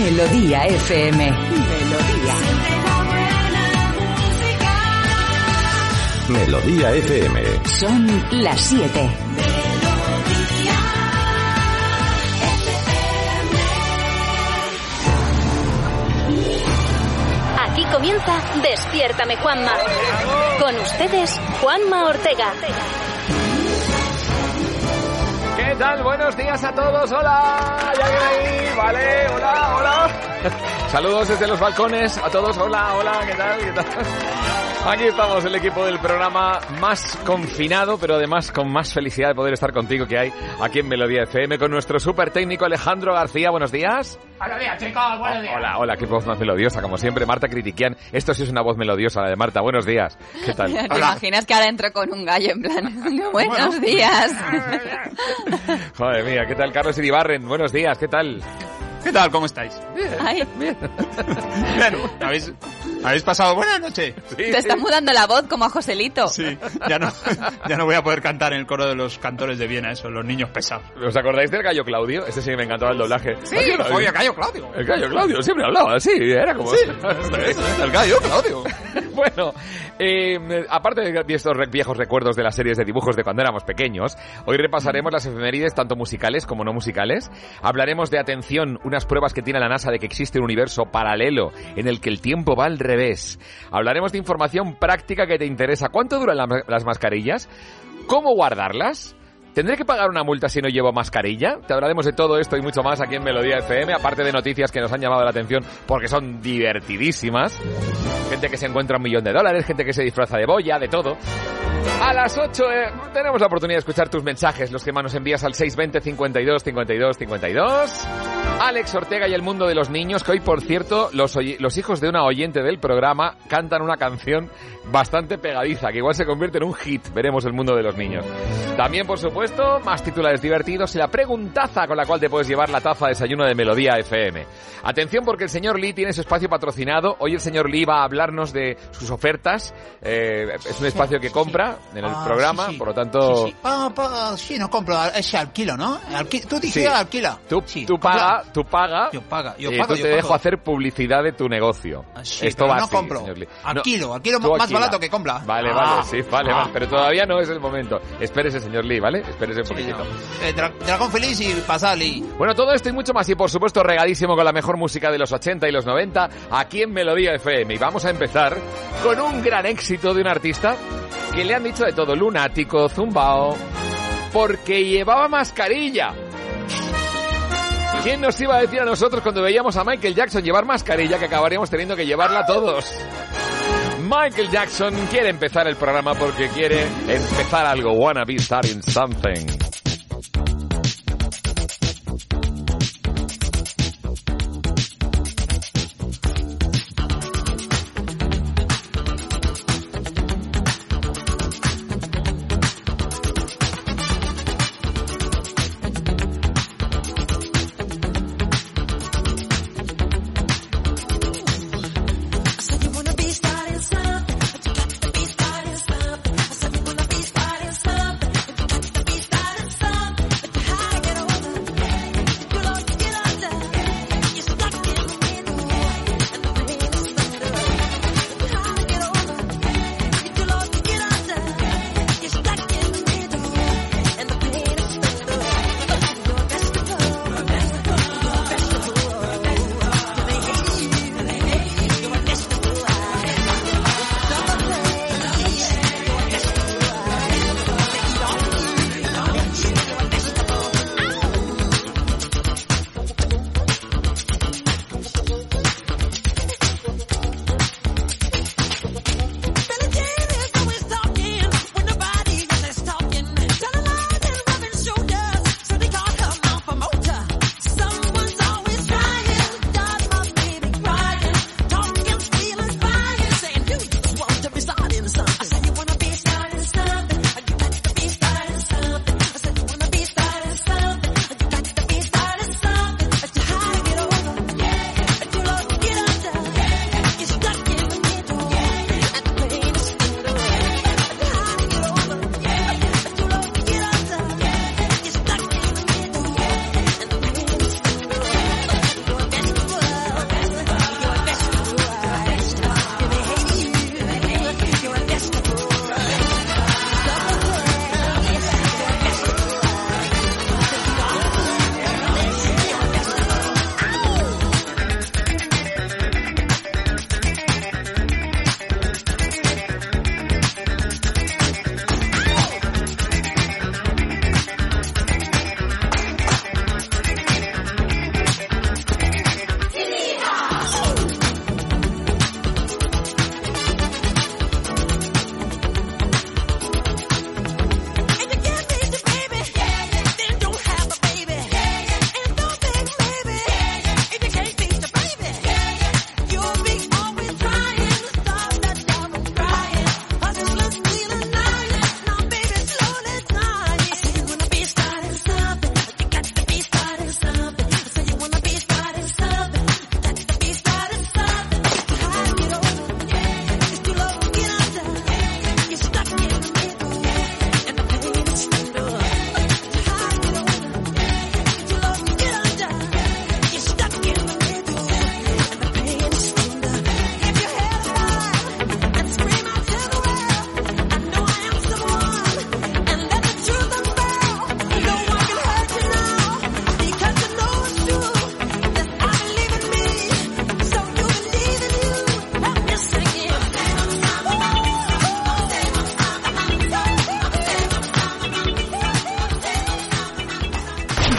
Melodía FM. Melodía FM. Son las 7. Aquí comienza Despiértame, Juanma. Con ustedes, Juanma Ortega. ¿Qué tal? Buenos días a todos. Hola. ¿Ya viene ahí? Vale. Hola. Saludos desde los balcones a todos. Hola. ¿Qué tal? Aquí estamos, el equipo del programa más confinado, pero además con más felicidad de poder estar contigo que hay aquí en Melodía FM, con nuestro súper técnico Alejandro García. Buenos días. Buenos días, chicos. Buenos días. Hola, qué voz más melodiosa, como siempre. Marta Critiquian. Esto sí es una voz melodiosa, la de Marta. Buenos días. ¿Qué tal? ¿Te imaginas que ahora entro con un gallo en plan? Buenos días. Joder mía, ¿qué tal? Carlos Iribarren. Buenos días, ¿qué tal? ¿Qué tal? ¿Cómo estáis? Bien. ¿Habéis pasado buena noche? Sí, Te está mudando la voz como a Joselito. Sí, ya no voy a poder cantar en el coro de los cantores de Viena, eso, los niños pesados. ¿Os acordáis del Gallo Claudio? Este sí que me encantaba el doblaje. Sí, oye, Gallo Claudio. El Gallo Claudio, siempre hablaba así, era como... Sí, el Gallo Claudio. Bueno, aparte de estos viejos recuerdos de las series de dibujos de cuando éramos pequeños, hoy repasaremos las efemérides tanto musicales como no musicales. Hablaremos de, atención, unas pruebas que tiene la NASA de que existe un universo paralelo en el que el tiempo va al revés. Hablaremos de información práctica que te interesa. ¿Cuánto duran las mascarillas? ¿Cómo guardarlas? ¿Tendré que pagar una multa si no llevo mascarilla? Te hablaremos de todo esto y mucho más aquí en Melodía FM, aparte de noticias que nos han llamado la atención porque son divertidísimas. Gente que se encuentra $1 millón, gente que se disfraza de boya, de todo. A las 8 tenemos la oportunidad de escuchar tus mensajes, los que más nos envías al 620 52 52 52. Alex Ortega y el mundo de los niños, que hoy, por cierto, los hijos de una oyente del programa cantan una canción bastante pegadiza, que igual se convierte en un hit. Veremos el mundo de los niños. También, por supuesto, más titulares divertidos y la preguntaza con la cual te puedes llevar la taza de desayuno de Melodía FM. Atención, porque el señor Lee tiene su espacio patrocinado. Hoy el señor Lee va a hablarnos de sus ofertas. Es un espacio que compra en el programa, sí. Por lo tanto... Sí, no compro, ese alquilo, ¿no? Tú dices sí. Alquila. Tú paga. Yo te dejo hacer publicidad de tu negocio. Sí, esto va no así, compro. Señor Lee. Alquilo No, más barato que compra. Vale, pero todavía no es el momento. Espérese, señor Lee, ¿vale? Espérese un poquitito. Dragón feliz y pasar, Lee. Bueno, todo esto y mucho más, y por supuesto regadísimo con la mejor música de los 80 y los 90 aquí en Melodía FM. Y vamos a empezar con un gran éxito de un artista que le han dicho de todo: lunático, zumbao, porque llevaba mascarilla. ¿Quién nos iba a decir a nosotros cuando veíamos a Michael Jackson llevar mascarilla que acabaríamos teniendo que llevarla todos? Michael Jackson quiere empezar el programa porque quiere empezar algo. Wanna be starting something.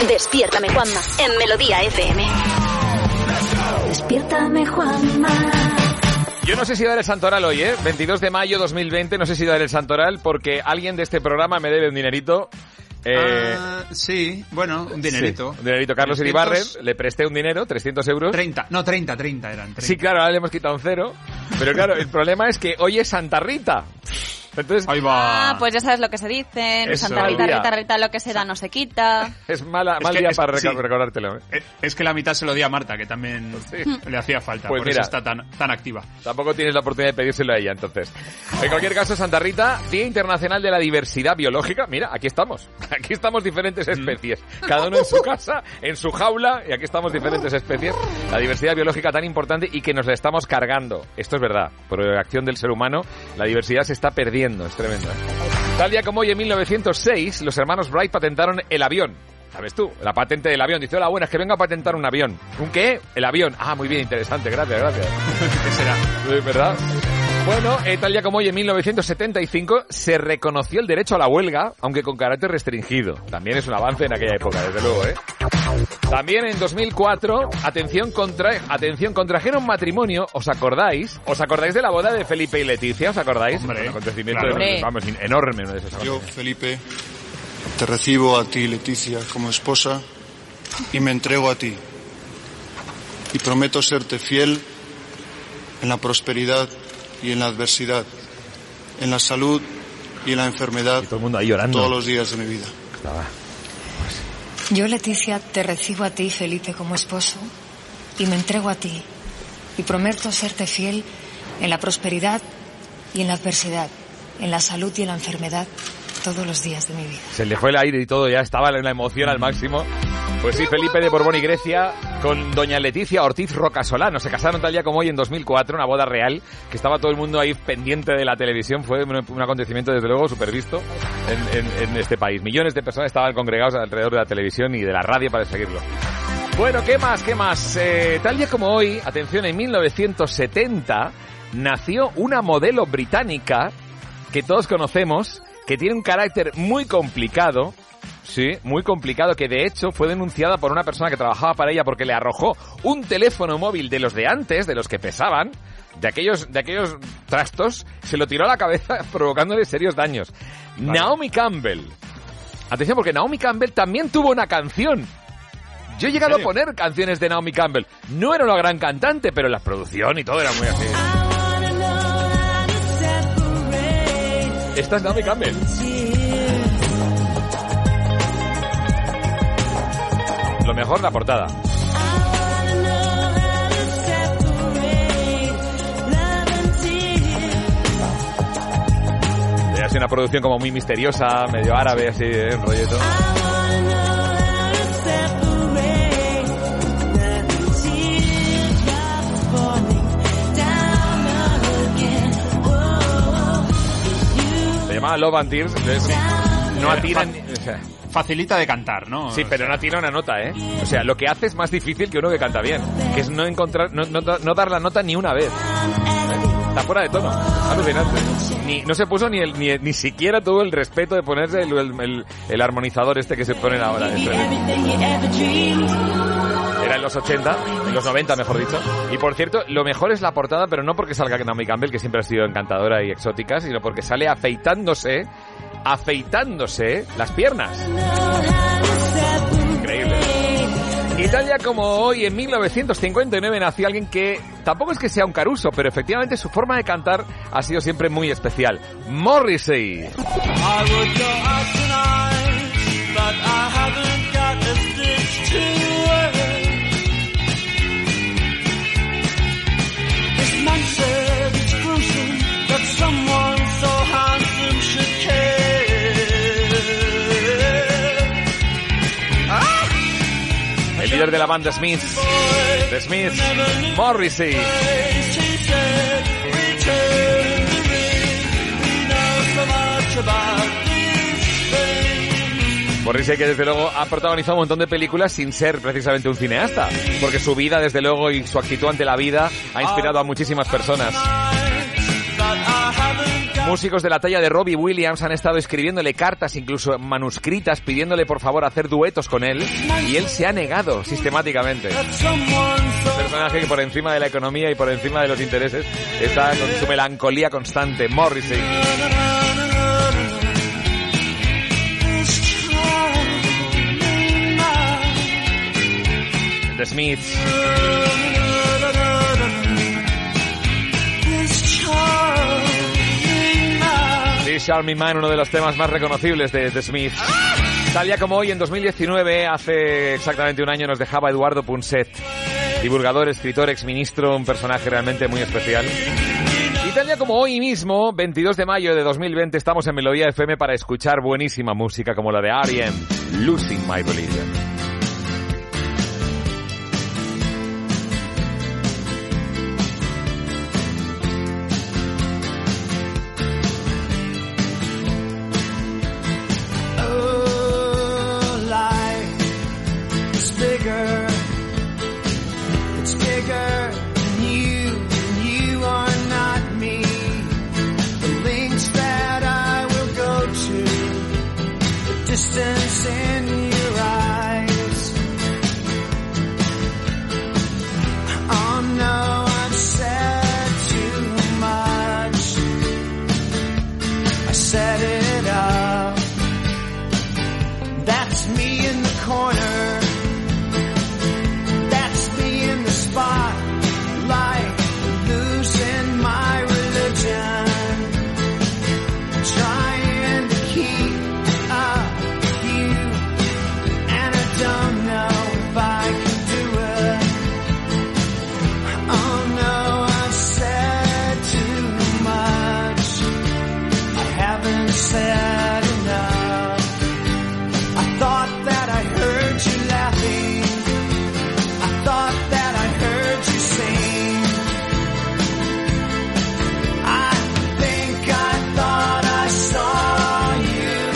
Despiértame, Juanma, en Melodía FM. Despiértame, Juanma. Yo no sé si dar el santoral hoy, 22 de mayo 2020, no sé si dar el santoral porque alguien de este programa me debe un dinerito. Sí, bueno, un dinerito. Sí, un dinerito. Carlos Iribarren, le presté un dinero, 300 euros. 30 eran. 30. Sí, claro, ahora le hemos quitado un cero. Pero claro, el problema es que hoy es Santa Rita. Entonces, ahí va. Pues ya sabes lo que se dicen. Eso, Santa Rita, lo que se da no se quita. Es mal día para recordártelo. Es que la mitad se lo di a Marta, que también le hacía falta. Pues por mira, eso está tan activa. Tampoco tienes la oportunidad de pedírselo a ella, entonces. En cualquier caso, Santa Rita, Día Internacional de la Diversidad Biológica. Mira, aquí estamos. Aquí estamos diferentes especies. Cada uno en su casa, en su jaula, y aquí estamos diferentes especies. La diversidad biológica tan importante y que nos la estamos cargando. Esto es verdad. Por acción del ser humano, la diversidad se está perdiendo. Es tremendo, Tal día como hoy, en 1906, los hermanos Wright patentaron el avión. ¿Sabes tú? La patente del avión. Dice, hola, buenas, que venga a patentar un avión. ¿Un qué? El avión. Ah, muy bien, interesante. Gracias. ¿Qué será? ¿Verdad? Bueno, tal día como hoy, en 1975, se reconoció el derecho a la huelga, aunque con carácter restringido. También es un avance en aquella época, desde luego, También en 2004, contrajeron matrimonio, ¿os acordáis? ¿Os acordáis de la boda de Felipe y Leticia? ¿Os acordáis? Hombre, un acontecimiento claro. Enorme, uno de esos Yo, Felipe, te recibo a ti, Leticia, como esposa y me entrego a ti. Y prometo serte fiel en la prosperidad y en la adversidad, en la salud y en la enfermedad, y todo el mundo ahí llorando. Todos los días de mi vida. Yo, Leticia, te recibo a ti, Felipe, como esposo y me entrego a ti. Y prometo serte fiel en la prosperidad y en la adversidad, en la salud y en la enfermedad, todos los días de mi vida. Se le fue el aire y todo, ya estaba en la emoción al máximo. Pues sí, Felipe de Borbón y Grecia con doña Leticia Ortiz Rocasolano. Se casaron tal día como hoy en 2004, una boda real, que estaba todo el mundo ahí pendiente de la televisión. Fue un acontecimiento, desde luego, súper visto en este país. Millones de personas estaban congregados alrededor de la televisión y de la radio para seguirlo. Bueno, ¿qué más? Tal día como hoy, atención, en 1970, nació una modelo británica que todos conocemos, que tiene un carácter muy complicado. Sí, muy complicado, que de hecho fue denunciada por una persona que trabajaba para ella porque le arrojó un teléfono móvil de los de antes, de los que pesaban, de aquellos trastos, se lo tiró a la cabeza provocándole serios daños. Vale. Naomi Campbell. Atención, porque Naomi Campbell también tuvo una canción. Yo he llegado a poner canciones de Naomi Campbell. No era una gran cantante, pero la producción y todo era muy así. Esta es Naomi Campbell. Lo mejor, la portada. Es una producción como muy misteriosa, medio árabe, así, un rolleto. Se llamaba Love and Tears, entonces no atinan... Facilita de cantar, ¿no? Sí, pero no atina una nota, O sea, lo que hace es más difícil que uno que canta bien, que es no dar la nota ni una vez. Está fuera de tono, alucinante. No se puso ni siquiera tuvo el respeto de ponerse el armonizador este que se ponen ahora. Era en los 80, en los 90 mejor dicho. Y por cierto, lo mejor es la portada, pero no porque salga Naomi Campbell, que siempre ha sido encantadora y exótica, sino porque sale afeitándose las piernas. Increíble. Y tal día como hoy, en 1959, nació alguien que tampoco es que sea un caruso, pero efectivamente su forma de cantar ha sido siempre muy especial. Morrissey. El líder de la banda Smith, Morrissey. Morrissey, que desde luego ha protagonizado un montón de películas sin ser precisamente un cineasta, porque su vida, desde luego, y su actitud ante la vida ha inspirado a muchísimas personas. Músicos de la talla de Robbie Williams han estado escribiéndole cartas, incluso manuscritas, pidiéndole por favor hacer duetos con él, y él se ha negado sistemáticamente. Un personaje que por encima de la economía y por encima de los intereses está con su melancolía constante. Morrissey. The Smiths. This Charming Man, uno de los temas más reconocibles de The Smiths. Tal día como hoy, en 2019, hace exactamente un año, nos dejaba Eduardo Punset, divulgador, escritor, exministro, un personaje realmente muy especial. Y tal día como hoy mismo, 22 de mayo de 2020, estamos en Melodía FM para escuchar buenísima música como la de R.E.M., Losing My Religion. Distance in your eyes. Oh no, I've said too much. I set it up. That's me in the corner. That's me in the spotlight, losing my religion. Trying to keep up. Don't know if I can do it. Oh no, I've said too much. I haven't said enough. I thought that I heard you laughing. I thought that I heard you sing. I think I thought I saw you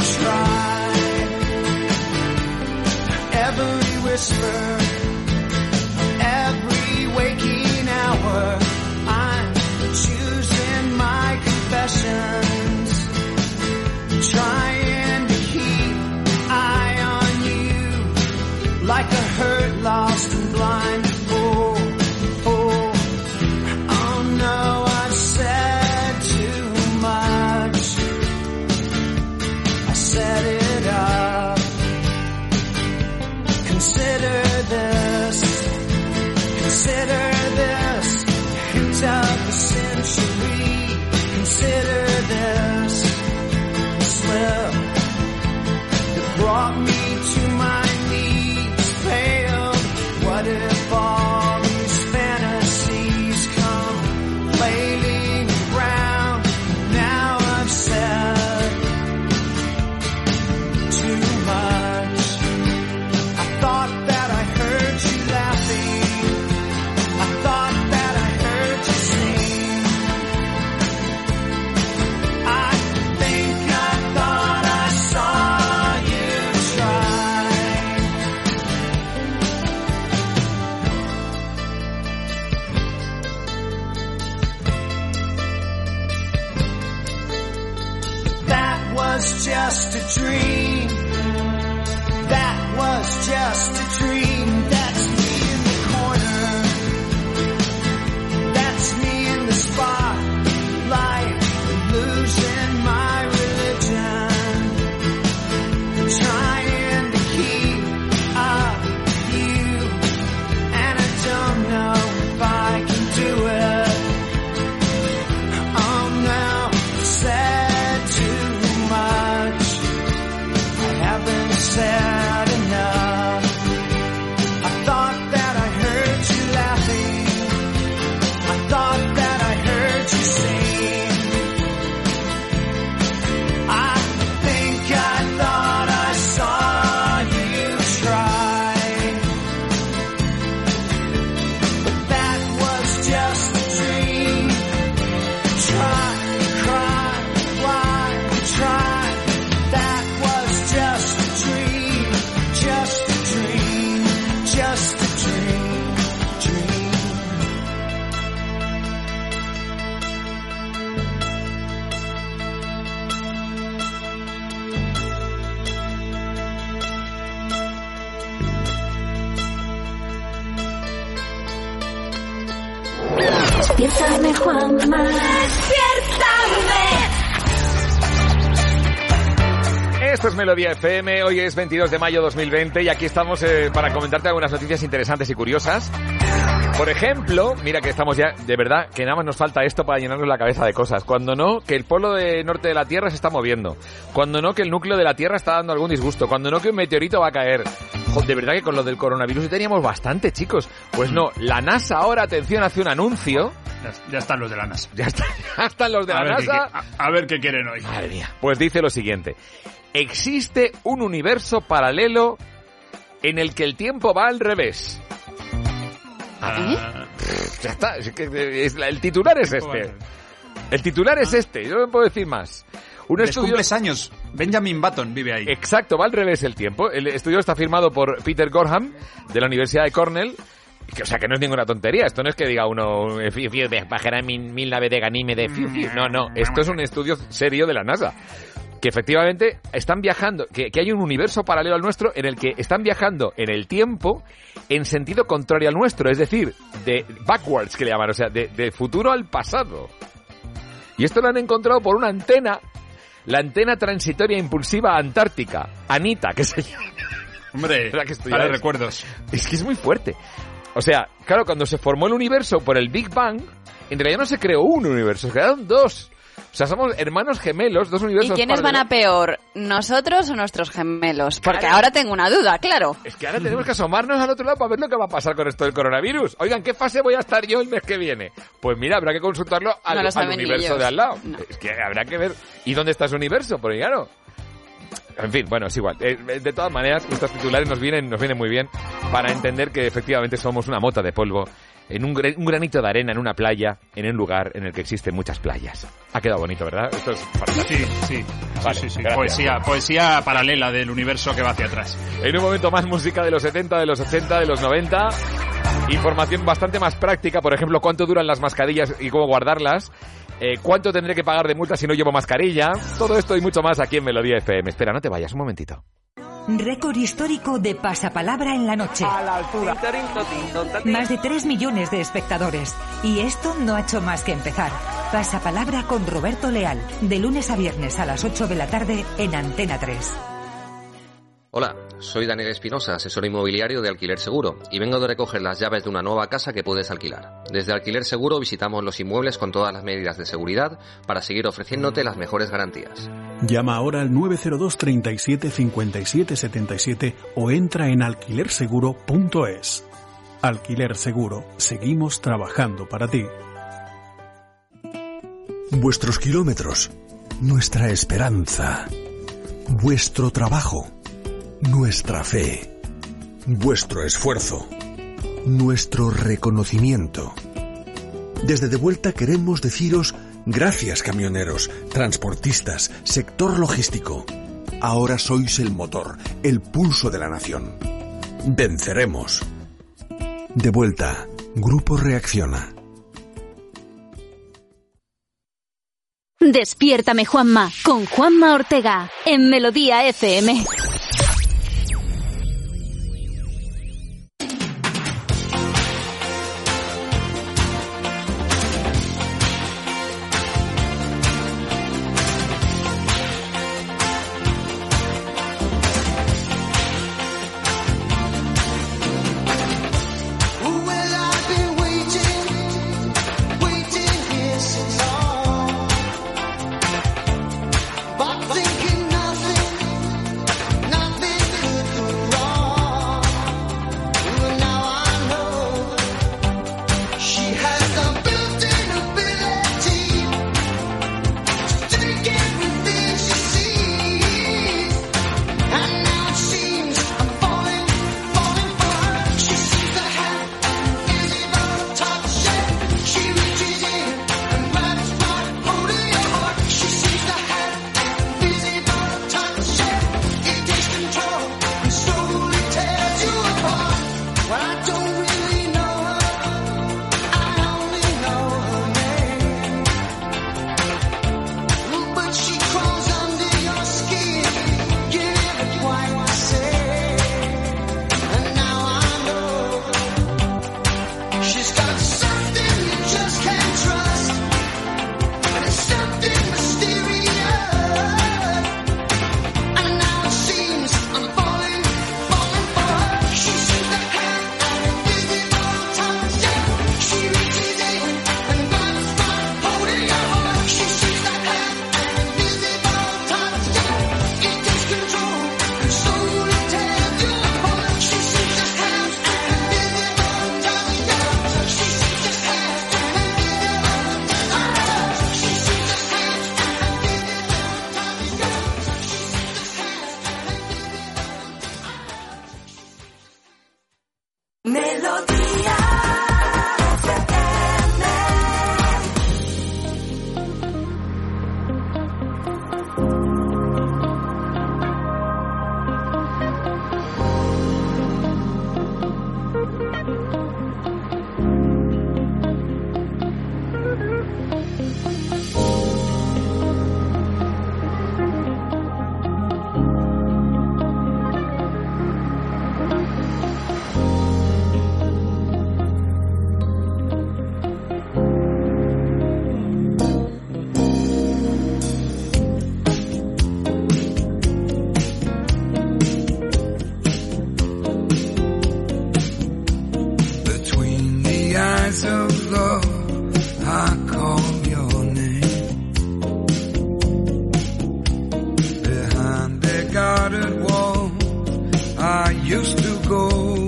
try. Every whisper, every waking hour, I'm choosing my confessions, trying to keep eye on you, like a hurt, lost and blind. Oh, oh, oh no, I've said too much. I set it up. Consider this, hint of the century. Consider this, slip that brought me to my knees, failed. What if all these fantasies come flailing around? Now I've said too much. Thought that I heard you laughing. I thought that I heard you sing. I think I thought I saw you try. That was just a dream. That was just a dream. That's me in the corner. That's me in the spotlight, losing my religion. Trying to keep up with you, and I don't know if I can do it. Oh no, said too much. I haven't said enough. Despiértame, Juanma. Despiértame. Esto es Melodía FM, hoy es 22 de mayo 2020 y aquí estamos para comentarte algunas noticias interesantes y curiosas. Por ejemplo, mira que estamos ya, de verdad, que nada más nos falta esto para llenarnos la cabeza de cosas. Cuando no, que el polo norte de la Tierra se está moviendo. Cuando no, que el núcleo de la Tierra está dando algún disgusto. Cuando no, que un meteorito va a caer. De verdad que con lo del coronavirus teníamos bastante, chicos. Pues no, la NASA ahora, atención, hace un anuncio. Ya están los de la NASA. Ya están los de la NASA. A ver qué quieren hoy. Madre mía. Pues dice lo siguiente. Existe un universo paralelo en el que el tiempo va al revés. Ya está. El titular es este. El titular es este. Yo no puedo decir más. Cumples años. Benjamin Button vive ahí. Exacto, va al revés el tiempo. El estudio está firmado por Peter Gorham, de la Universidad de Cornell. O sea, que no es ninguna tontería. Esto no es que diga uno, bajará mil naves de ganime de fiu, fiu. No. Esto es un estudio serio de la NASA. Que efectivamente están viajando, que hay un universo paralelo al nuestro en el que están viajando en el tiempo en sentido contrario al nuestro, es decir, de backwards, que le llaman, o sea, de futuro al pasado. Y esto lo han encontrado por una antena, la antena transitoria impulsiva antártica, ANITA, que se llama. Hombre, para recuerdos. Es que es muy fuerte. O sea, claro, cuando se formó el universo por el Big Bang, en realidad no se creó un universo, se crearon dos. O sea, somos hermanos gemelos, dos universos. ¿Y quiénes van a peor? ¿Nosotros o nuestros gemelos? Porque ahora tengo una duda, claro. Es que ahora tenemos que asomarnos al otro lado para ver lo que va a pasar con esto del coronavirus. Oigan, ¿qué fase voy a estar yo el mes que viene? Pues mira, habrá que consultarlo al universo de al lado. No. Es que habrá que ver. ¿Y dónde está ese universo? Porque claro. En fin, bueno, es igual. De todas maneras, estos titulares nos vienen muy bien para entender que efectivamente somos una mota de polvo en un granito de arena en una playa, en un lugar en el que existen muchas playas. Ha quedado bonito, ¿verdad? Esto es fantástico. Sí. Vale, sí. Poesía paralela del universo que va hacia atrás. En un momento más música de los 70, de los 80, de los 90. Información bastante más práctica, por ejemplo, cuánto duran las mascarillas y cómo guardarlas. ¿Cuánto tendré que pagar de multa si no llevo mascarilla? Todo esto y mucho más aquí en Melodía FM. Espera, no te vayas, un momentito. Récord histórico de pasapalabra en la noche. A la altura. Más de 3 millones de espectadores. Y esto no ha hecho más que empezar. Pasapalabra con Roberto Leal. De lunes a viernes a las 8 de la tarde en Antena 3. Hola, soy Daniel Espinosa, asesor inmobiliario de Alquiler Seguro, y vengo de recoger las llaves de una nueva casa que puedes alquilar. Desde Alquiler Seguro visitamos los inmuebles con todas las medidas de seguridad para seguir ofreciéndote las mejores garantías. Llama ahora al 902 37 57 77 o entra en alquilerseguro.es. Alquiler Seguro, seguimos trabajando para ti. Vuestros kilómetros, nuestra esperanza, vuestro trabajo, nuestra fe, vuestro esfuerzo, nuestro reconocimiento. Desde De Vuelta queremos deciros gracias, camioneros, transportistas, sector logístico. Ahora sois el motor, el pulso de la nación. Venceremos. De Vuelta, Grupo Reacciona. Despiértame, Juanma, con Juanma Ortega, en Melodía FM. Melodía of love, I call your name. Behind their guarded wall, I used to go.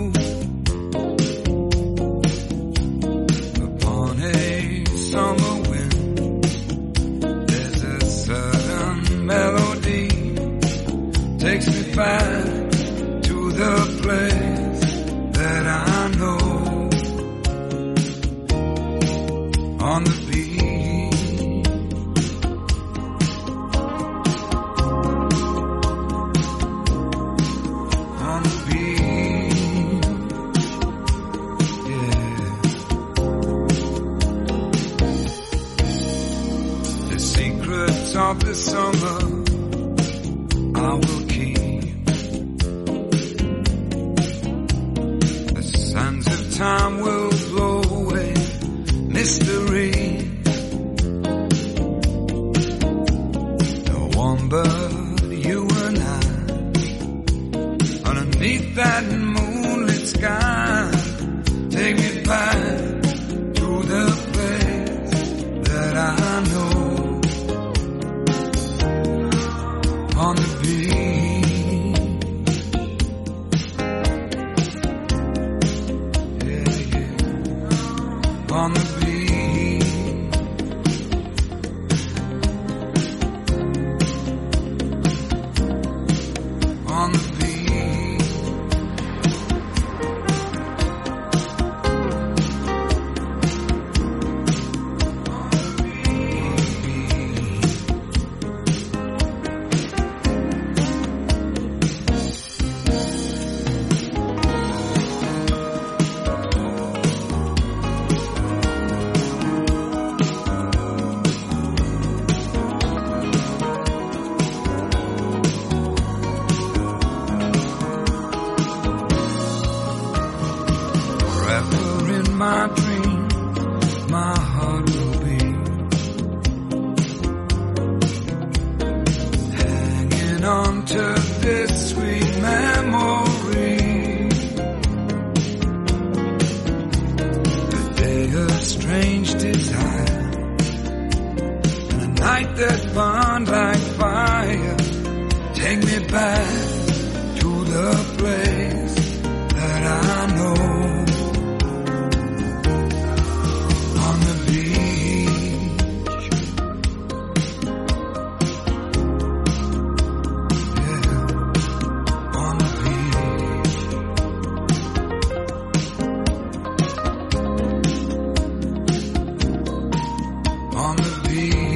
Upon a summer wind, there's a certain melody takes me back to the place that I know. On the beach, on the beach, yeah. The secrets of the summer I will keep. The sands of time will blow away mystery. No one but you and I, underneath that moonlit sky, take me back to the place that I know. On the beach, yeah, yeah. On the beach. On the beach, forever in my dreams, my heart will be hanging on to this sweet memory. The day of strange desire and a night that burned like fire. Take me back to the place that I know. On the beach, yeah, on the beach, on the beach.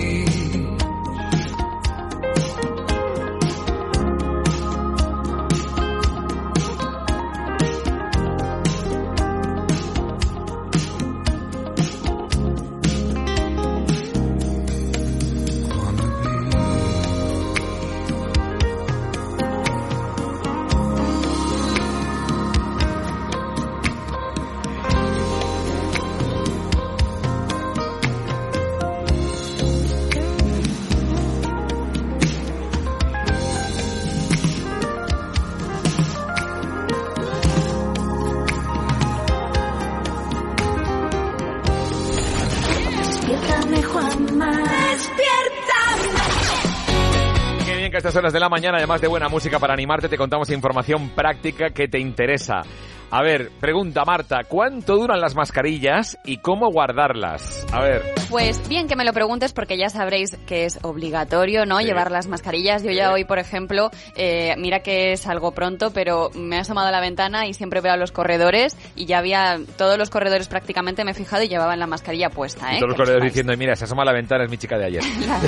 Despiértame, Juanma. Despiértame. Qué bien que a estas horas de la mañana, además de buena música para animarte, te contamos información práctica que te interesa. A ver, pregunta Marta, ¿cuánto duran las mascarillas y cómo guardarlas? A ver. Pues bien que me lo preguntes porque ya sabréis que es obligatorio, ¿no? Sí. Llevar las mascarillas. Yo ya hoy, por ejemplo, mira que es algo pronto, pero me he asomado a la ventana y siempre veo a los corredores y ya había todos los corredores prácticamente, me he fijado y llevaban la mascarilla puesta, Y todos los corredores diciendo, mira, se asoma a la ventana, es mi chica de ayer.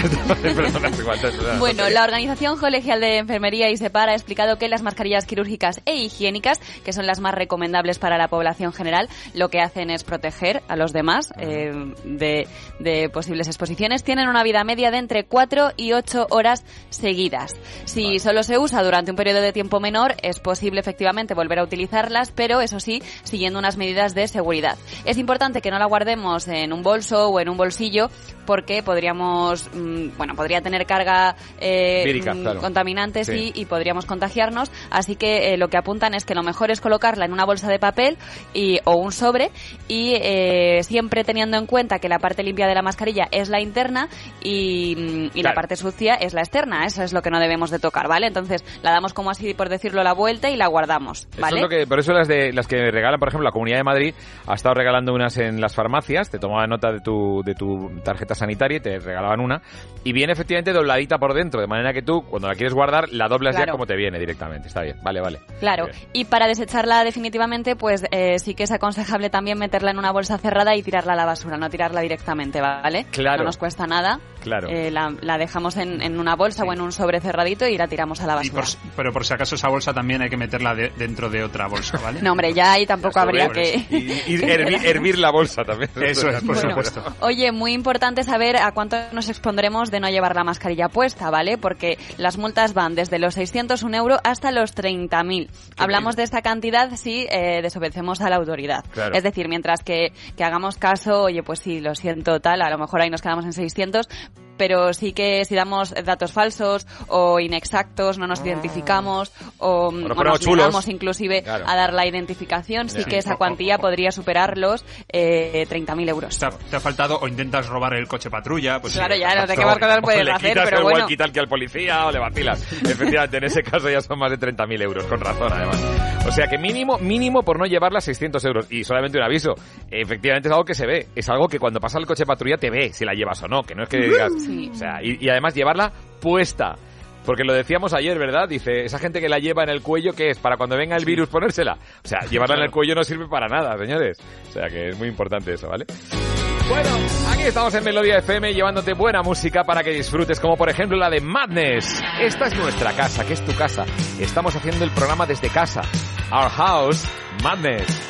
Bueno, la Organización Colegial de Enfermería y SEPAR ha explicado que las mascarillas quirúrgicas e higiénicas, que son las más recomendables para la población general, lo que hacen es proteger a los demás de posibles exposiciones. Tienen una vida media de entre 4 y 8 horas seguidas. Si solo se usa durante un periodo de tiempo menor, es posible efectivamente volver a utilizarlas, pero eso sí, siguiendo unas medidas de seguridad. Es importante que no la guardemos en un bolso o en un bolsillo porque podría tener carga vírica, claro. contaminante, Sí. y podríamos contagiarnos. Así que lo que apuntan es que lo mejor es colocarla en una bolsa de papel o un sobre y siempre teniendo en cuenta que la parte limpia de la mascarilla es la interna y Claro. la parte sucia es la externa. Eso es lo que no debemos de tocar, ¿vale? Entonces la damos como así, por decirlo, la vuelta y la guardamos, ¿vale? Eso es por eso las que regalan, por ejemplo, la Comunidad de Madrid ha estado regalando unas en las farmacias, te tomaban nota de tu tarjeta sanitaria y te regalaban una, y viene efectivamente dobladita por dentro, de manera que tú, cuando la quieres guardar, la doblas ya como te viene directamente. Está bien, vale. Claro, y para desecharla definitivamente, pues sí que es aconsejable también meterla en una bolsa cerrada y tirarla a la basura, no tirarla directamente, ¿vale? Claro. No nos cuesta nada. Claro. La dejamos en una bolsa o en un sobre cerradito y la tiramos a la basura. Pero por si acaso esa bolsa también hay que meterla dentro de otra bolsa, ¿vale? No, hombre, ya ahí tampoco habría que... Y hervir la bolsa también. Eso es, por supuesto. Oye, muy importante saber a cuánto nos expondremos de no llevar la mascarilla puesta, ¿vale? Porque las multas van desde los 601 € hasta los 30.000. Hablamos de esta cantidad si desobedecemos a la autoridad. Claro. Es decir, mientras que hagamos caso, oye, pues sí, lo siento, tal, a lo mejor ahí nos quedamos en 600, pero sí que si damos datos falsos o inexactos, no nos identificamos o nos negamos inclusive a dar la identificación, sí que esa cuantía podría superar los 30.000 €. Te ha faltado o intentas robar el coche patrulla. Pues claro, sí, ya no sé qué más cosas puedes hacer, pero bueno. Le quitas al policía o le vacilas. Efectivamente, en ese caso ya son más de 30.000 €, con razón además. O sea que mínimo por no llevarla 600 €. Y solamente un aviso, efectivamente es algo que se ve, es algo que cuando pasa el coche patrulla te ve si la llevas o no, que no es que digas... Sí. O sea, y además llevarla puesta. Porque lo decíamos ayer, ¿verdad? Dice, esa gente que la lleva en el cuello, ¿qué es? ¿Para cuando venga el virus ponérsela? O sea, llevarla en el cuello no sirve para nada, señores. O sea, que es muy importante eso, ¿vale? Bueno, aquí estamos en Melodía FM llevándote buena música para que disfrutes, como por ejemplo la de Madness. Esta es nuestra casa, que es tu casa. Estamos haciendo el programa desde casa. Our House, Madness.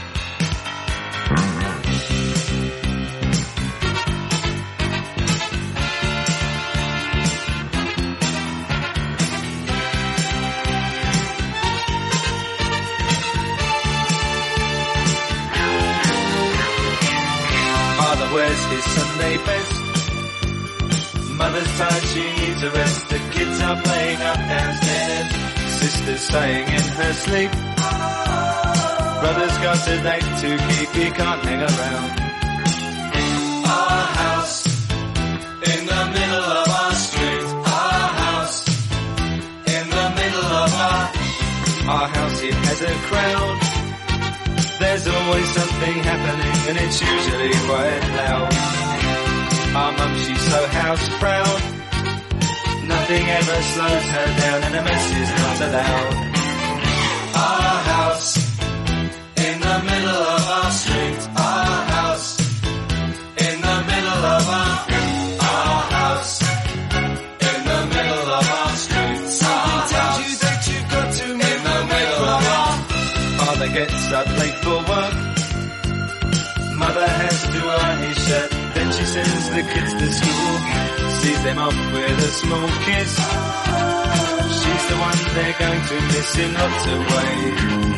Father wears his Sunday best. Mother's tired, she needs a rest. The kids are playing up downstairs. Sister's sighing in her sleep. Brother's got a date to keep, he can't hang around. Our house in the middle of our street. Our house in the middle of our house. It has a crowd. There's always something happening and it's usually quite loud. Our mum, she's so house proud. Nothing ever slows her down and a mess is not allowed. Our house in the middle of our street. Our house in the middle of our house in the middle of our street. Something tells you that you've got to move in the middle of our. Father gets up late for work. Mother has to iron his shirt. Then she sends the kids to school. Sees them off with a small kiss. She's the one they're going to miss in lots of ways.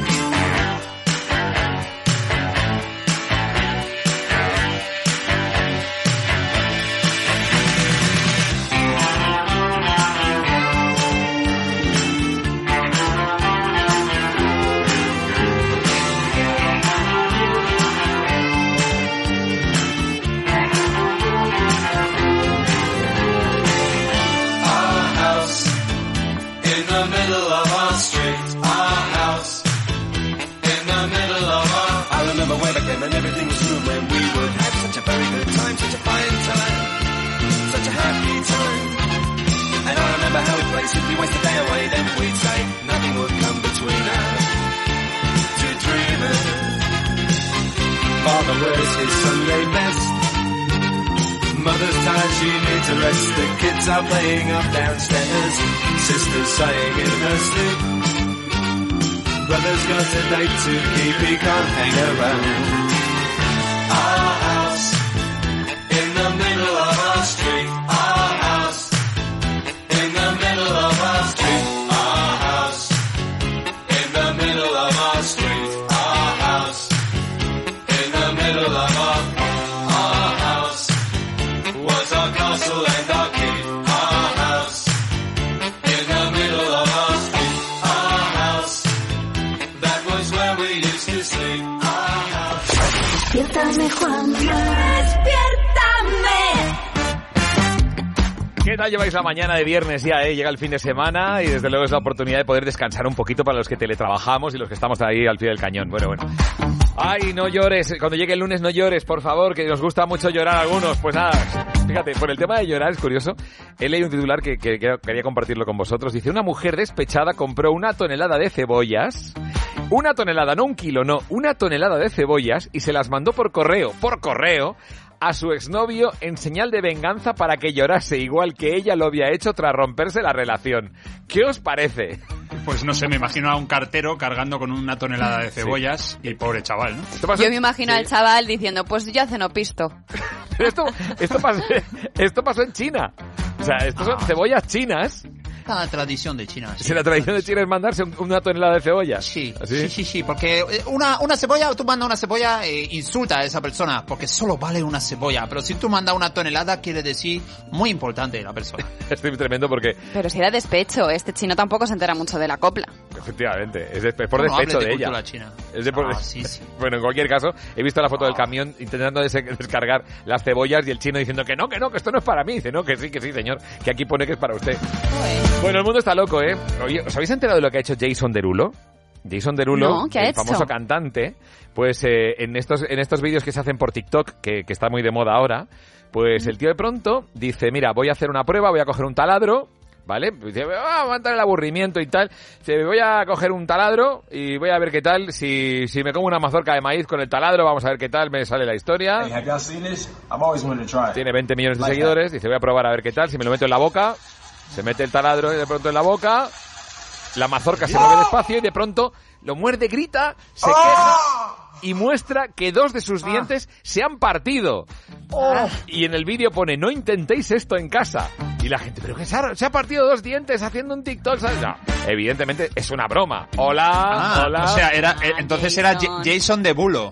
In the middle of our street, our house. In the is Sunday best. Mother's tired, she needs a rest. The kids are playing up downstairs. Sister's sighing in her sleep. Brother's got a date to keep, he can't hang around. Our house in the middle of our street. Our house in the middle of our street. Our house in the middle of our street. Our house in the middle of our house was our castle and our keep. Our house in the middle of our street. Our house, that was where we used to sleep. Our house. Despiértame, Juanma. ¿Qué tal lleváis la mañana de viernes ya, Llega el fin de semana y desde luego es la oportunidad de poder descansar un poquito para los que teletrabajamos y los que estamos ahí al pie del cañón. Bueno. Ay, no llores. Cuando llegue el lunes no llores, por favor, que nos gusta mucho llorar a algunos. Pues nada, fíjate, por el tema de llorar es curioso. He leído un titular que quería compartirlo con vosotros. Dice, una mujer despechada compró 1 tonelada de cebollas. 1 tonelada, no 1 kilo, no. 1 tonelada de cebollas y se las mandó por correo, a su exnovio en señal de venganza para que llorase igual que ella lo había hecho tras romperse la relación. ¿Qué os parece? Pues no sé, me imagino a un cartero cargando con 1 tonelada de cebollas y pobre chaval, ¿no? Yo me imagino al chaval diciendo, pues yo hace no pisto. Pero esto pasó en China. O sea, estos son cebollas chinas. La tradición de China. Sí, la tradición de China es mandarse 1 tonelada de cebollas. Sí, porque una cebolla, tú mandas una cebolla, insulta a esa persona, porque solo vale una cebolla, pero si tú mandas 1 tonelada, quiere decir muy importante la persona. Estoy tremendo porque... Pero si era despecho, este chino tampoco se entera mucho de la copla. Efectivamente, es por despecho de ella. China. Sí. Bueno, en cualquier caso, he visto la foto del camión intentando descargar las cebollas y el chino diciendo que no, que esto no es para mí. Dice, no, que sí, señor, que aquí pone que es para usted. Bueno, el mundo está loco, Oye, ¿os habéis enterado de lo que ha hecho Jason Derulo? Jason Derulo, no, ¿qué ha el famoso cantante, pues en estos vídeos que se hacen por TikTok, que está muy de moda ahora, pues el tío de pronto dice, mira, voy a hacer una prueba, voy a coger un taladro, ¿vale? Dice, voy a aguantar el aburrimiento y tal. Dice, voy a coger un taladro y voy a ver qué tal. Si me como una mazorca de maíz con el taladro, vamos a ver qué tal me sale la historia. Tiene 20 millones de seguidores. Dice, voy a probar a ver qué tal. Si me lo meto en la boca, se mete el taladro y de pronto en la boca, la mazorca se mueve despacio y de pronto lo muerde, grita, se queja y muestra que 2 de sus dientes se han partido. Y en el vídeo pone, no intentéis esto en casa. Y la gente, pero que se ha partido 2 dientes haciendo un TikTok, ¿sabes? No, evidentemente es una broma. Hola. O sea, entonces era Jason Derulo.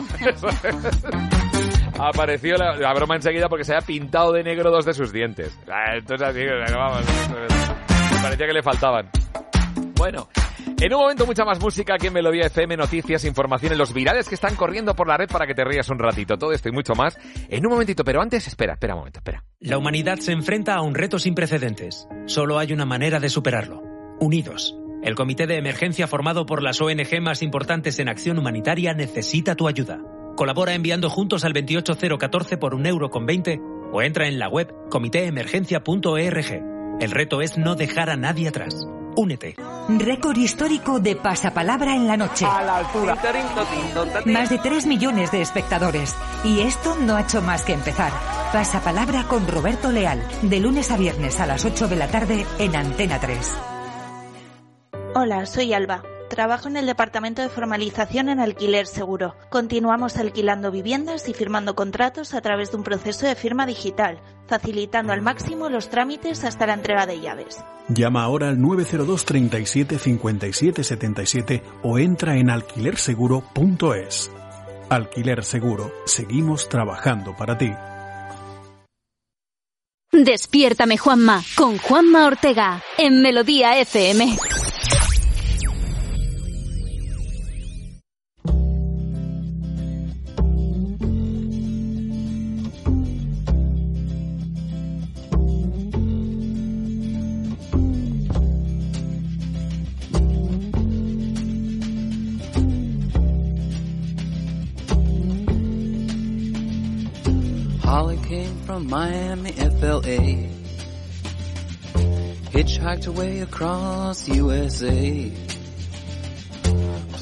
Apareció la broma enseguida porque se había pintado de negro 2 de sus dientes. Entonces así, vamos, parecía que le faltaban. Bueno, en un momento mucha más música aquí en Melodía FM, noticias, informaciones, los virales que están corriendo por la red para que te rías un ratito. Todo esto y mucho más en un momentito, pero antes, espera un momento. La humanidad se enfrenta a un reto sin precedentes. Solo hay una manera de superarlo. Unidos. El comité de emergencia formado por las ONG más importantes en acción humanitaria necesita tu ayuda. Colabora enviando juntos al 28014 por €1,20 o entra en la web comitéemergencia.org. El reto es no dejar a nadie atrás. Únete. Récord histórico de Pasapalabra en la noche. A la altura. Más de 3 millones de espectadores. Y esto no ha hecho más que empezar. Pasapalabra con Roberto Leal. De lunes a viernes a las 8 de la tarde en Antena 3. Hola, soy Alba. Trabajo en el departamento de formalización en Alquiler Seguro. Continuamos alquilando viviendas y firmando contratos a través de un proceso de firma digital, facilitando al máximo los trámites hasta la entrega de llaves. Llama ahora al 902 37 57 77 o entra en alquilerseguro.es. Alquiler Seguro. Seguimos trabajando para ti. Despiértame, Juanma, con Juanma Ortega, en Melodía FM. Holly came from Miami, FLA. Hitchhiked her way across USA.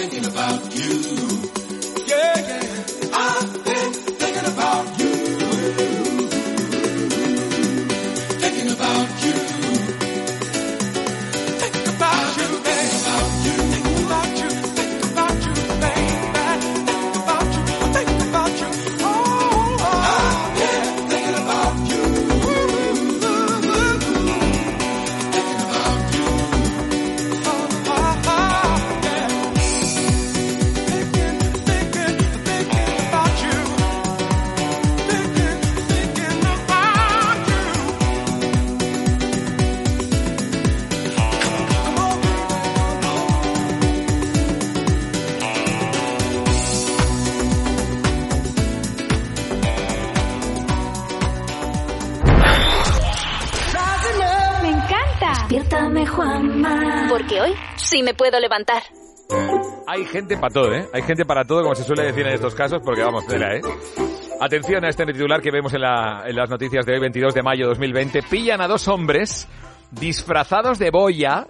thinking about you. Yeah, yeah. I've been thinking about you. Thinking about you. Thinking about you, baby. Thinking about you. Thinking about you, baby. Thinking about you. Thinking about you. Oh, I've been thinking about you. Thinking about you. Me encanta. Despiértame, Juanma. Porque hoy sí me puedo levantar. Hay gente para todo, ¿eh? Hay gente para todo, como se suele decir en estos casos, porque vamos, tela, ¿eh? Atención a este titular que vemos en las noticias de hoy, 22 de mayo de 2020. Pillan a 2 hombres disfrazados de boya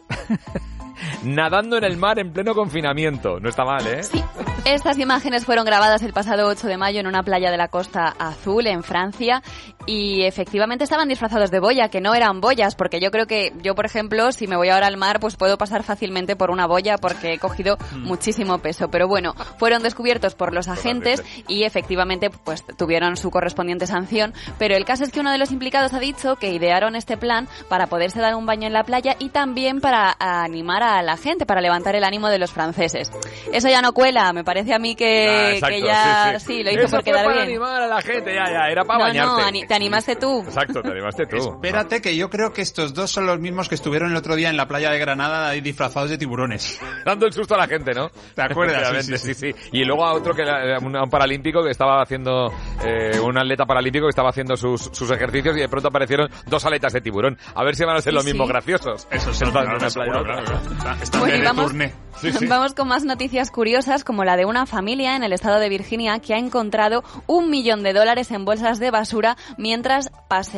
nadando en el mar en pleno confinamiento. No está mal, ¿eh? Sí. Estas imágenes fueron grabadas el pasado 8 de mayo en una playa de la Costa Azul, en Francia, y efectivamente estaban disfrazados de boya, que no eran boyas, porque yo creo que yo, por ejemplo, si me voy ahora al mar, pues puedo pasar fácilmente por una boya porque he cogido muchísimo peso. Pero bueno, fueron descubiertos por los agentes y efectivamente pues tuvieron su correspondiente sanción, pero el caso es que uno de los implicados ha dicho que idearon este plan para poderse dar un baño en la playa y también para animar a la gente, para levantar el ánimo de los franceses. Eso ya no cuela, me parece a mí que, exacto, que ya sí. lo hizo por quedar para bien. animar a la gente, ya, era para bañarte. No, te animaste tú. Exacto, te animaste tú. Espérate, que yo creo que estos dos son los mismos que estuvieron el otro día en la playa de Granada ahí disfrazados de tiburones. Dando el susto a la gente, ¿no? ¿Te acuerdas? Sí. Y luego a otro, que era un paralímpico que estaba haciendo, un atleta paralímpico que estaba haciendo sus ejercicios y de pronto aparecieron 2 aletas de tiburón. A ver si van a ser los mismos graciosos. Eso sí, Están claro, en una seguro, playa. claro. Están Bueno, de turné. Vamos con más noticias curiosas, como la de una familia en el estado de Virginia que ha encontrado $1 millón en bolsas de basura mientras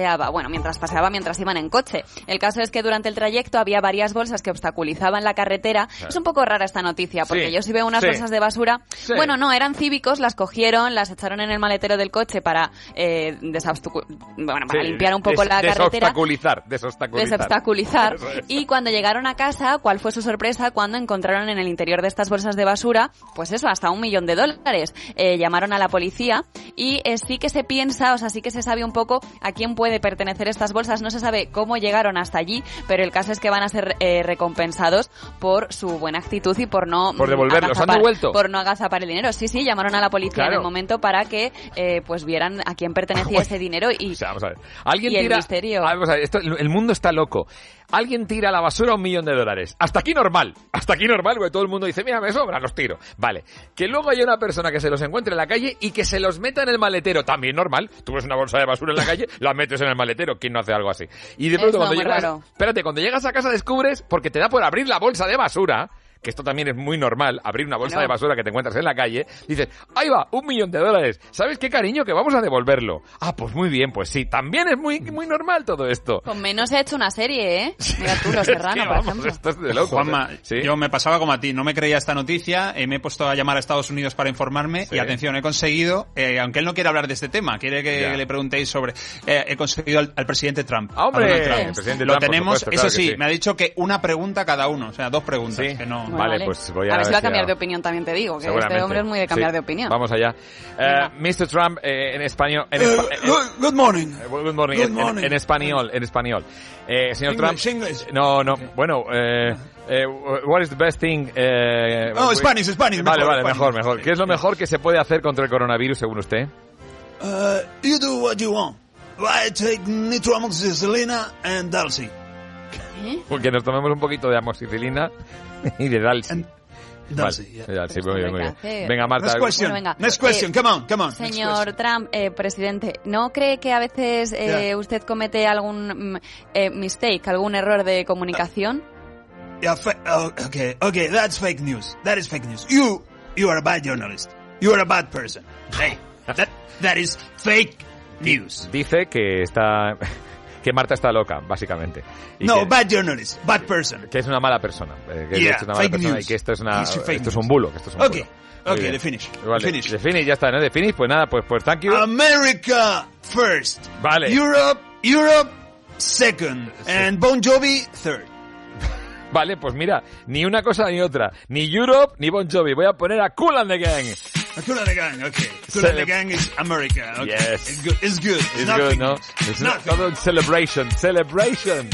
mientras iban en coche. El caso es que durante el trayecto había varias bolsas que obstaculizaban la carretera. Claro. Es un poco rara esta noticia, porque yo si veo unas bolsas de basura, bueno, no, eran cívicos, las cogieron, las echaron en el maletero del coche para limpiar un poco la carretera. Desobstaculizar. Y cuando llegaron a casa, ¿cuál fue su sorpresa cuando encontraron en el interior de estas bolsas de basura, pues eso, hasta $1 millón? Llamaron a la policía y sí que se piensa, sí que se sabe un poco a quién puede pertenecer estas bolsas. No se sabe cómo llegaron hasta allí, pero el caso es que van a ser recompensados por su buena actitud y por no devolverlos. ¿Han devuelto? Por no agazapar el dinero. Sí, llamaron a la policía en el momento para que pues vieran a quién pertenecía ese dinero y, vamos a ver. ¿Alguien y tira? El misterio. Vamos a ver, el mundo está loco. Alguien tira a la basura $1 millón. Hasta aquí normal, porque todo el mundo dice, mira, me sobran, los tiro. Vale. Que luego haya una persona que se los encuentre en la calle y que se los meta en el maletero, también normal. Tú ves una bolsa de basura en la calle, la metes en el maletero. ¿Quién no hace algo así? Y de pronto cuando llegas a casa descubres, porque te da por abrir la bolsa de basura, que esto también es muy normal, abrir una bolsa de basura que te encuentras en la calle, dices, ahí va, $1 millón. ¿Sabes qué, cariño? Que vamos a devolverlo. Ah, pues muy bien, pues sí, también es muy normal todo esto. Con menos he hecho una serie, ¿eh? Mira tú, Los Serrano, por ejemplo. Esto es de loco. Juanma, yo me pasaba como a ti, no me creía esta noticia, me he puesto a llamar a Estados Unidos para informarme y atención, he conseguido, aunque él no quiere hablar de este tema, quiere que le preguntéis sobre, he conseguido al presidente Trump. ¡Ah, hombre! El presidente Trump, tenemos, supuesto, eso sí, me ha dicho que una pregunta cada uno, o sea, 2 preguntas. Que no... Vale, pues voy a ver si va a cambiar de opinión, también te digo, que este hombre es muy de cambiar de opinión. Vamos allá. Mr. Trump, en español... Good morning. Good morning. En español. Señor Trump... English. No, bueno... what is the best thing... Spanish. Vale, mejor. ¿Qué es lo mejor que se puede hacer contra el coronavirus, según usted? You do what you want. I take nitroamoxicillina and Dalsy. Porque nos tomemos un poquito de amoxicilina y de Dalsy. Muy bien. Venga, Marta. Next question. Come on. Señor Trump, presidente, ¿no cree que a veces usted comete algún mistake, algún error de comunicación? Okay, that's fake news. That is fake news. You are a bad journalist. You are a bad person. Hey, that is fake news. Dice que está... que Marta está loca, básicamente. Y No, que, bad journalist, bad person. que es una mala persona. Que Yeah, es una mala fake persona news. y que esto es It's un bulo. Que esto es un Ok, bulo. ok, Muy bien. the finish. Vale, The finish. the finish, ya está, ¿no? The finish, pues nada, pues thank you. America first. Vale. Europe second. And Bon Jovi third. Vale, pues mira, ni una cosa ni otra. Ni Europe ni Bon Jovi. Voy a poner a Kool and the Gang. Kool and the Gang, okay. Kool and the Gang is America. Okay. Yes. It's good. It's good. It's not good, fake ¿no? news. It's Not todo un celebration. Celebration.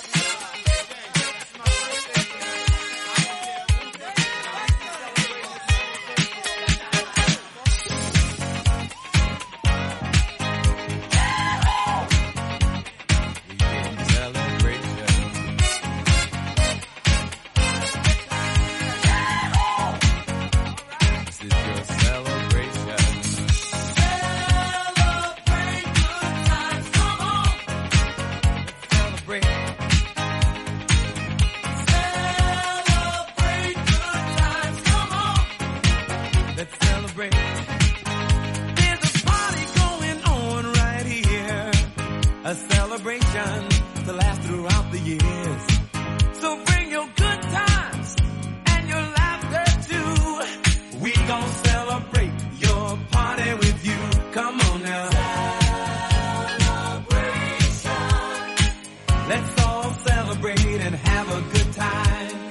A celebration to last throughout the years. So bring your good times and your laughter too. We gon' celebrate your party with you. Come on now. Celebration. Let's all celebrate and have a good time.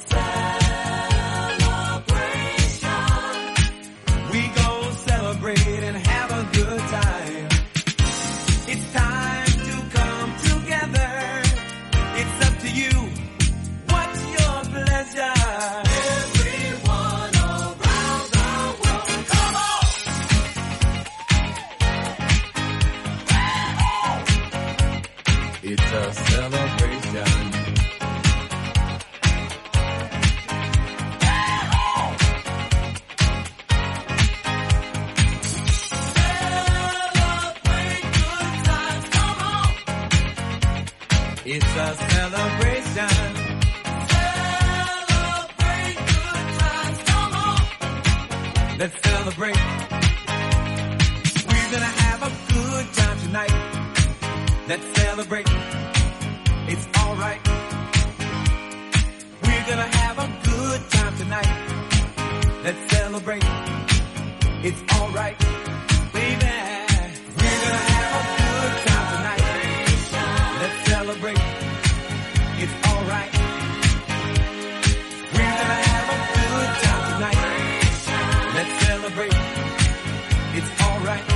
Celebration. We gon' celebrate and have a good time. It's time to come together. It's up to you. What's your pleasure? Everyone around the world, come on! It's a celebration. It's a celebration. Celebrate good times, come on. Let's celebrate. We're gonna have a good time tonight. Let's celebrate. It's alright. We're gonna have a good time tonight. Let's celebrate. It's alright. Baby, we're gonna have a good time tonight. Let's celebrate. It's alright. We're gonna have a good time tonight. Let's celebrate. It's alright.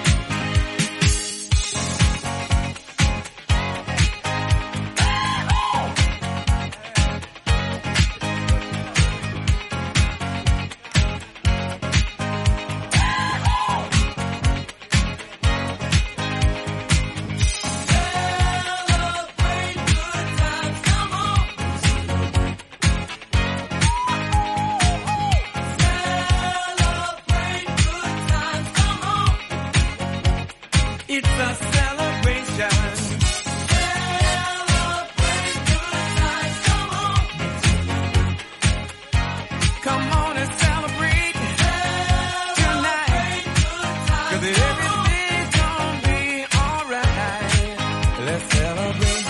It's a celebration. Celebrate good times, come on. Come on and celebrate tonight. 'Cause everything's gonna be alright. Let's celebrate.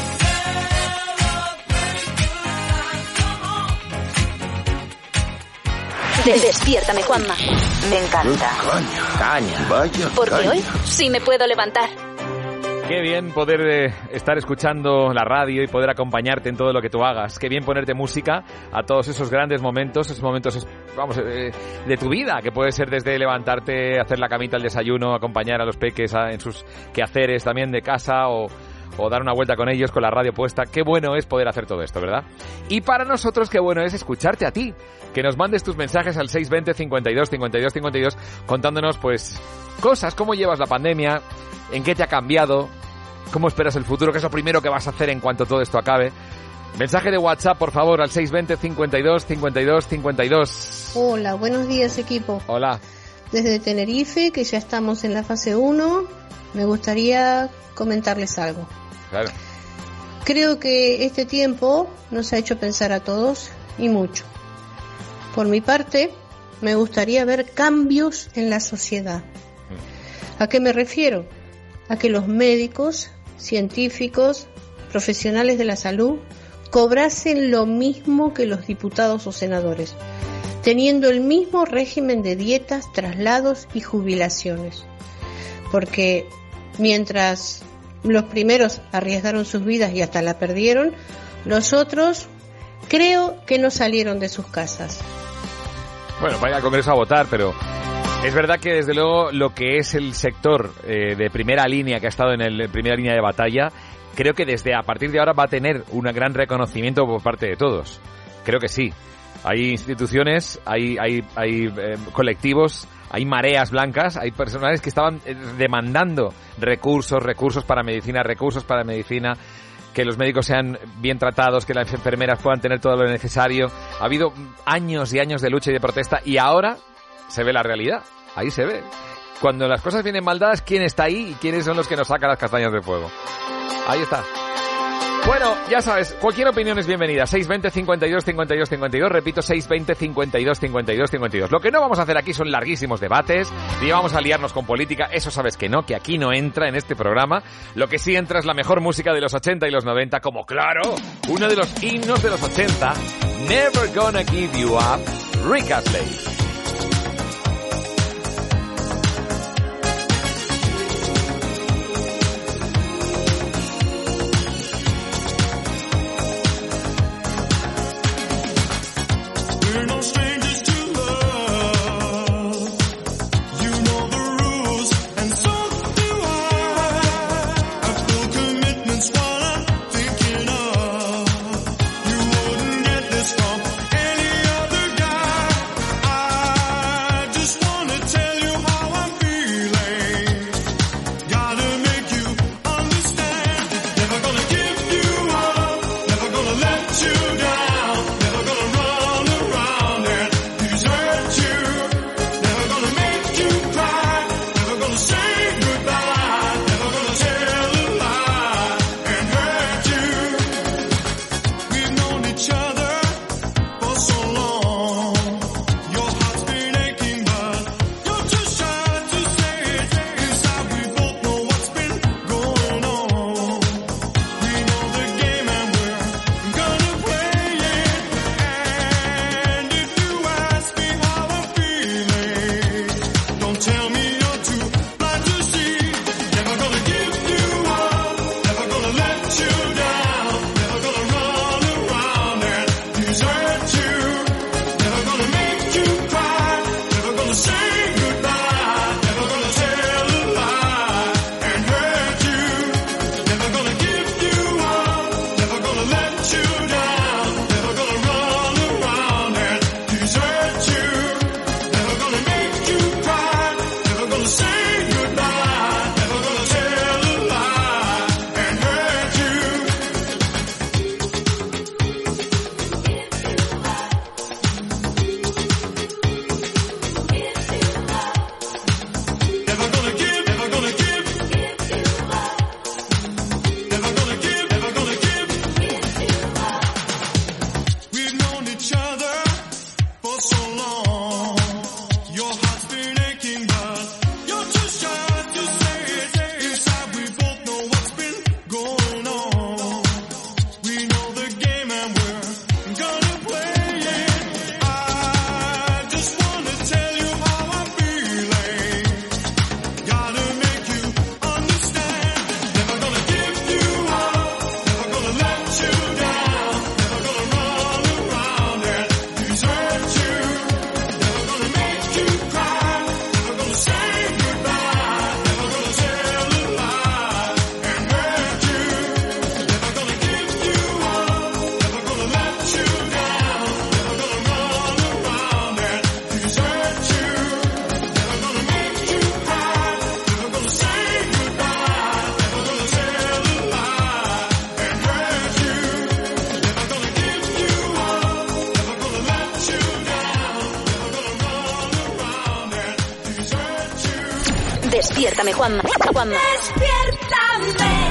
Despiértame, Juanma. Me encanta. Caña. Vaya Porque caña. hoy sí me puedo levantar. Qué bien poder estar escuchando la radio y poder acompañarte en todo lo que tú hagas. Qué bien ponerte música a todos esos grandes momentos, esos momentos, vamos, de tu vida, que puede ser desde levantarte, hacer la camita, el desayuno, acompañar a los peques en sus quehaceres también de casa o dar una vuelta con ellos con la radio puesta. Qué bueno es poder hacer todo esto, ¿verdad? Y para nosotros qué bueno es escucharte a ti, que nos mandes tus mensajes al 620 52 52 52 contándonos pues cosas, cómo llevas la pandemia, en qué te ha cambiado, cómo esperas el futuro, qué es lo primero que vas a hacer en cuanto todo esto acabe. Mensaje de WhatsApp, por favor, al 620 52 52 52. Hola, buenos días, equipo. Hola. Desde Tenerife, que ya estamos en la fase 1, me gustaría comentarles algo. Claro. Creo que este tiempo nos ha hecho pensar a todos y mucho. Por mi parte, me gustaría ver cambios en la sociedad. ¿A qué me refiero? A que los médicos científicos, profesionales de la salud, cobrasen lo mismo que los diputados o senadores, teniendo el mismo régimen de dietas, traslados y jubilaciones. Porque mientras los primeros arriesgaron sus vidas y hasta la perdieron, los otros creo que no salieron de sus casas. Bueno, vaya al Congreso a votar, pero es verdad que desde luego lo que es el sector de primera línea, que ha estado en primera línea de batalla, creo que desde a partir de ahora va a tener un gran reconocimiento por parte de todos. Creo que sí. Hay instituciones, hay colectivos, hay mareas blancas, hay personas que estaban demandando recursos para medicina, que los médicos sean bien tratados, que las enfermeras puedan tener todo lo necesario. Ha habido años y años de lucha y de protesta y ahora se ve la realidad. Ahí se ve. Cuando las cosas vienen mal dadas, ¿quién está ahí y quiénes son los que nos sacan las castañas del fuego? Ahí está. Bueno, ya sabes, cualquier opinión es bienvenida. 620 52 52 52. Repito, 620 52 52 52. Lo que no vamos a hacer aquí son larguísimos debates, ni vamos a liarnos con política. Eso sabes que no, que aquí no entra en este programa. Lo que sí entra es la mejor música de los 80 y los 90, como claro, uno de los himnos de los 80, Never Gonna Give You Up, Rick Astley. Despiértame, Juanma. Despiértame.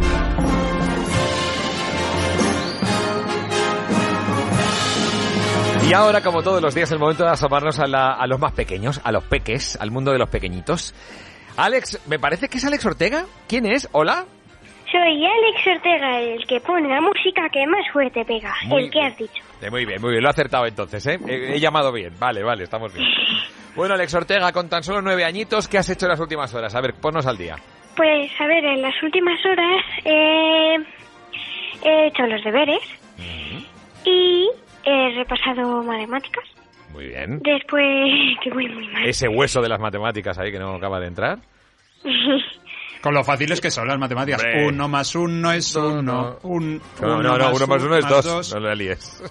Y ahora, como todos los días, el momento de asomarnos a los más pequeños, a los peques, al mundo de los pequeñitos. Alex, me parece que es Alex Ortega. ¿Quién es? ¿Hola? Soy Alex Ortega, el que pone la música que más fuerte pega. Muy el que has dicho. Muy bien, lo he acertado entonces, ¿eh? He llamado bien, vale, estamos bien. Bueno, Alex Ortega, con tan solo 9 añitos, ¿qué has hecho en las últimas horas? A ver, ponnos al día. Pues, a ver, en las últimas horas he hecho los deberes y he repasado matemáticas. Muy bien. Después, que voy muy mal. Ese hueso de las matemáticas ahí que no acaba de entrar. Con lo fáciles que son las matemáticas. Hombre. 1 más 1 es 1. No, 1 más 1 es 2. No le líes.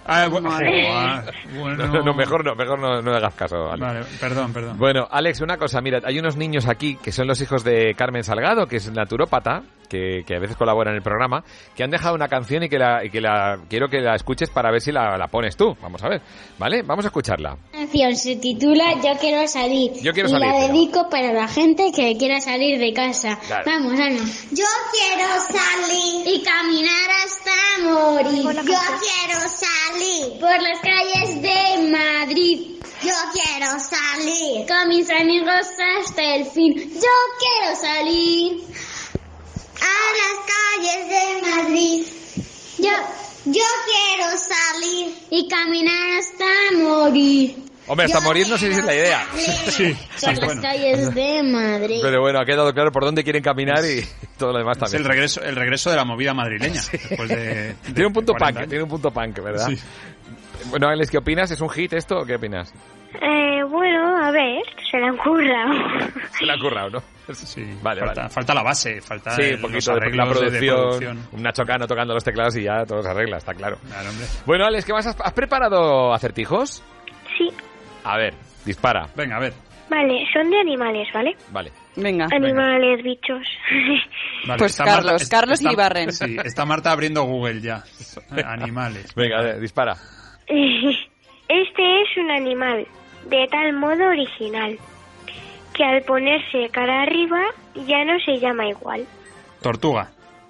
Bueno. No, mejor no hagas caso, Alex. Vale, perdón. Bueno, Alex, una cosa, mira, hay unos niños aquí que son los hijos de Carmen Salgado, que es naturópata, que a veces colabora en el programa, que han dejado una canción y que quiero que la escuches para ver si la pones tú. Vamos a ver, ¿vale? Vamos a escucharla. La canción se titula Yo quiero salir. Yo quiero salir. Y la dedico para la gente que quiera salir de casa. Claro. Vamos, Ana. Yo quiero salir y caminar hasta morir. Yo quiero salir por las calles de Madrid. Yo quiero salir con mis amigos hasta el fin. Yo quiero salir a las calles de Madrid. Yo quiero salir y caminar hasta morir. Hombre, hasta morir no sé si es la idea. Sí, por las calles de Madrid. Pero bueno, ha quedado claro por dónde quieren caminar y todo lo demás Es también. el regreso de la movida madrileña. Sí. Después de Tiene un punto 40 punk, ¿verdad? Sí. Bueno, Alex, ¿qué opinas? ¿Es un hit esto o qué opinas? Bueno, a ver, se le han currado. Se le ha currado, ¿no? Sí, vale. Falta la base, falta Sí, un poquito de la producción, un Nacho Cano tocando los teclados y ya todo se arregla, está claro. Claro, hombre. Bueno, Alex, ¿qué más has preparado acertijos? Sí. A ver, dispara. Venga, a ver. Vale, son de animales, ¿vale? Vale. Venga. Animales, bichos. Vale, Pues está Carlos Iribarren. Sí, está Marta abriendo Google ya. Animales. Venga, dispara. Este es un animal de tal modo original que al ponerse cara arriba ya no se llama igual. Tortuga.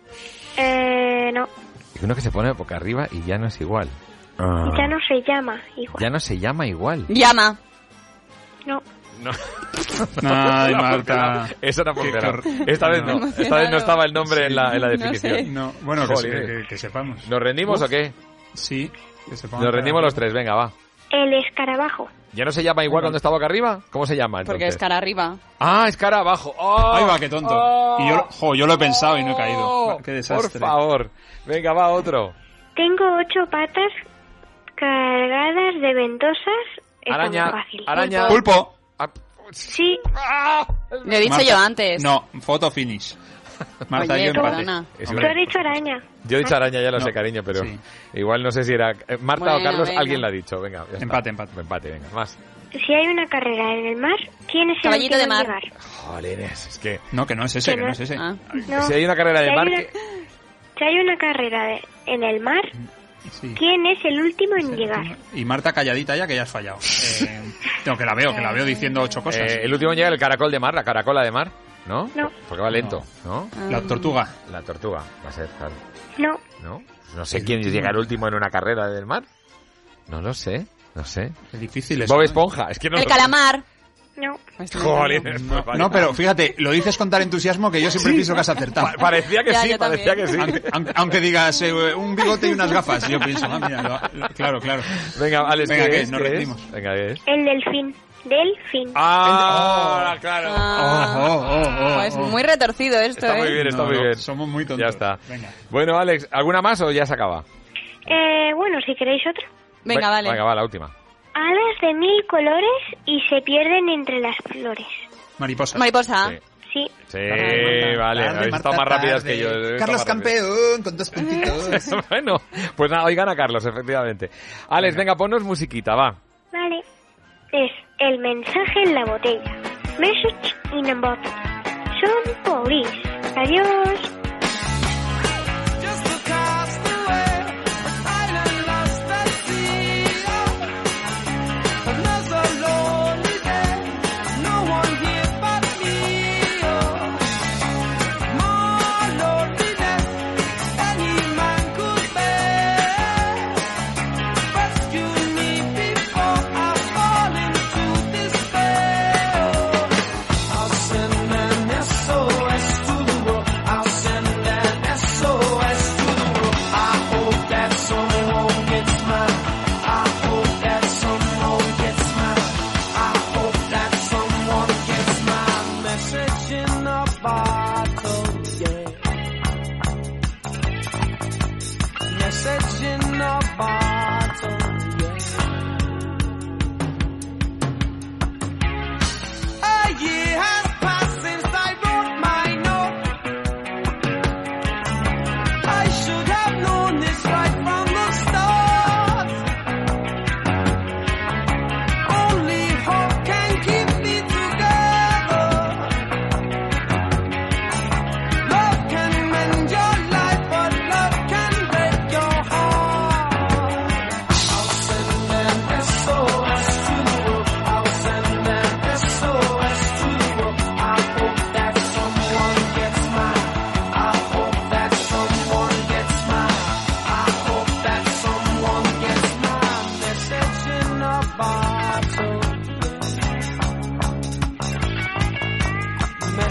No. Uno que se pone boca arriba y ya no es igual. Ya no se llama igual. Ya no se llama igual. Llama. No. No. Ay, Marta. Eso no funciona. Esta vez no. Esta vez no estaba el nombre en la definición. No. Bueno, Joder. que sepamos. ¿Nos rendimos o qué? Sí. Que sepamos. Nos rendimos los tres, venga, va. El escarabajo. ¿Ya no se llama igual cuando está boca arriba? ¿Cómo se llama entonces? Porque es cara arriba. Ah, es cara abajo. ¡Oh! Ahí va, qué tonto. Y yo lo he pensado y no he caído. Qué desastre. Por favor. Venga, va otro. Tengo 8 patas cargadas de ventosas. Está muy fácil. Araña. Pulpo. Sí. Lo he dicho Marta, yo antes. No, photo finish. Marta, Oye, yo empate. perdona. Tú has dicho araña. Yo he dicho araña, ya lo sé, cariño, pero igual no sé si era Marta Bueno, o Carlos, venga. alguien lo ha dicho. Venga, ya Empate. Empate, venga, más. Si hay una carrera en el mar, ¿quién es el Caballito último de en mar. llegar? Jolines, es que... No, que no es ese, Que que no no es ese. Ah. No. Si hay una carrera de Si hay mar... una- Si hay una carrera en el mar, Sí. ¿quién es el último en llegar? Y Marta calladita ya, que ya has fallado. No, que la veo diciendo 8 cosas. El último llega el caracol de mar, la caracola de mar, ¿no? No. Porque va lento, ¿no? La tortuga. La tortuga, va a ser, claro. No. ¿No? No sé quién llega el último en una carrera del mar. No lo sé, no sé. Es difícil eso. Bob Esponja, es que no El lo- calamar. No. Jolines, pues vaya. No, pero fíjate, lo dices con tal entusiasmo que yo siempre pienso que has acertado. Parecía que Ya, sí, yo parecía que sí. Aunque digas un bigote y unas gafas, yo pienso, mira, claro. Venga, Alex, Venga, ¿qué ¿qué? es? Nos ¿Qué es? rendimos. Venga, ¿qué es? El delfín. Delfín. Ah, claro. Es muy retorcido esto, Está muy bien, está muy bien. Somos muy tontos. Ya está. Venga. Bueno, Alex, ¿alguna más o ya se acaba? Bueno, si queréis otra. Venga, vale. Venga, va, la última. Alas de 1000 colores y se pierden entre las flores. Mariposa. Mariposa. Sí. Sí, vale, habéis estado más rápidas que yo. Carlos Campeón, con 2 puntitos. Bueno, pues nada, hoy gana Carlos, efectivamente. Alex, venga, ponnos musiquita, va. Vale. Es el mensaje en la botella. Message in a bottle. Son Police. Adiós. Just across the way, island lost at sea. Another lonely day, no one here but me. More loneliness any man could bear. Rescue me before I fall into despair. I'll send an SOS to the world. I'll send an SOS.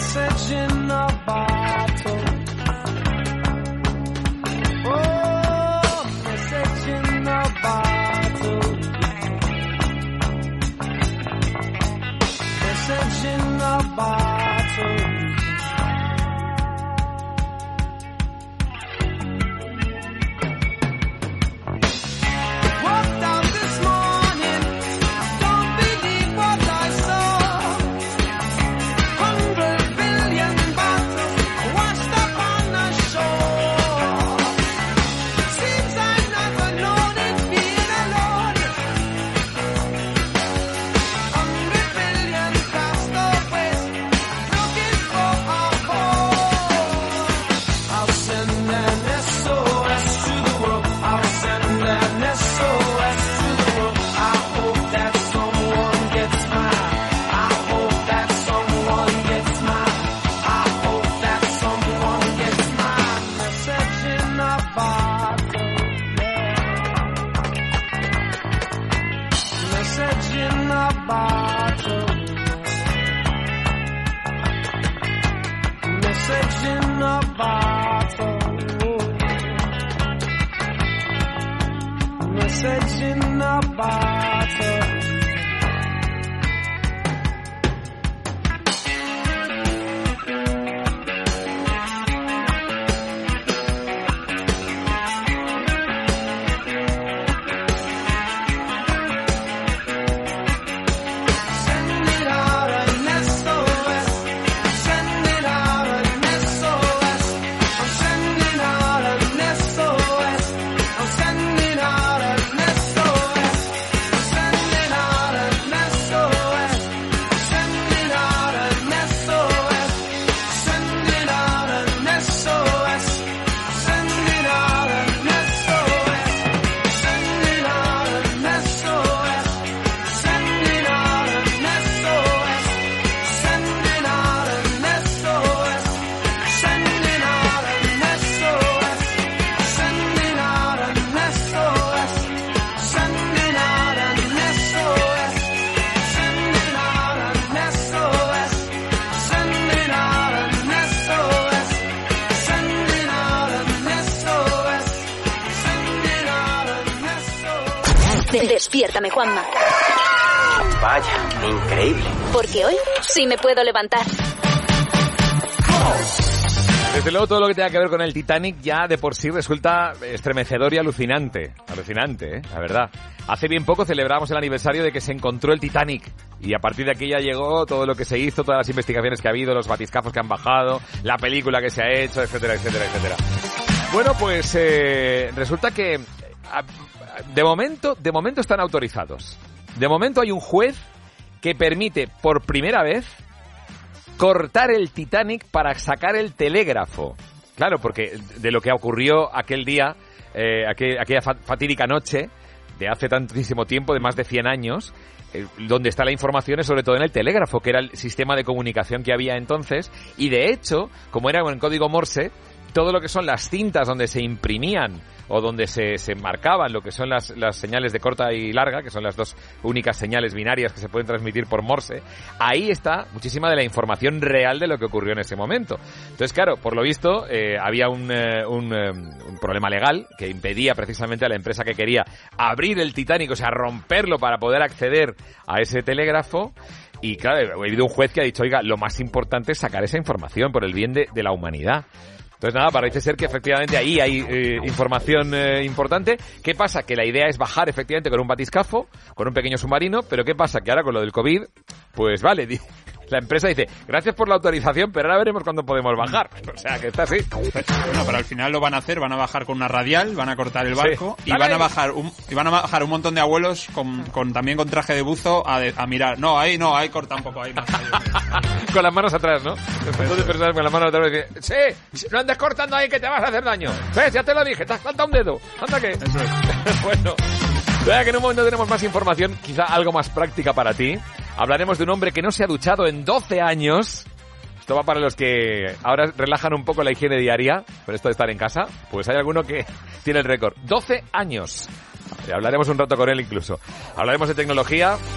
message in a bottle. Oh, message in a bottle. Message in a bottle. Walked out this morning, don't believe what I saw. 100 billion bottles washed up on the shore. Seems I've never known it being alone. 100 billion castaways looking for a home. I'll send an SOS to the world. I'll send an SOS to the world. I hope that someone gets mine. I hope that someone gets mine. I hope that someone gets mine. Message in a bottle. Message in a bottle. Message in a bottle. Message in a bottle. Send it out an SOS. Send it out an SOS. I'm sending out an SOS. I'm sending out an SOS. I'm sending out an SOS. Sending out an SOS. Sending out an SOS. Sending out an SOS. Sending out an SOS. Sending out an SOS. Sending out an SOS. Sending out an SOS. Sending out an SOS. Sending out an SOS. Sending out an SOS. Sending out an SOS. Sending out an SOS. Sending out an SOS. Despiértame, Juanma. Vaya, increíble. Porque hoy sí me puedo levantar. Desde luego todo lo que tenga que ver con el Titanic ya de por sí resulta estremecedor y alucinante. Alucinante, la verdad. Hace bien poco celebramos el aniversario de que se encontró el Titanic. Y a partir de aquí ya llegó todo lo que se hizo, todas las investigaciones que ha habido, los batiscafos que han bajado, la película que se ha hecho, etcétera, etcétera, etcétera. Bueno, pues resulta que de momento están autorizados. De momento hay un juez que permite por primera vez cortar el Titanic para sacar el telégrafo. Claro, porque de lo que ocurrió aquel día, aquella fatídica noche de hace tantísimo tiempo, de más de 100 años, donde está la información es sobre todo en el telégrafo, que era el sistema de comunicación que había entonces, y de hecho, como era en código Morse, todo lo que son las cintas donde se imprimían o donde se marcaban lo que son las señales de corta y larga, que son las dos únicas señales binarias que se pueden transmitir por Morse, ahí está muchísima de la información real de lo que ocurrió en ese momento. Entonces, claro, por lo visto, había un problema legal que impedía precisamente a la empresa que quería abrir el Titanic, o sea, romperlo para poder acceder a ese telégrafo. Y claro, ha habido un juez que ha dicho, oiga, lo más importante es sacar esa información por el bien de la humanidad. Entonces nada, parece ser que efectivamente ahí hay información importante. ¿Qué pasa? Que la idea es bajar efectivamente con un batiscafo, con un pequeño submarino, pero ¿qué pasa? Que ahora con lo del COVID, pues vale, la empresa dice, gracias por la autorización, pero ahora veremos cuándo podemos bajar. O sea, que está así. Bueno, pero al final lo van a hacer, van a bajar con una radial, van a cortar el barco y van a bajar un montón de abuelos también con traje de buzo a mirar. No, ahí corta un poco, ahí más. Con las manos atrás, ¿no? Entonces personas con las manos atrás dicen, sí, no andes cortando ahí que te vas a hacer daño. ¿Ves? Ya te lo dije, te has faltado un dedo. Anda que. Eso es. Bueno, vea que en un momento tenemos más información, quizá algo más práctica para ti. Hablaremos de un hombre que no se ha duchado en 12 años. Esto va para los que ahora relajan un poco la higiene diaria, pero esto de estar en casa, pues hay alguno que tiene el récord. 12 años. Hablaremos un rato con él incluso. Hablaremos de tecnología.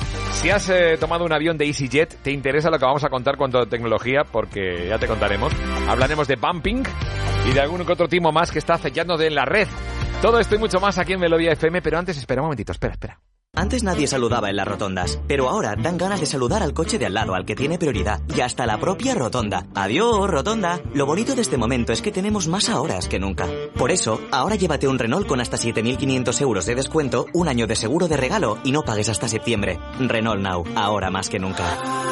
Si has tomado un avión de EasyJet, te interesa lo que vamos a contar cuanto a tecnología, porque ya te contaremos. Hablaremos de bumping y de algún que otro timo más que está acechando de la red. Todo esto y mucho más aquí en Melodía FM, pero antes espera un momentito, espera. Antes nadie saludaba en las rotondas, pero ahora dan ganas de saludar al coche de al lado, al que tiene prioridad, y hasta la propia rotonda. ¡Adiós, rotonda! Lo bonito de este momento es que tenemos más horas que nunca. Por eso, ahora llévate un Renault con hasta 7.500 euros de descuento, un año de seguro de regalo y no pagues hasta septiembre. Renault Now, ahora más que nunca.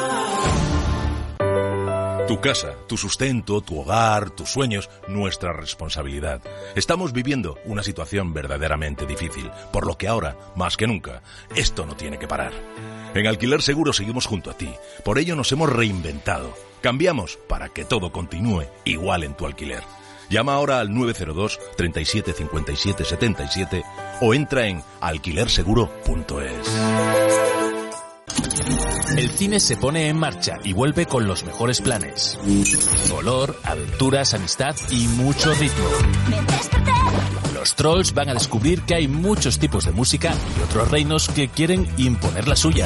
Tu casa, tu sustento, tu hogar, tus sueños, nuestra responsabilidad. Estamos viviendo una situación verdaderamente difícil, por lo que ahora, más que nunca, esto no tiene que parar. En Alquiler Seguro seguimos junto a ti, por ello nos hemos reinventado. Cambiamos para que todo continúe igual en tu alquiler. Llama ahora al 902 37 57 77 o entra en alquilerseguro.es. El cine se pone en marcha y vuelve con los mejores planes. Color, aventuras, amistad y mucho ritmo. Los trolls van a descubrir que hay muchos tipos de música y otros reinos que quieren imponer la suya.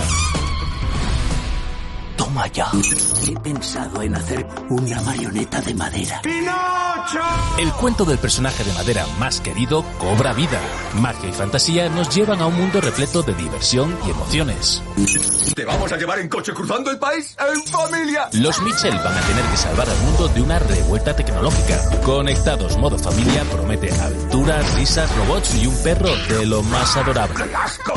Toma ya. He pensado en hacer una marioneta de madera. ¡Pinocho! El cuento del personaje de madera más querido cobra vida. Magia y fantasía nos llevan a un mundo repleto de diversión y emociones. ¿Te vamos a llevar en coche cruzando el país en familia? Los Mitchell van a tener que salvar al mundo de una revuelta tecnológica. Conectados modo familia promete aventuras, risas, robots y un perro de lo más adorable. ¡Qué asco!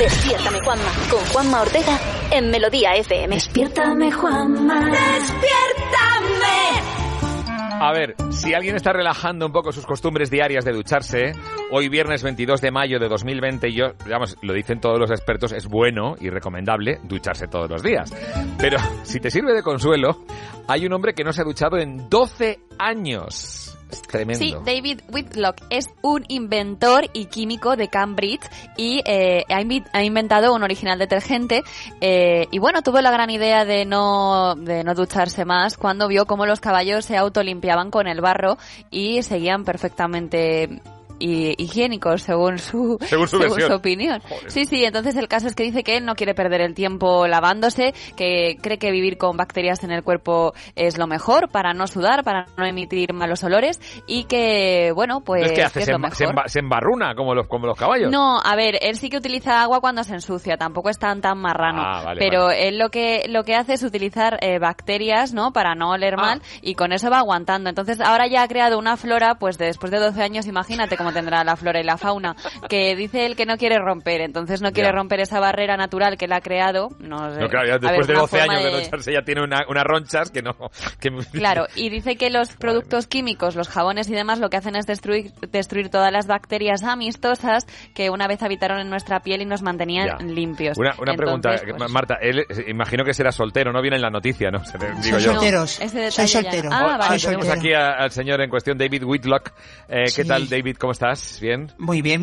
Despiértame, Juanma, con Juanma Ortega en Melodía FM. Despiértame, Juanma. Despiértame. A ver, si alguien está relajando un poco sus costumbres diarias de ducharse, hoy viernes 22 de mayo de 2020, digamos, lo dicen todos los expertos, es bueno y recomendable ducharse todos los días. Pero si te sirve de consuelo, hay un hombre que no se ha duchado en 12 años. Es tremendo. Sí, David Whitlock es un inventor y químico de Cambridge y ha inventado un original detergente y bueno, tuvo la gran idea de no ducharse más cuando vio cómo los caballos se autolimpiaban con el barro y seguían perfectamente higiénicos según su opinión. Joder. Sí, entonces el caso es que dice que él no quiere perder el tiempo lavándose, que cree que vivir con bacterias en el cuerpo es lo mejor para no sudar, para no emitir malos olores y que, bueno, pues ¿qué hace? Es lo mejor. Se embarruna como los caballos. No, a ver, él sí que utiliza agua cuando se ensucia, tampoco es tan marrano, pero él lo que hace es utilizar bacterias, ¿no? Para no oler mal y con eso va aguantando. Entonces ahora ya ha creado una flora, pues después de 12 años, imagínate cómo tendrá la flora y la fauna, que dice él que no quiere romper, entonces no quiere romper esa barrera natural que él ha creado. No sé. No, claro, ya después de 12 años de ducharse ya tiene unas ronchas que no... Claro, y dice que los productos químicos, los jabones y demás, lo que hacen es destruir todas las bacterias amistosas que una vez habitaron en nuestra piel y nos mantenían limpios. Una pregunta, pues, Marta, él imagino que será soltero, no viene en la noticia, ¿no? Soy soltero. Soy soltero. Tenemos aquí al señor en cuestión, David Whitlock. ¿Qué tal, David? ¿Cómo estás? ¿Bien? Muy bien.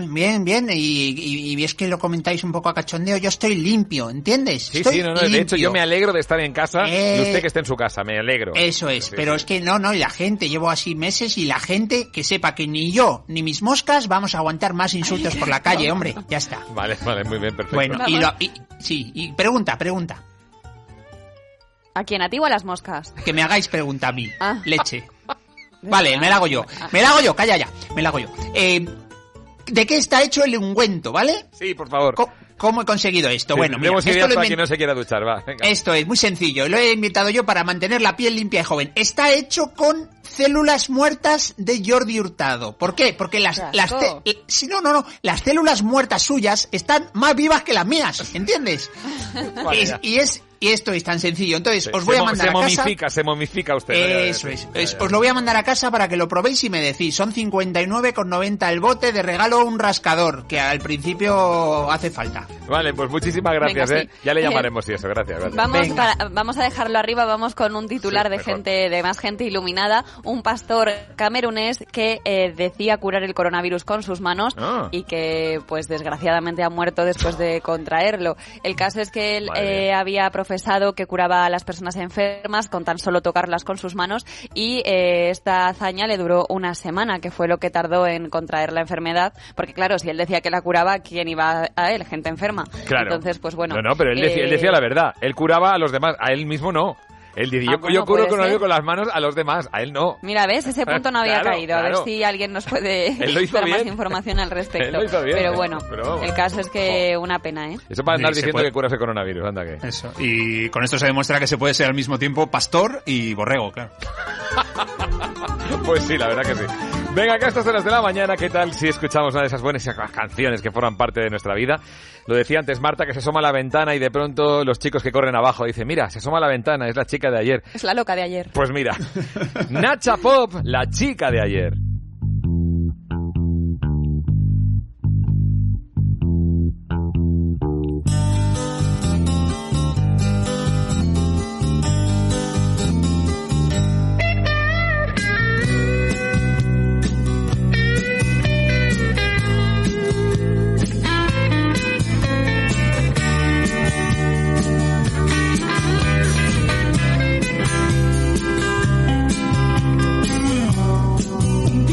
Y es que lo comentáis un poco a cachondeo. Yo estoy limpio, ¿entiendes? Sí, limpio. De hecho, yo me alegro de estar en casa y usted que esté en su casa, me alegro. Eso es, pero es que no, y la gente, llevo así meses y la gente que sepa que ni yo ni mis moscas vamos a aguantar más insultos por la calle, hombre, ya está. Vale, muy bien, perfecto. Bueno, y pregunta. ¿A quién? ¿A ti o a las moscas? Que me hagáis pregunta a mí, leche. Vale, me la hago yo, calla ya, me la hago yo. ¿De qué está hecho el ungüento, vale? Sí, por favor. ¿Cómo he conseguido esto? Bueno, mira, esto para quien no se quiera duchar, va. Venga. Esto es muy sencillo, lo he inventado yo para mantener la piel limpia y joven. Está hecho con células muertas de Jordi Hurtado. ¿Por qué? Porque las células muertas suyas están más vivas que las mías, ¿entiendes? Vale, y esto es tan sencillo. Entonces, os voy a mandar a casa... Se momifica usted. Eso es. Os lo voy a mandar a casa para que lo probéis y me decís. Son 59,90 el bote, de regalo un rascador, que al principio hace falta. Vale, pues muchísimas gracias. Venga, sí. Ya le llamaremos y eso. Gracias. Vamos a dejarlo arriba. Vamos con un titular de más gente iluminada. Un pastor camerunés que decía curar el coronavirus con sus manos y que, pues desgraciadamente, ha muerto después de contraerlo. El caso es que él había profesado que curaba a las personas enfermas con tan solo tocarlas con sus manos y esta hazaña le duró una semana, que fue lo que tardó en contraer la enfermedad, porque claro, si él decía que la curaba, ¿quién iba a él? Gente enferma. Claro. Entonces, pues bueno. No, pero él decía la verdad. Él curaba a los demás, a él mismo no. Él dice, yo curo con las manos a los demás, a él no. Mira, ¿ves? Ese punto no había caído. A ver si alguien nos puede dar más información al respecto. Él lo hizo bien, pero bueno, el caso es que una pena, ¿eh? Eso para andar diciendo que curas el coronavirus, anda que... Eso. Y con esto se demuestra que se puede ser al mismo tiempo pastor y borrego, claro. Pues sí, la verdad que sí. Venga, acá a estas horas de la mañana, ¿qué tal si escuchamos una de esas buenas canciones que forman parte de nuestra vida? Lo decía antes Marta, que se asoma a la ventana y de pronto los chicos que corren abajo dicen, mira, se asoma a la ventana, es la chica de ayer. Es la loca de ayer. Pues mira, Nacha Pop, la chica de ayer. Un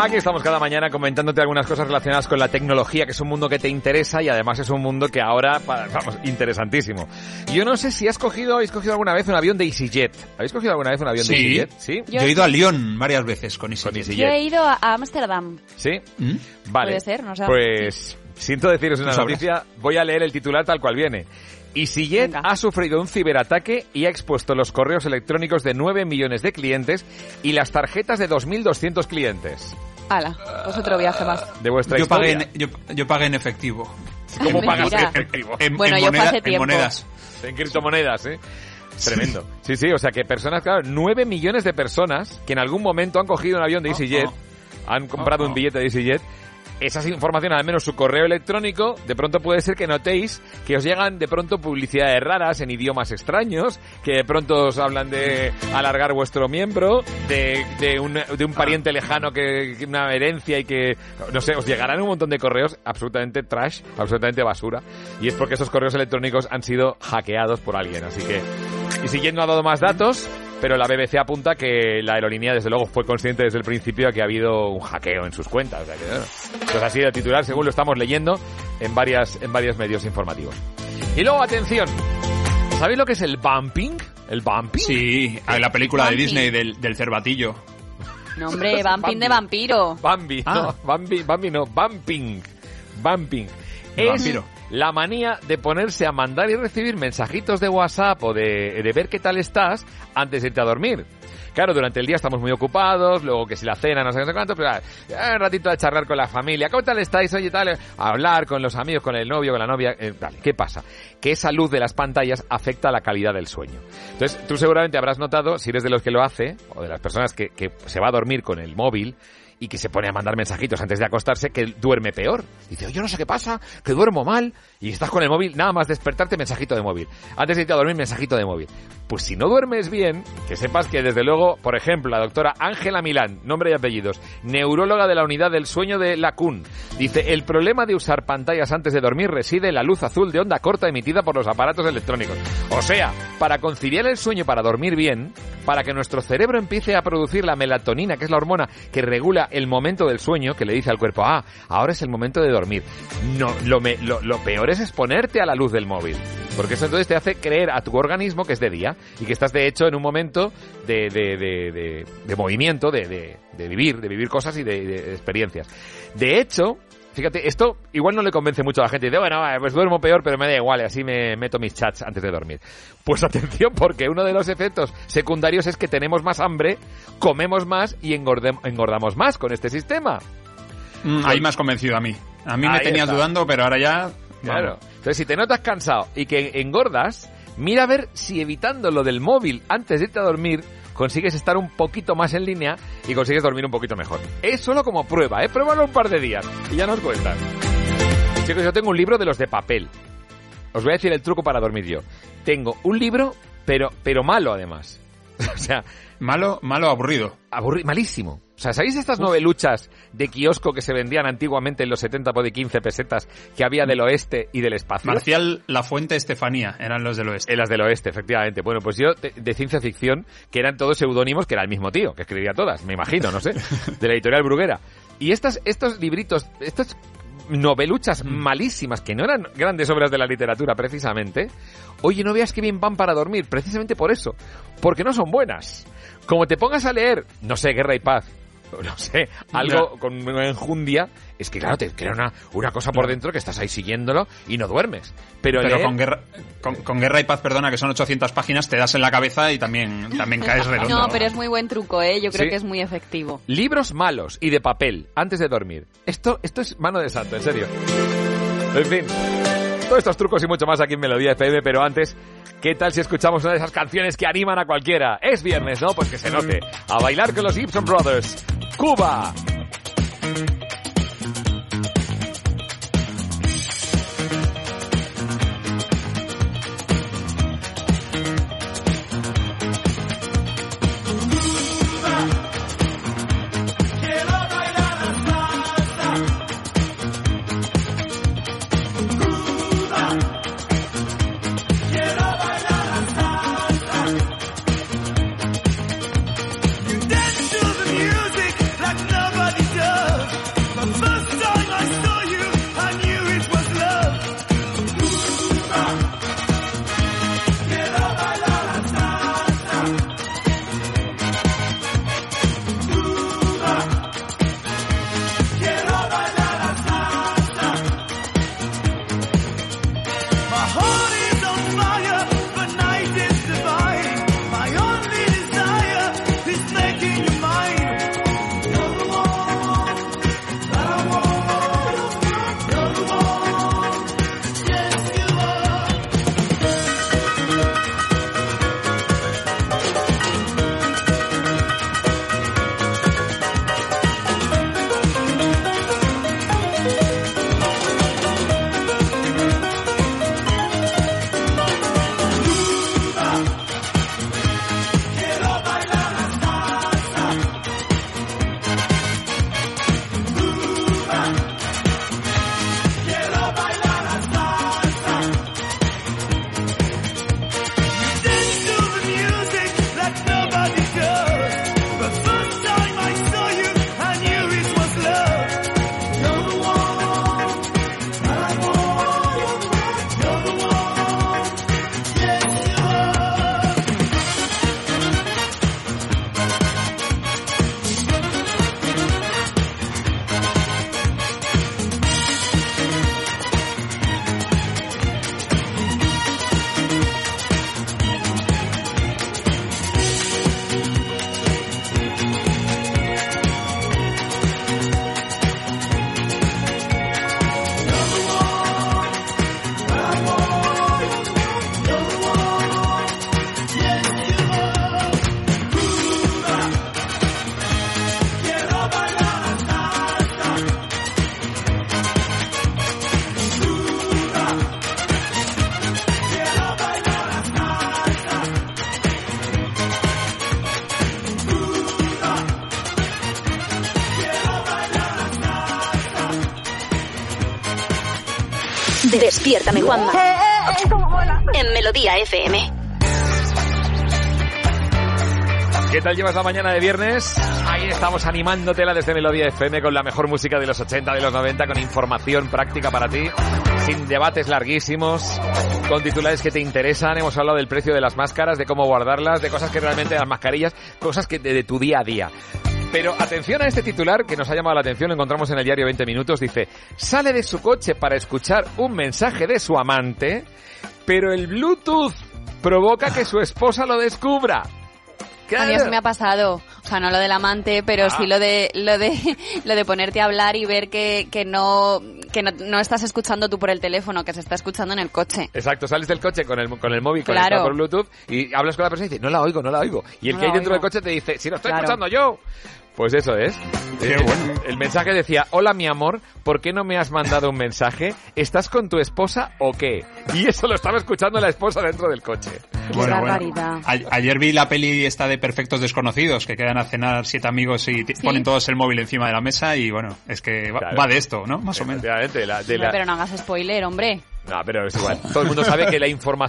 Aquí estamos cada mañana comentándote algunas cosas relacionadas con la tecnología, que es un mundo que te interesa y además es un mundo que ahora, vamos, interesantísimo. Yo no sé si habéis cogido alguna vez un avión de EasyJet. ¿Habéis cogido alguna vez un avión de EasyJet? Sí. Yo he ido a Lyon varias veces con EasyJet. Yo he ido a Ámsterdam. ¿Sí? Vale. Puede ser, no sé. Pues siento deciros una noticia, voy a leer el titular tal cual viene. EasyJet ha sufrido un ciberataque y ha expuesto los correos electrónicos de 9 millones de clientes y las tarjetas de 2.200 clientes. Hala, pues otro viaje más. De vuestra historia. Yo pagué en efectivo. ¿Cómo pagas en efectivo? Bueno, yo pasé tiempo. En monedas. En criptomonedas, ¿eh? Tremendo. Sí, o sea que personas, claro, 9 millones de personas que en algún momento han cogido un avión de EasyJet, han comprado un billete de EasyJet. Esas informaciones, al menos su correo electrónico, de pronto puede ser que notéis que os llegan de pronto publicidades raras en idiomas extraños, que de pronto os hablan de alargar vuestro miembro, de un pariente lejano que una herencia y que, no sé, os llegarán un montón de correos absolutamente trash, absolutamente basura, y es porque esos correos electrónicos han sido hackeados por alguien, así que... Y siguiendo ha dado más datos, pero la BBC apunta que la aerolínea desde luego fue consciente desde el principio de que ha habido un hackeo en sus cuentas. O sea que, pues así de titular, según lo estamos leyendo en varios medios informativos. Y luego, atención, ¿sabéis lo que es el bumping? ¿El bumping? Sí, la película de Disney del cervatillo. No, hombre, bumping de vampiro. Bumping. Bumping. Es Vampiro. La manía de ponerse a mandar y recibir mensajitos de WhatsApp o de ver qué tal estás antes de irte a dormir. Claro, durante el día estamos muy ocupados, luego que si la cena, no sé cuánto, pero un ratito de charlar con la familia, ¿cómo tal estáis? Oye, tal, a hablar con los amigos, con el novio, con la novia, tal. ¿Qué pasa? Que esa luz de las pantallas afecta la calidad del sueño. Entonces, tú seguramente habrás notado, si eres de los que lo hace, o de las personas que se va a dormir con el móvil, y que se pone a mandar mensajitos antes de acostarse, que duerme peor. Dice, yo no sé qué pasa, que duermo mal, y estás con el móvil, nada más despertarte, mensajito de móvil. Antes de irte a dormir, mensajito de móvil. Pues si no duermes bien, que sepas que desde luego, por ejemplo, la doctora Ángela Milán, nombre y apellidos, neuróloga de la unidad del sueño de la CUN, dice, el problema de usar pantallas antes de dormir reside en la luz azul de onda corta emitida por los aparatos electrónicos. O sea, para conciliar el sueño, para dormir bien, para que nuestro cerebro empiece a producir la melatonina, que es la hormona que regula el momento del sueño, que le dice al cuerpo, ahora es el momento de dormir. No, lo peor es exponerte a la luz del móvil, porque eso entonces te hace creer a tu organismo que es de día y que estás de hecho en un momento de movimiento, de vivir cosas y de experiencias. De hecho, fíjate, esto igual no le convence mucho a la gente. Dice, bueno, pues duermo peor, pero me da igual, y así me meto mis chats antes de dormir. Pues atención, porque uno de los efectos secundarios es que tenemos más hambre, comemos más y engordamos más con este sistema. Ahí me has convencido a mí. A mí me tenías dudando, pero ahora ya... Claro. Entonces, si te notas cansado y que engordas, mira a ver si evitando lo del móvil antes de irte a dormir consigues estar un poquito más en línea y consigues dormir un poquito mejor. Es solo como prueba, pruébalo un par de días y ya nos cuentan. Chicos, yo tengo un libro de los de papel. Os voy a decir el truco para dormir yo. Tengo un libro, pero malo además. O sea, malo, aburrido. Malísimo. O sea, ¿sabéis estas noveluchas de kiosco que se vendían antiguamente en los 70 por de 15 pesetas que había del oeste y del espacio? Marcial Lafuente, Estefanía, eran los del oeste. Las del oeste, efectivamente. Bueno, pues yo de ciencia ficción, que eran todos seudónimos, que era el mismo tío, que escribía todas, me imagino, no sé, de la editorial Bruguera. Y estos libritos, estas noveluchas malísimas, que no eran grandes obras de la literatura precisamente, oye, no veas qué bien van para dormir, precisamente por eso, porque no son buenas. Como te pongas a leer, no sé, Guerra y Paz, no sé, algo con una enjundia, es que claro, te crea una cosa por dentro que estás ahí siguiéndolo y no duermes. Pero con Guerra y Paz, perdona, que son 800 páginas, te das en la cabeza y también caes redondo. No, pero es muy buen truco, yo creo que es muy efectivo. Libros malos y de papel antes de dormir. Esto es mano de santo, en serio. En fin, todos estos trucos y mucho más aquí en Melodía FM, pero antes, ¿qué tal si escuchamos una de esas canciones que animan a cualquiera? Es viernes, ¿no? Pues que se note. A bailar con los Gibson Brothers. ¡Cuba! Dance to the music like nobody does. Despiértame, Juanma. En Melodía FM. ¿Qué tal llevas la mañana de viernes? Ahí estamos animándotela desde Melodía FM con la mejor música de los 80, de los 90, con información práctica para ti, sin debates larguísimos, con titulares que te interesan. Hemos hablado del precio de las máscaras, de cómo guardarlas, de cosas que realmente, las mascarillas, cosas que de tu día a día. Pero atención a este titular que nos ha llamado la atención, lo encontramos en el diario 20 Minutos, dice: sale de su coche para escuchar un mensaje de su amante, pero el Bluetooth provoca que su esposa lo descubra. A mí eso me ha pasado, o sea, no lo del amante, pero sí lo de ponerte a hablar y ver que no estás escuchando tú por el teléfono, que se está escuchando en el coche. Exacto, sales del coche con el móvil claro, conectado por Bluetooth y hablas con la persona y dices, no la oigo. Y el que hay dentro del coche te dice, si lo estoy escuchando yo. Pues eso es. Qué bueno. El mensaje decía: hola mi amor, ¿por qué no me has mandado un mensaje? ¿Estás con tu esposa o qué? Y eso lo estaba escuchando la esposa dentro del coche. Qué barbaridad. Ayer vi la peli esta de Perfectos Desconocidos, que quedan a cenar 7 amigos y ponen todos el móvil encima de la mesa y bueno, es que va de esto, ¿no? Más o menos. Pero no hagas spoiler, hombre. No, pero es igual. Todo el mundo sabe que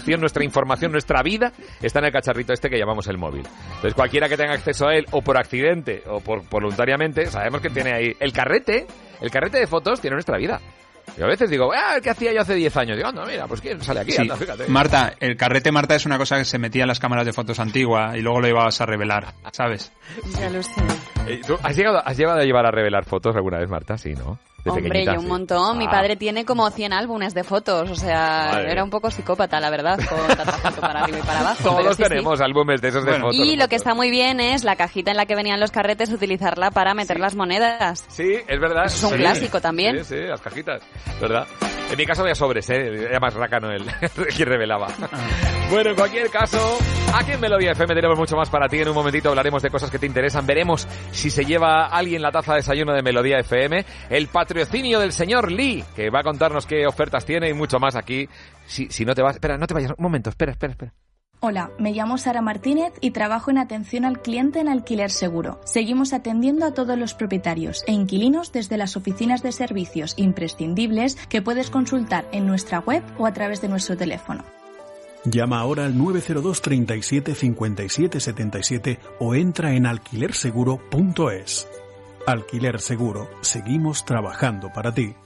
nuestra vida está en el cacharrito este que llamamos el móvil. Entonces cualquiera que tenga acceso a él, o por accidente, o por voluntariamente, sabemos que tiene ahí el carrete de fotos tiene nuestra vida. Yo a veces digo, ¿qué hacía yo hace 10 años? Digo, anda, mira, pues ¿quién sale aquí? Sí. Anda, fíjate. Marta, el carrete Marta es una cosa que se metía en las cámaras de fotos antiguas y luego lo ibas a revelar, ¿sabes? Ya lo sé. ¿Tú has llegado a llevar a revelar fotos alguna vez, Marta? Sí, ¿no? Hombre, yo un montón. Mi padre tiene como 100 álbumes de fotos. O sea, era un poco psicópata, la verdad, con tanta foto para arriba y para abajo. Todos tenemos álbumes de esos de fotos. Y lo que está muy bien es la cajita en la que venían los carretes, utilizarla para meter las monedas. Sí, es verdad. Eso es un clásico también. Sí, las cajitas, ¿verdad? En mi caso había sobres, era más rácano el quien revelaba. Bueno, en cualquier caso, aquí en Melodía FM tenemos mucho más para ti. En un momentito hablaremos de cosas que te interesan. Veremos si se lleva alguien la taza de desayuno de Melodía FM. El patrocinio del señor Lee, que va a contarnos qué ofertas tiene y mucho más aquí. Si no te vas... Espera, no te vayas. Un momento, espera. Hola, me llamo Sara Martínez y trabajo en atención al cliente en Alquiler Seguro. Seguimos atendiendo a todos los propietarios e inquilinos desde las oficinas de servicios imprescindibles que puedes consultar en nuestra web o a través de nuestro teléfono. Llama ahora al 902 37 57 77 o entra en alquilerseguro.es. Alquiler Seguro, seguimos trabajando para ti.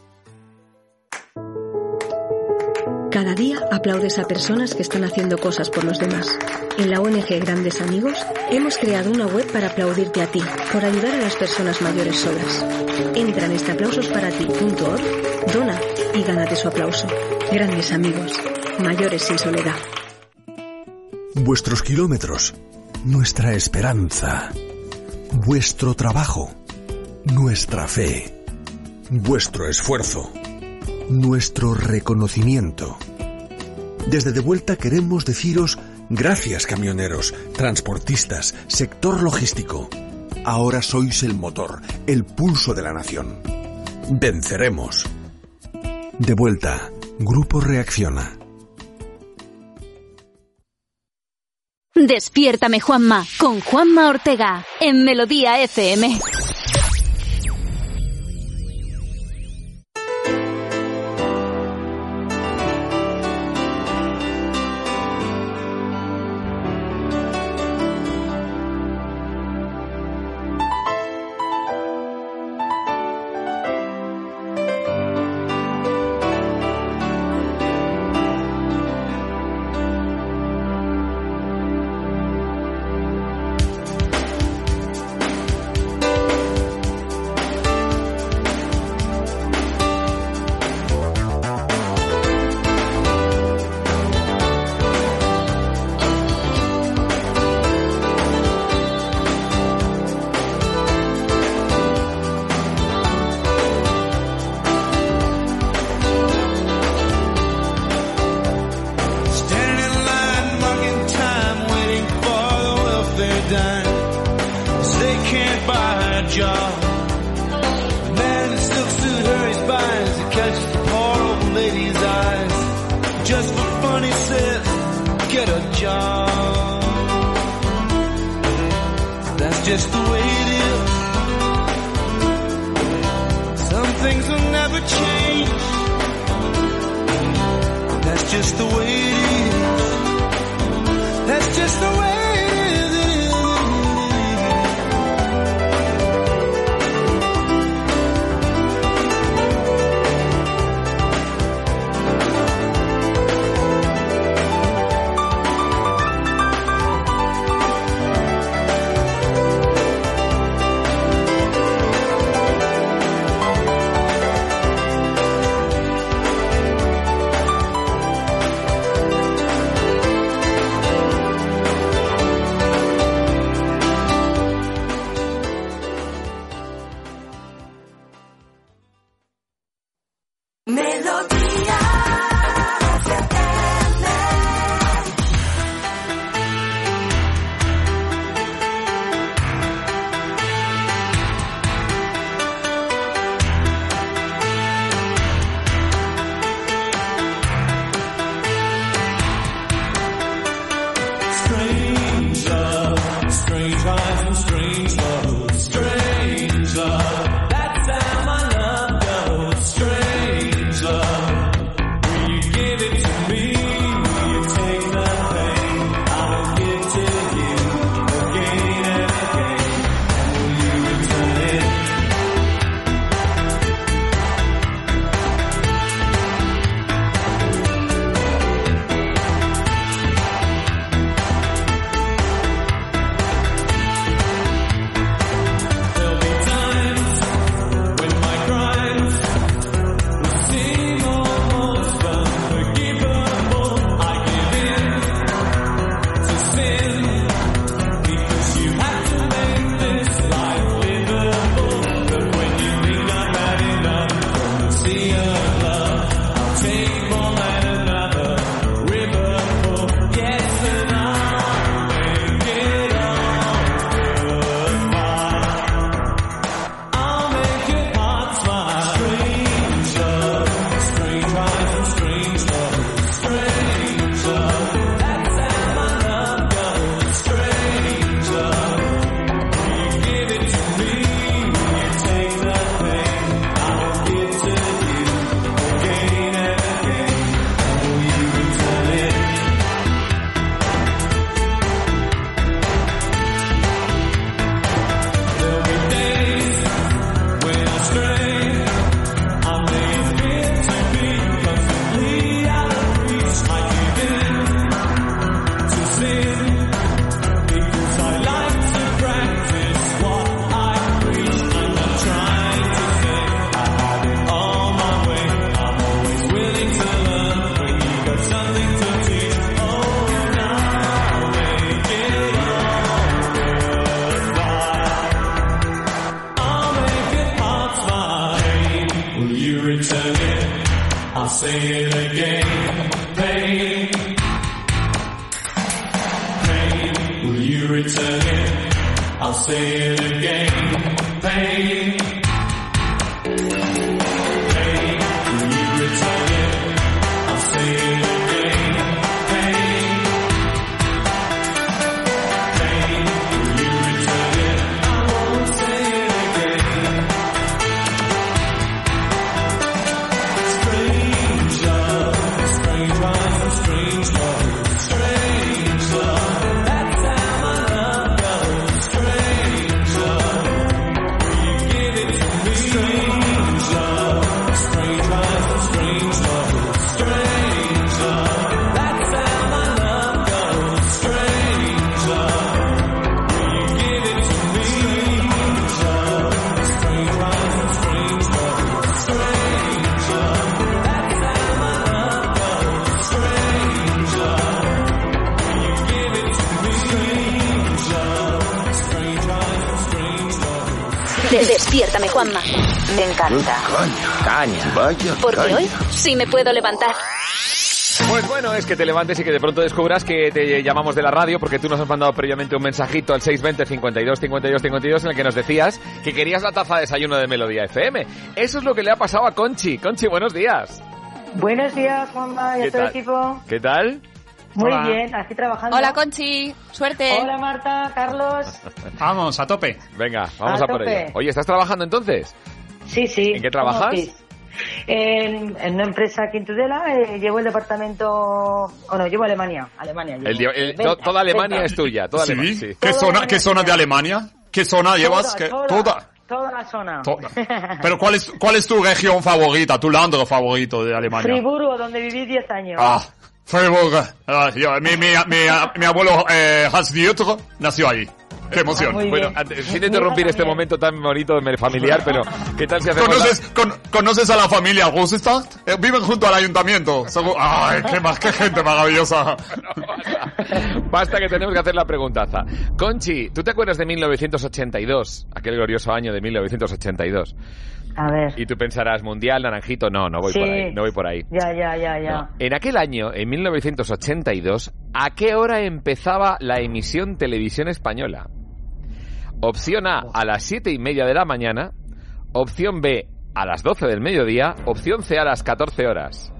Cada día aplaudes a personas que están haciendo cosas por los demás. En la ONG Grandes Amigos hemos creado una web para aplaudirte a ti, por ayudar a las personas mayores solas. Entra en estaplausosparati.org, dona y gánate su aplauso. Grandes Amigos, mayores sin soledad. Vuestros kilómetros, nuestra esperanza, vuestro trabajo, nuestra fe, vuestro esfuerzo, nuestro reconocimiento. Desde De Vuelta queremos deciros gracias, camioneros, transportistas, sector logístico. Ahora sois el motor, el pulso de la nación. Venceremos. De Vuelta, Grupo Reacciona. Despiértame, Juanma, con Juanma Ortega, en Melodía FM. the way it is. That's just the way it is. Despiértame, Juanma. Me encanta. Caña. Vaya Porque caña. hoy sí me puedo levantar. Pues bueno, es que te levantes y que de pronto descubras que te llamamos de la radio porque tú nos has mandado previamente un mensajito al 620 52 52 52 en el que nos decías que querías la taza de desayuno de Melodía FM. Eso es lo que le ha pasado a Conchi. Conchi, buenos días. Buenos días, Juanma, y a todo el equipo. ¿Qué tal? Muy Hola. bien, aquí trabajando. Hola, Conchi. Suerte. Hola, Marta, Carlos. Vamos, a tope. Venga, vamos A a por tope. ello. Oye, ¿estás trabajando entonces? Sí, sí. ¿En qué trabajas? home office. En una empresa aquí en Tudela llevo el departamento... llevo Alemania. Toda Alemania es tuya. Toda Alemania, sí. ¿Qué zona de Alemania? ¿Qué zona llevas? Toda la zona. Pero ¿cuál es tu región favorita, tu land favorito de Alemania? Friburgo, donde viví 10 años. Friburgo. Mi abuelo Hans Dieter nació allí. ¡Qué emoción! Bueno, sin interrumpir este momento tan bonito familiar, pero ¿qué tal si hacemos ¿Conoces a la familia Rosenstadt? Viven junto al ayuntamiento. ¡Ay, qué gente maravillosa! Basta que tenemos que hacer la preguntaza. Conchi, ¿tú te acuerdas de 1982? Aquel glorioso año de 1982. A ver. Y tú pensarás, mundial, naranjito, no voy por ahí. Ya. No. En aquel año, en 1982, ¿a qué hora empezaba la emisión televisión española? Opción A, a las 7:30 de la mañana. Opción B, a las 12 del mediodía. Opción C, a las 14 horas.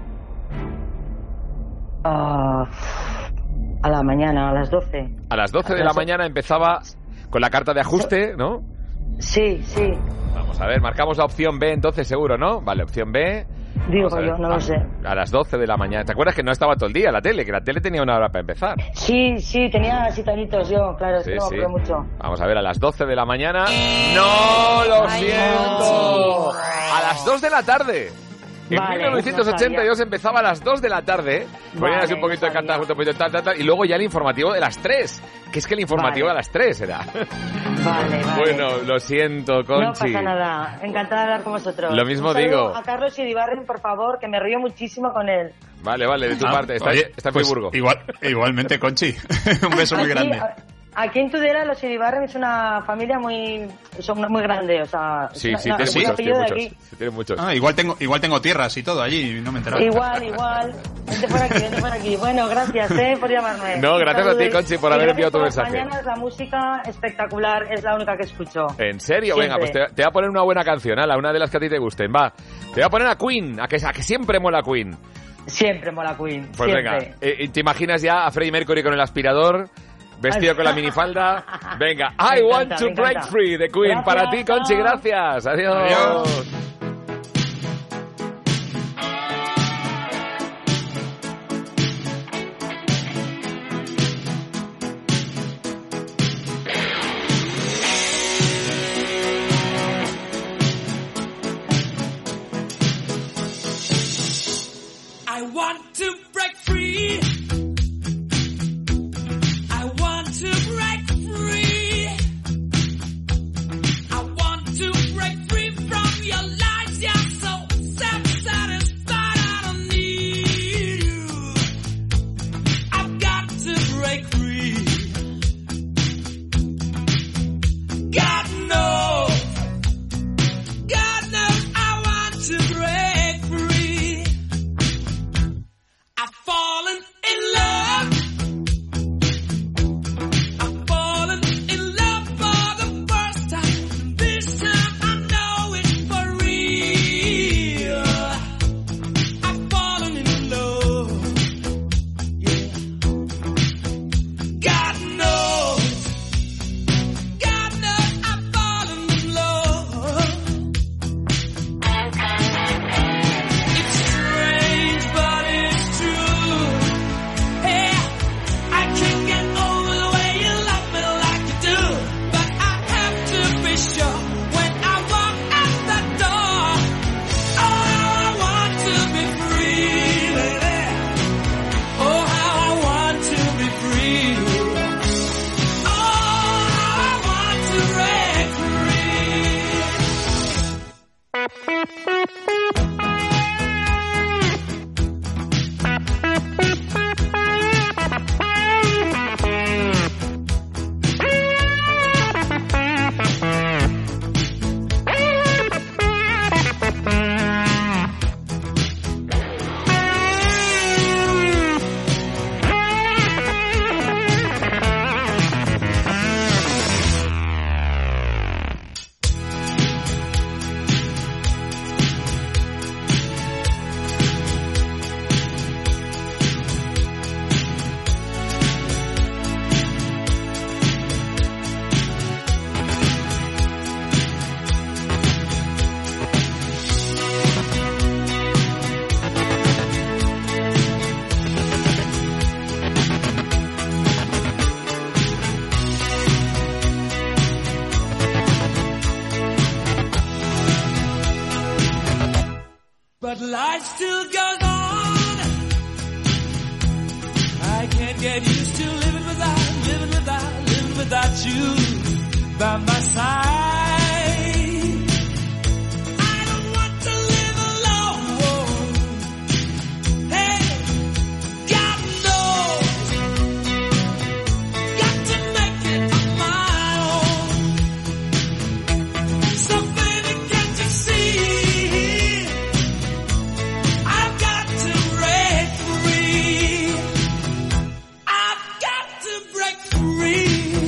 A la mañana, a las 12. A las 12 de la mañana empezaba con la carta de ajuste, ¿no? Sí. Vamos a ver, marcamos la opción B entonces, seguro, ¿no? Vale, opción B. Digo yo, no lo sé. A las 12 de la mañana. ¿Te acuerdas que no estaba todo el día la tele? Que la tele tenía una hora para empezar. Sí, tenía 7 añitos yo, claro, sí, no me acuerdo mucho. Vamos a ver, a las 12 de la mañana. ¡No, lo siento! A las 2 de la tarde. En 1982 empezaba a las 2 de la tarde. Ponían así un poquito de cantar, un poquito de tal, y luego ya el informativo de las 3. Que es que el informativo de las 3 era. Vale. Bueno, lo siento, Conchi. No pasa nada. Encantada de hablar con vosotros. Lo mismo digo. A Carlos Iribarren, por favor, que me río muchísimo con él. Vale, de tu parte. Está en Friburgo. Igualmente, Conchi. Un beso muy grande. Aquí en Tudela los Iribarren es una familia muy grande, o sea... Tiene muchos. Igual tengo tierras y todo allí, no me enteraba. Igual. Vente por aquí. Bueno, gracias por llamarme. No, gracias a ti, Conchi, por haber enviado tu mensaje. Mañana la música espectacular, es la única que escucho. ¿En serio? Siempre. Venga, pues te voy a poner una buena canción, una de las que a ti te gusten, va. Te voy a poner a Queen, a que siempre mola Queen. Siempre mola Queen, pues siempre. Venga, ¿te imaginas ya a Freddie Mercury con el aspirador? Vestido con la minifalda. Venga, I Want to Break Free de Queen. Gracias, para ti, Conchi, gracias. Adiós. I want to break free. Falling but life still goes on. I can't get used to living without you by my side. I don't want to live alone. Hey, God knows, got to make it on my own. So baby, can't you see? I've got to break free. I've got to break free.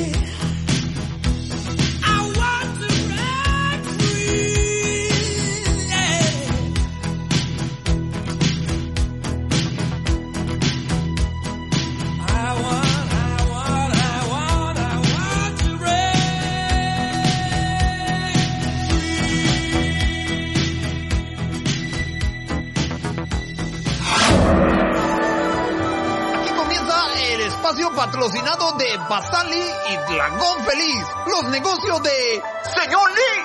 Patrocinado de Basali y Dragón Feliz, los negocios de Señor Lee.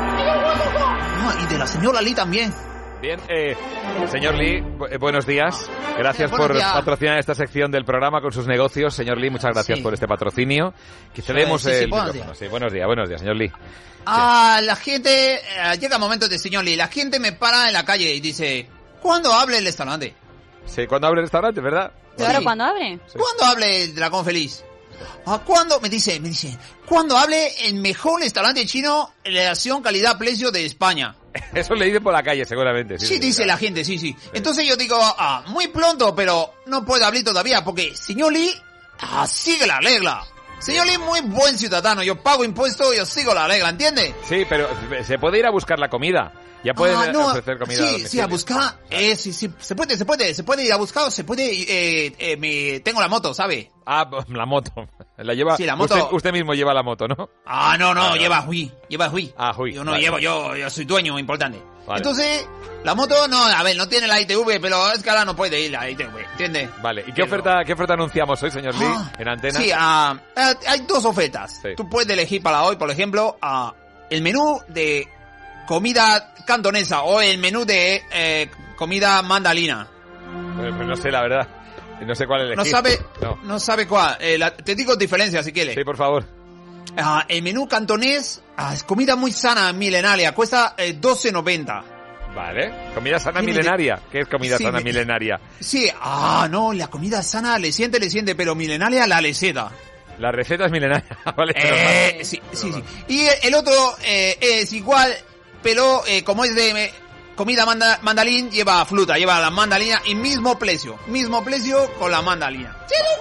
Y de la señora Lee también. Bien, señor Lee, buenos días. Gracias por patrocinar esta sección del programa con sus negocios. Señor Lee, muchas gracias por este patrocinio. Que cedemos el micrófono. Sí, buenos días, señor Lee. La gente, llega el momento de señor Lee, la gente me para en la calle y dice, ¿cuándo hable el restaurante? Sí, ¿cuándo hable el restaurante, verdad? Claro, ¿cuándo abre? Sí. ¿Cuándo hable el Dragón Feliz? ¿Cuándo? Me dice, ¿cuándo hable el mejor restaurante chino en relación calidad-precio de España? Eso le dicen por la calle, seguramente. Sí, dice la gente, sí. Entonces yo digo, muy pronto, pero no puedo hablar todavía, porque señor Lee, sigue la regla. Señor Lee, muy buen ciudadano, yo pago impuestos, yo sigo la regla, ¿entiende? Sí, pero se puede ir a buscar la comida. Ya pueden ofrecer comida a domicilio. Sí, a buscar, sí, se puede ir a buscar, tengo la moto, ¿sabe? La moto. La lleva. Sí, la moto. Usted mismo lleva la moto, ¿no? No, lleva Hui. Hui. Yo no llevo, yo soy dueño importante. Vale. Entonces, la moto no tiene la ITV, pero es que ahora no puede ir la ITV, ¿entiende? Vale, ¿y qué oferta anunciamos hoy, señor Lee, en antena? Sí, hay dos ofertas. Sí. Tú puedes elegir para hoy, por ejemplo, el menú de comida cantonesa o el menú de comida mandalina. Pues no sé, la verdad. No sé cuál elegir. No sabe cuál. Te digo diferencias si quieres. Sí, por favor. El menú cantonés es comida muy sana, milenaria. Cuesta 12.90. Vale. Comida sana milenaria. ¿Qué es comida sana milenaria? Sí. No, la comida sana le siente, pero milenaria la receta. La receta es milenaria. Vale. Sí. Y el otro es igual, pero como es de comida mandalín, lleva fruta, lleva la mandalina y mismo precio con la mandalina.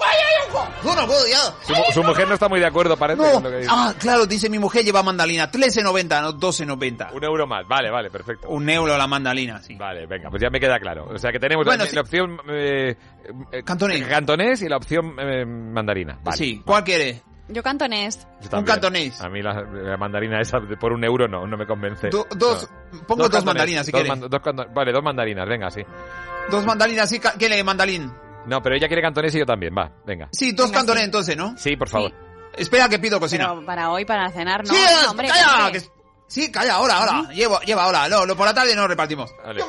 Su mujer no está muy de acuerdo, parece. No. Con lo que dice. Claro, dice mi mujer lleva mandalina, 13.90, no 12.90. €1 más, vale, perfecto. €1 la mandalina, sí. Vale, venga, pues ya me queda claro. O sea que tenemos la opción cantonés y la opción mandarina. Vale. Sí, ¿cuál quiere? Yo cantonés. Un cantonés. A mí la mandarina esa por €1 no me convence. Pongo dos mandarinas si quieres. Vale, 2 mandarinas, venga, sí. 2 mandarinas, sí, ¿quiere mandalín? No, pero ella quiere cantonés y yo también, va, venga. Sí, 2 cantonés entonces, ¿no? Sí, por favor. Sí. Espera que pido cocina. Pero para hoy, para cenar, no. Sí, no, hombre, calla. Sí, calla, ahora. Lleva ahora. No, por la tarde no repartimos. Vale.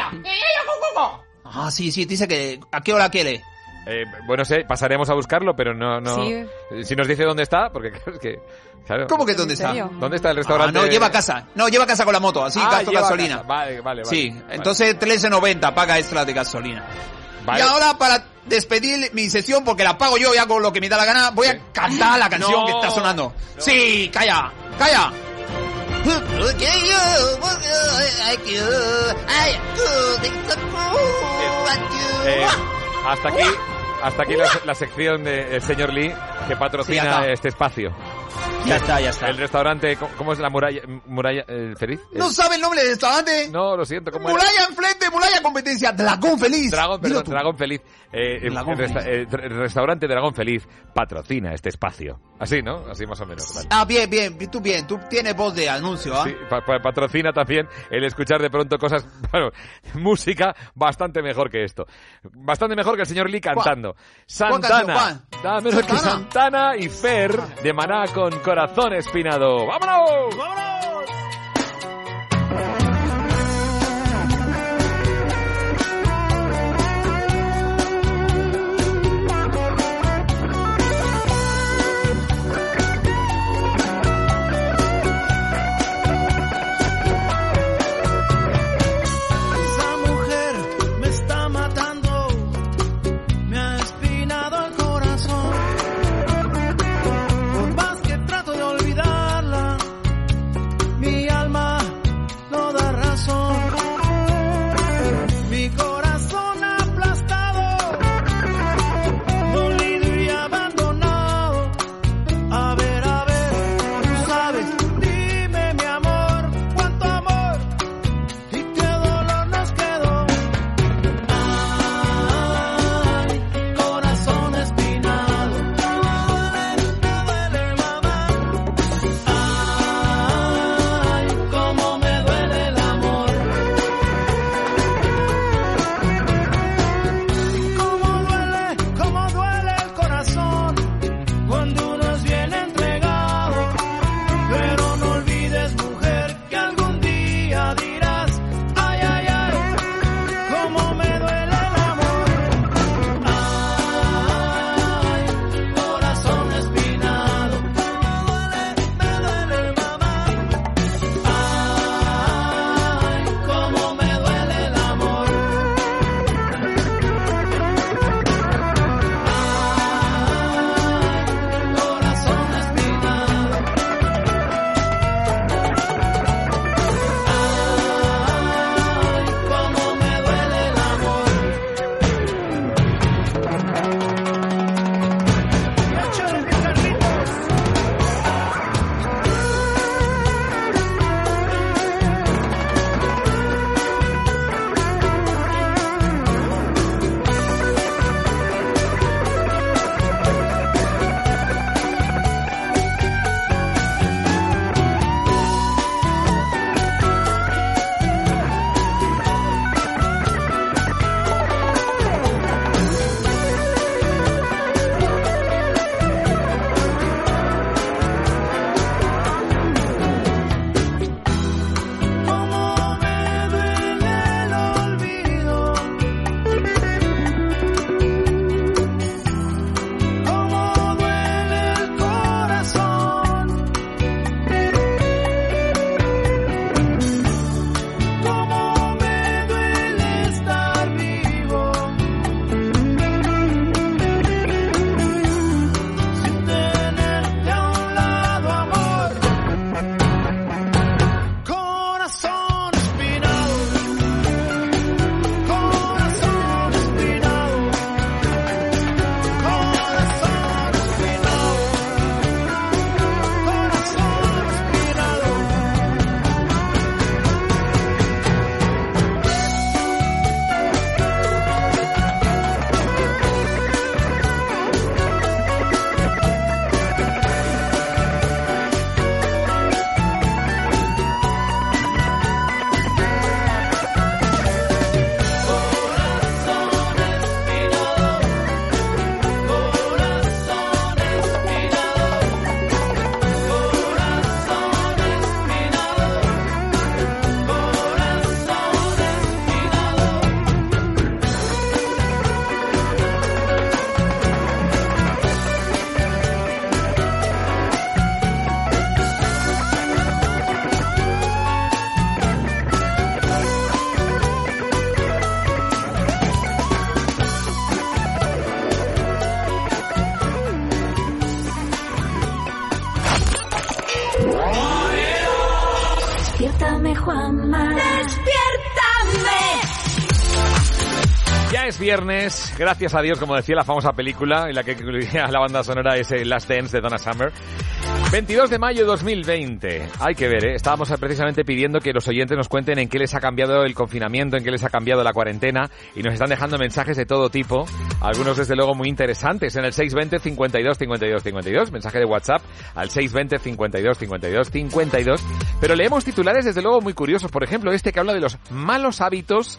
Sí, dice que ¿a qué hora quiere? Bueno, sé, pasaremos a buscarlo, pero no. Sí. Si nos dice dónde está, porque es que, claro. ¿Cómo que dónde está? ¿Dónde está el restaurante? No, lleva a casa. No, lleva a casa con la moto, así gasto gasolina. Vale. Sí, entonces 13.90 paga extra de gasolina. Vale. Y ahora para despedir mi sesión, porque la pago yo y hago lo que me da la gana, voy a cantar la canción que está sonando. No. Sí, calla. Hasta aquí la sección del señor Lee que patrocina este espacio. Ya está. El restaurante, ¿cómo es la muralla feliz? ¿No sabe el nombre del restaurante? No, lo siento. Muralla enfrente, muralla competencia, Dragón Feliz. Dragón Feliz. El restaurante Dragón Feliz patrocina este espacio. Así, ¿no? Así más o menos. Vale. Bien. Tú tienes voz de anuncio, ¿ah? Sí, patrocina también el escuchar de pronto cosas, música bastante mejor que esto. Bastante mejor que el señor Lee cantando. Santana. Nada menos que Santana y Fer de Maná con Corazón Espinado. ¡Vámonos! Es viernes, gracias a Dios, como decía la famosa película, en la que incluía la banda sonora ese Last Dance de Donna Summer. 22 de mayo de 2020. Hay que ver, estábamos precisamente pidiendo que los oyentes nos cuenten en qué les ha cambiado el confinamiento, en qué les ha cambiado la cuarentena, y nos están dejando mensajes de todo tipo, algunos desde luego muy interesantes, en el 620 52 52 52, mensaje de WhatsApp al 620 52 52 52, pero leemos titulares desde luego muy curiosos, por ejemplo este que habla de los malos hábitos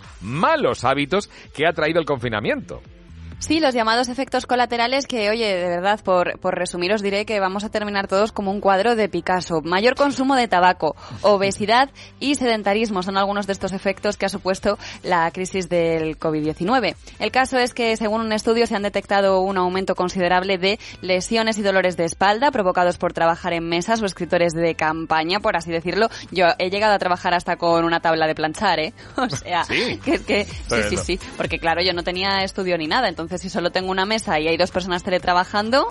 que ha traído el confinamiento. Sí, los llamados efectos colaterales que, oye, de verdad, por resumir os diré que vamos a terminar todos como un cuadro de Picasso. Mayor consumo de tabaco, obesidad y sedentarismo son algunos de estos efectos que ha supuesto la crisis del COVID-19. El caso es que, según un estudio, se han detectado un aumento considerable de lesiones y dolores de espalda provocados por trabajar en mesas o escritores de campaña, por así decirlo. Yo he llegado a trabajar hasta con una tabla de planchar, ¿eh? O sea, ¿Sí? Sí, porque claro, yo no tenía estudio ni nada, entonces si solo tengo una mesa y hay dos personas teletrabajando...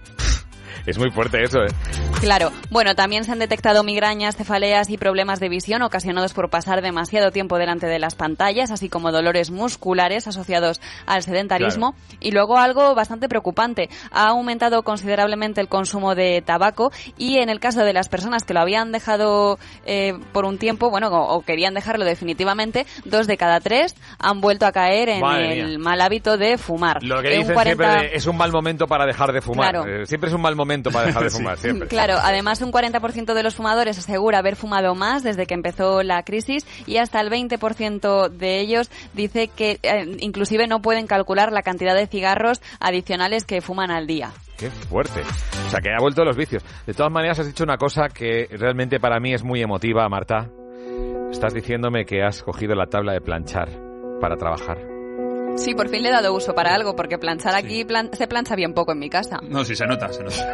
Es muy fuerte eso, ¿eh? Claro. Bueno, también se han detectado migrañas, cefaleas y problemas de visión ocasionados por pasar demasiado tiempo delante de las pantallas, así como dolores musculares asociados al sedentarismo. Claro. Y luego algo bastante preocupante. Ha aumentado considerablemente el consumo de tabaco y en el caso de las personas que lo habían dejado por un tiempo, bueno, o querían dejarlo definitivamente, 2 de cada 3 han vuelto a caer en el mal hábito de fumar. Lo que dicen siempre es un mal momento para dejar de fumar. Claro. Siempre es un mal momento para dejar de fumar, sí. Siempre. Claro, además un 40% de los fumadores asegura haber fumado más desde que empezó la crisis y hasta el 20% de ellos dice que inclusive no pueden calcular la cantidad de cigarros adicionales que fuman al día. ¡Qué fuerte! O sea, que ha vuelto los vicios. De todas maneras, has dicho una cosa que realmente para mí es muy emotiva, Marta. Estás diciéndome que has cogido la tabla de planchar para trabajar. Sí, por fin le he dado uso para algo, porque planchar aquí se plancha bien poco en mi casa. No, sí, se nota.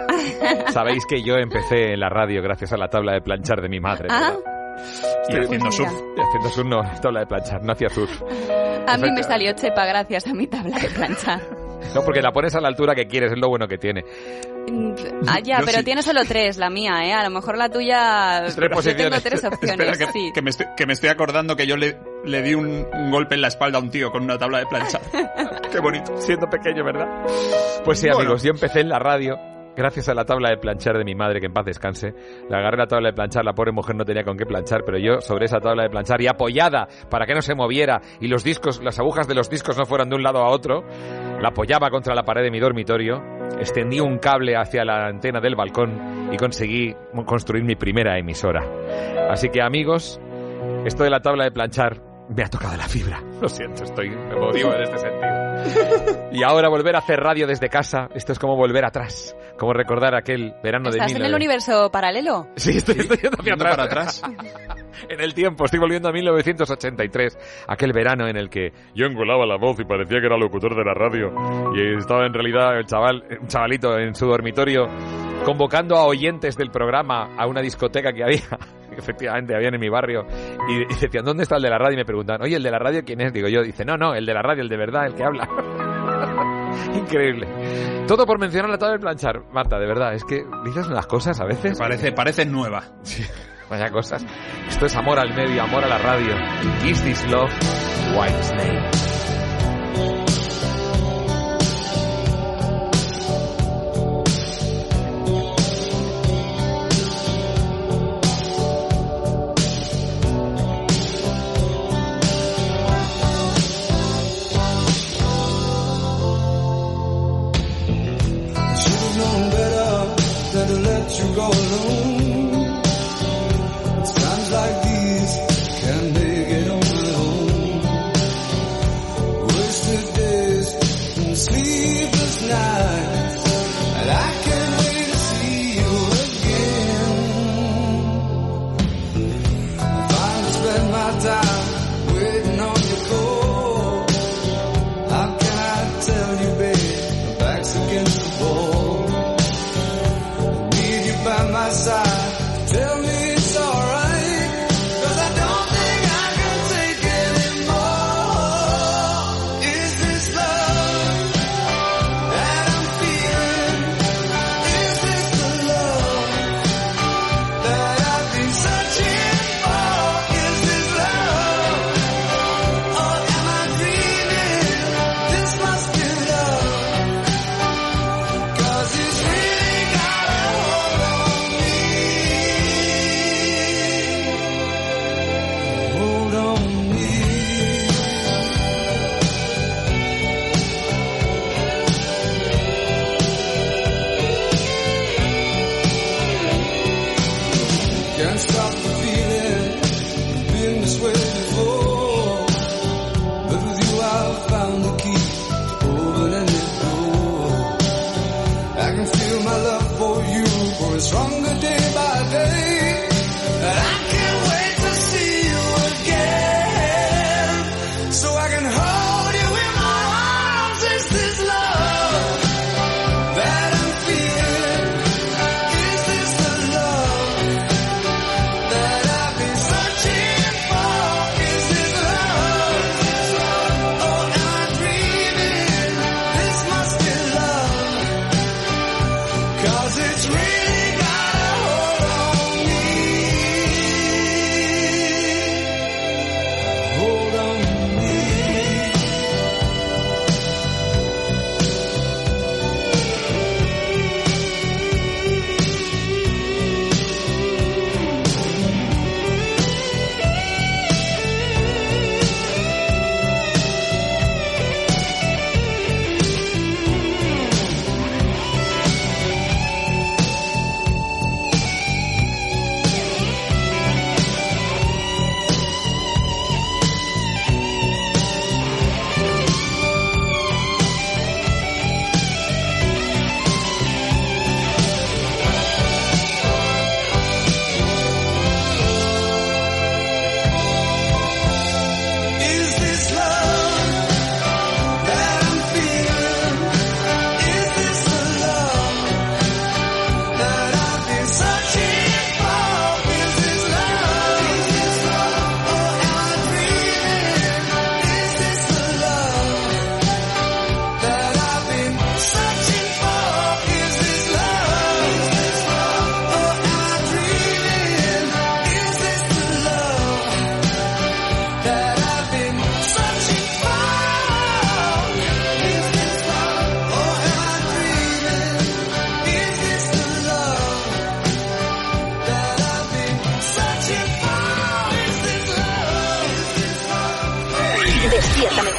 Sabéis que yo empecé en la radio gracias a la tabla de planchar de mi madre, ¿verdad? Y haciendo surf. Haciendo surf no, tabla de planchar, no hacía surf. A mí me salió chepa gracias a mi tabla de planchar. No, porque la pones a la altura que quieres, es lo bueno que tiene. Ya, pero sí. Tiene solo 3, la mía, ¿eh? A lo mejor la tuya... 3 posiciones. Yo tengo 3 opciones, Espera, sí. Que me estoy acordando que yo le di un golpe en la espalda a un tío con una tabla de planchar. Qué bonito. Siendo pequeño, ¿verdad? Pues sí, amigos, yo empecé en la radio gracias a la tabla de planchar de mi madre, que en paz descanse. Le agarré la tabla de planchar, la pobre mujer no tenía con qué planchar, pero yo sobre esa tabla de planchar y apoyada para que no se moviera y los discos, las agujas de los discos no fueran de un lado a otro, la apoyaba contra la pared de mi dormitorio, extendí un cable hacia la antena del balcón y conseguí construir mi primera emisora. Así que, amigos, esto de la tabla de planchar me ha tocado la fibra. Lo siento, estoy emotivo en este sentido. Y ahora volver a hacer radio desde casa, esto es como volver atrás, como recordar aquel verano de 19... ¿Estás en el universo paralelo? Sí, estoy yendo hacia para atrás. En el tiempo, estoy volviendo a 1983, aquel verano en el que yo engolaba la voz y parecía que era locutor de la radio y estaba en realidad un chavalito en su dormitorio convocando a oyentes del programa a una discoteca que había, efectivamente habían en mi barrio, y decían, ¿dónde está el de la radio? Y me preguntaban, oye, ¿el de la radio quién es? Digo yo, dice, no, el de la radio, el de verdad, el que habla. Increíble. Todo por mencionar la tabla de planchar. Marta, de verdad, es que dices unas cosas a veces. Parece nueva. Sí, vaya cosas. Esto es amor al medio, amor a la radio. Is This Love, Whitesnake.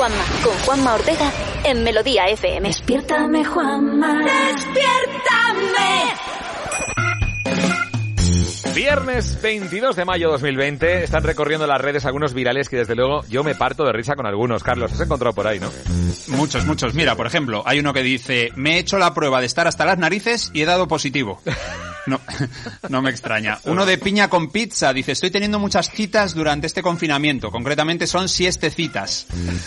Juanma, con Juanma Ortega en Melodía FM. Despiértame, Juanma. ¡Despiértame! Viernes 22 de mayo 2020, están recorriendo las redes algunos virales que desde luego yo me parto de risa con algunos. Carlos, has encontrado por ahí, ¿no? Muchos. Mira, por ejemplo, hay uno que dice: me he hecho la prueba de estar hasta las narices y he dado positivo. No me extraña. Uno de piña con pizza dice: estoy teniendo muchas citas durante este confinamiento. Concretamente son siestecitas.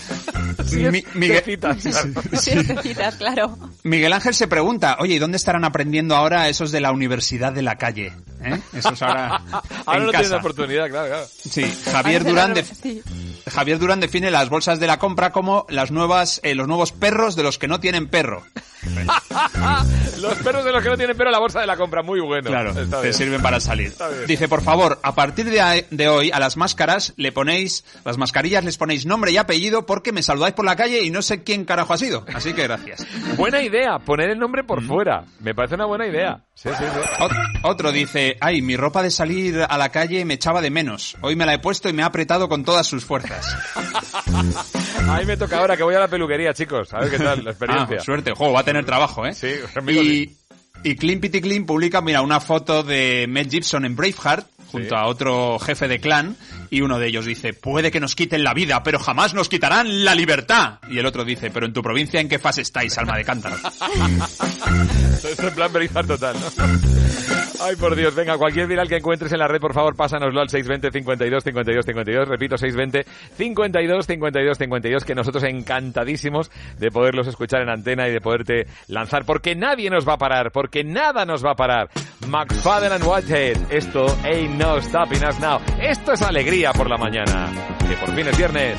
Siestecitas, claro. Miguel Ángel se pregunta: oye, ¿y dónde estarán aprendiendo ahora esos de la universidad de la calle? Esos ahora ahora no casa. tienen oportunidad, claro. Sí, Javier Durán define las bolsas de la compra como los nuevos perros de los que no tienen perro. Los perros de los que no tienen perro, la bolsa de la compra, muy bueno. Claro, te sirven para salir. Dice: por favor, a partir de hoy a las mascarillas les ponéis nombre y apellido porque me saludáis por la calle y no sé quién carajo ha sido. Así que gracias. Buena idea, poner el nombre por fuera. Me parece una buena idea. Sí. Otro dice: ay, mi ropa de salir a la calle me echaba de menos. Hoy me la he puesto y me ha apretado con todas sus fuerzas. Ahí me toca ahora que voy a la peluquería, chicos. A ver qué tal la experiencia. Suerte. Va a tener trabajo, ¿eh? Sí, y Clint Piticlin publica, mira, una foto de Mel Gibson en Braveheart junto a otro jefe de clan, y uno de ellos dice: puede que nos quiten la vida, pero jamás nos quitarán la libertad. Y el otro dice: pero en tu provincia, ¿en qué fase estáis, alma de cántaro? Es en plan Braveheart total, ¿no? Ay, por Dios, venga, cualquier viral que encuentres en la red, por favor, pásanoslo al 620 52 52 52, repito, 620 52 52 52, que nosotros encantadísimos de poderlos escuchar en antena y de poderte lanzar, porque nadie nos va a parar, porque nada nos va a parar. McFadden and Whitehead, esto ain't no stopping us now. Esto es alegría por la mañana, que por fin es viernes.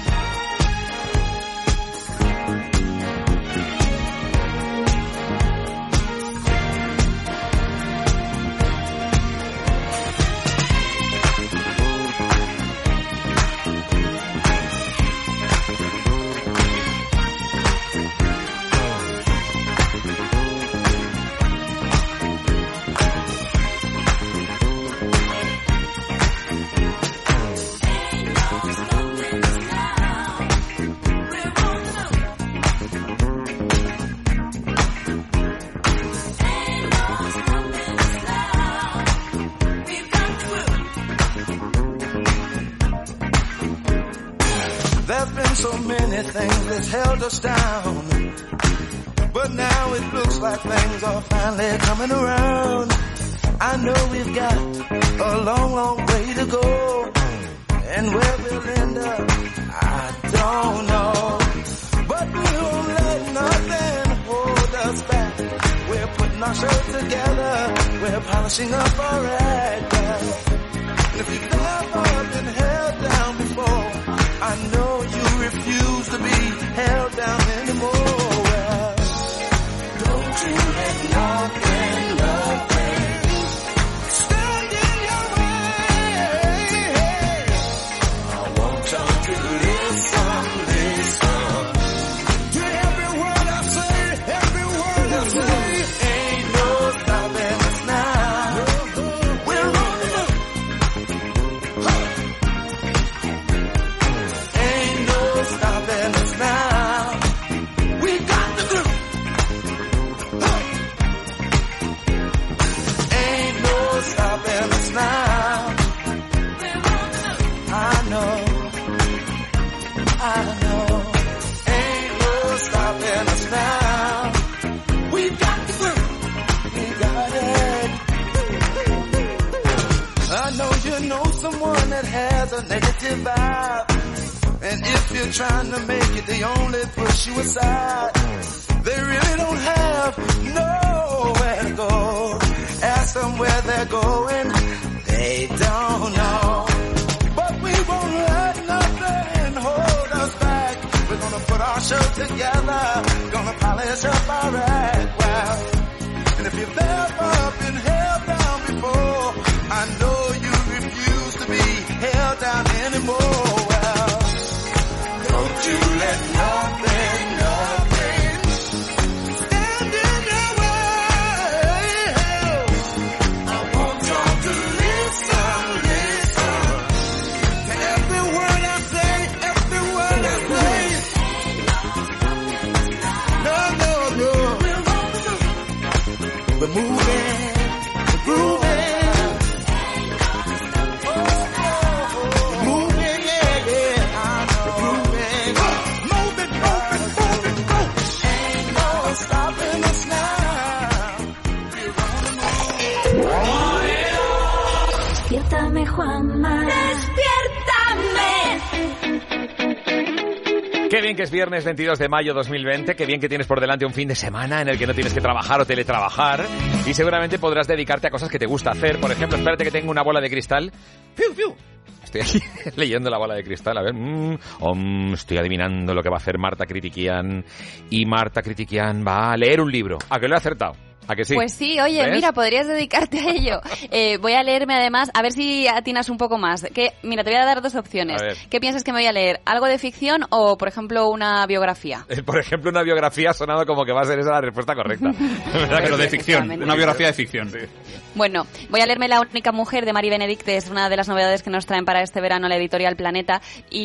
So many things that's held us down, but now it looks like things are finally coming around. I know we've got a long, long way to go, and where we'll end up, I don't know. But we won't let nothing hold us back. We're putting our show together, we're polishing up our act. And if you've never been held down before, I know you refuse to be held down anymore. Don't you let nothing stand in your way. I want y'all to listen to every word I say, every word I say. Ain't no stopping us now. We're rolling up. Stopping us now. We got the glue. Ain't no stopping us now. I know. Ain't no stopping us now. We got the glue. We got it. I know you know someone that has a negative vibe. And if you're trying to make it, they only push you aside. They really don't have nowhere to go. Ask them where they're going, they don't know. But we won't let nothing hold us back. We're gonna put our show together, gonna polish up our act. Well, and if you've ever been held down before, I know you refuse to be held down anymore. Don't you let nothing stand in your way. I want y'all to listen to every word I say, every word I say. We're moving, we're grooving. Moving, yeah, yeah. We're grooving. Moving, moving, moving, moving. Ain't no stopping us now. Despiértame, Juanma. ¡Despiértame! Qué bien que es viernes 22 de mayo 2020, qué bien que tienes por delante un fin de semana en el que no tienes que trabajar o teletrabajar y seguramente podrás dedicarte a cosas que te gusta hacer. Por ejemplo, espérate que tengo una bola de cristal. ¡Fiu, fiu! Estoy aquí leyendo la bola de cristal, a ver, estoy adivinando lo que va a hacer Marta Critiquian y Marta Critiquian va a leer un libro. ¿A que lo he acertado? ¿A que sí? Pues sí, oye, ¿ves? mira, podrías dedicarte a ello. Voy a leerme además, a ver si atinas un poco más. Mira, te voy a dar dos opciones. ¿Qué piensas que me voy a leer? ¿Algo de ficción o, por ejemplo, una biografía? Por ejemplo, una biografía ha sonado como que va a ser esa la respuesta correcta. Pero de ficción, una biografía de ficción. Sí. Bueno, voy a leerme La única mujer de Mari Benedict, es una de las novedades que nos traen para este verano la editorial Planeta,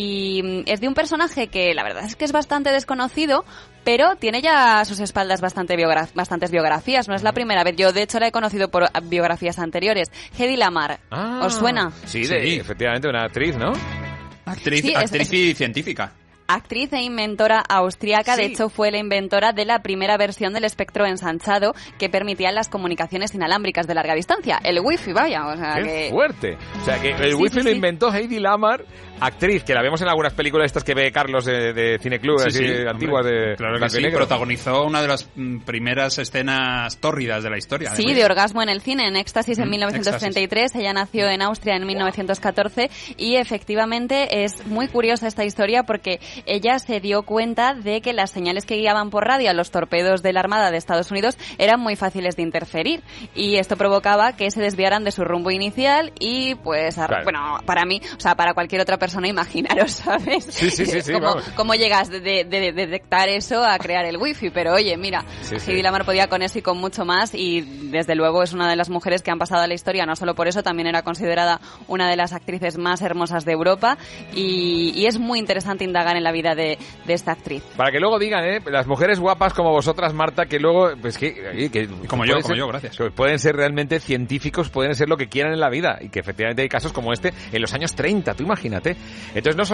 y es de un personaje que la verdad es que es bastante desconocido, pero tiene ya a sus espaldas bastantes biografías, no es la primera vez. Yo, de hecho, la he conocido por biografías anteriores. Hedy Lamarr, ¿os suena? Sí, efectivamente, una actriz, ¿no? Actriz y científica. Actriz e inventora austríaca, Sí. de hecho fue la inventora de la primera versión del espectro ensanchado que permitía las comunicaciones inalámbricas de larga distancia, el wifi, vaya, o sea ¡Qué que... fuerte! O sea, que el wifi lo inventó Hedy Lamarr, actriz, que la vemos en algunas películas estas que ve Carlos de Cineclub, así, antiguas de claro que blanco y sí, negro. protagonizó una de las primeras escenas tórridas de la historia. Sí, de orgasmo en el cine, en Éxtasis en 1933, ella nació en Austria en 1914 y efectivamente es muy curiosa esta historia porque ella se dio cuenta de que las señales que guiaban por radio a los torpedos de la Armada de Estados Unidos eran muy fáciles de interferir y esto provocaba que se desviaran de su rumbo inicial y pues, Claro. bueno, para mí, o sea, para cualquier otra persona, imaginaros, ¿sabes? Sí, vamos. ¿Cómo llegas de detectar eso a crear el wifi? Pero oye, mira, Hedy Lamarr podía con eso y con mucho más y desde luego es una de las mujeres que han pasado a la historia, no solo por eso, también era considerada una de las actrices más hermosas de Europa y es muy interesante indagar en la vida de esta actriz. Para que luego digan, las mujeres guapas como vosotras, Marta, que luego, pues Como yo, gracias. Que pueden ser realmente científicos, pueden ser lo que quieran en la vida y que efectivamente hay casos como este en los años 30, tú imagínate. Entonces no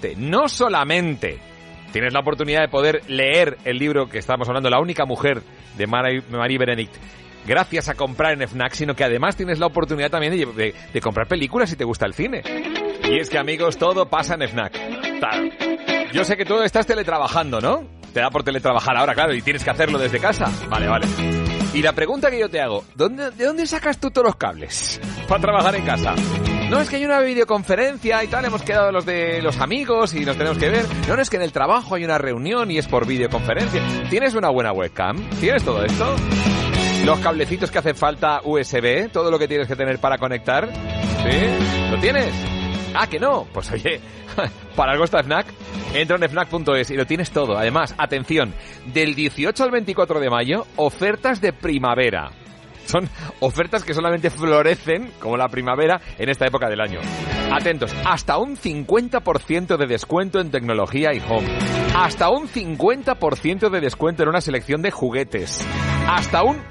solamente tienes la oportunidad de poder leer el libro que estábamos hablando, La única mujer de Mari Benedict, gracias a comprar en FNAC, sino que además tienes la oportunidad también de comprar películas si te gusta el cine. Y es que, amigos, todo pasa en FNAC. Claro. Yo sé que tú estás teletrabajando, ¿no? Te da por teletrabajar ahora, claro, y tienes que hacerlo desde casa. Vale. Y la pregunta que yo te hago, ¿de dónde sacas tú todos los cables para trabajar en casa? No, es que hay una videoconferencia y tal, hemos quedado los de los amigos y nos tenemos que ver. No, es que en el trabajo hay una reunión y es por videoconferencia. ¿Tienes una buena webcam? ¿Tienes todo esto? Los cablecitos que hacen falta USB, todo lo que tienes que tener para conectar. ¿Sí? ¿Lo tienes? Ah, que no. Pues oye, para algo está FNAC. Entra en FNAC.es y lo tienes todo. Además, atención, del 18 al 24 de mayo, ofertas de primavera. Son ofertas que solamente florecen, como la primavera, en esta época del año. Atentos, hasta un 50% de descuento en tecnología y home. Hasta un 50% de descuento en una selección de juguetes. Hasta un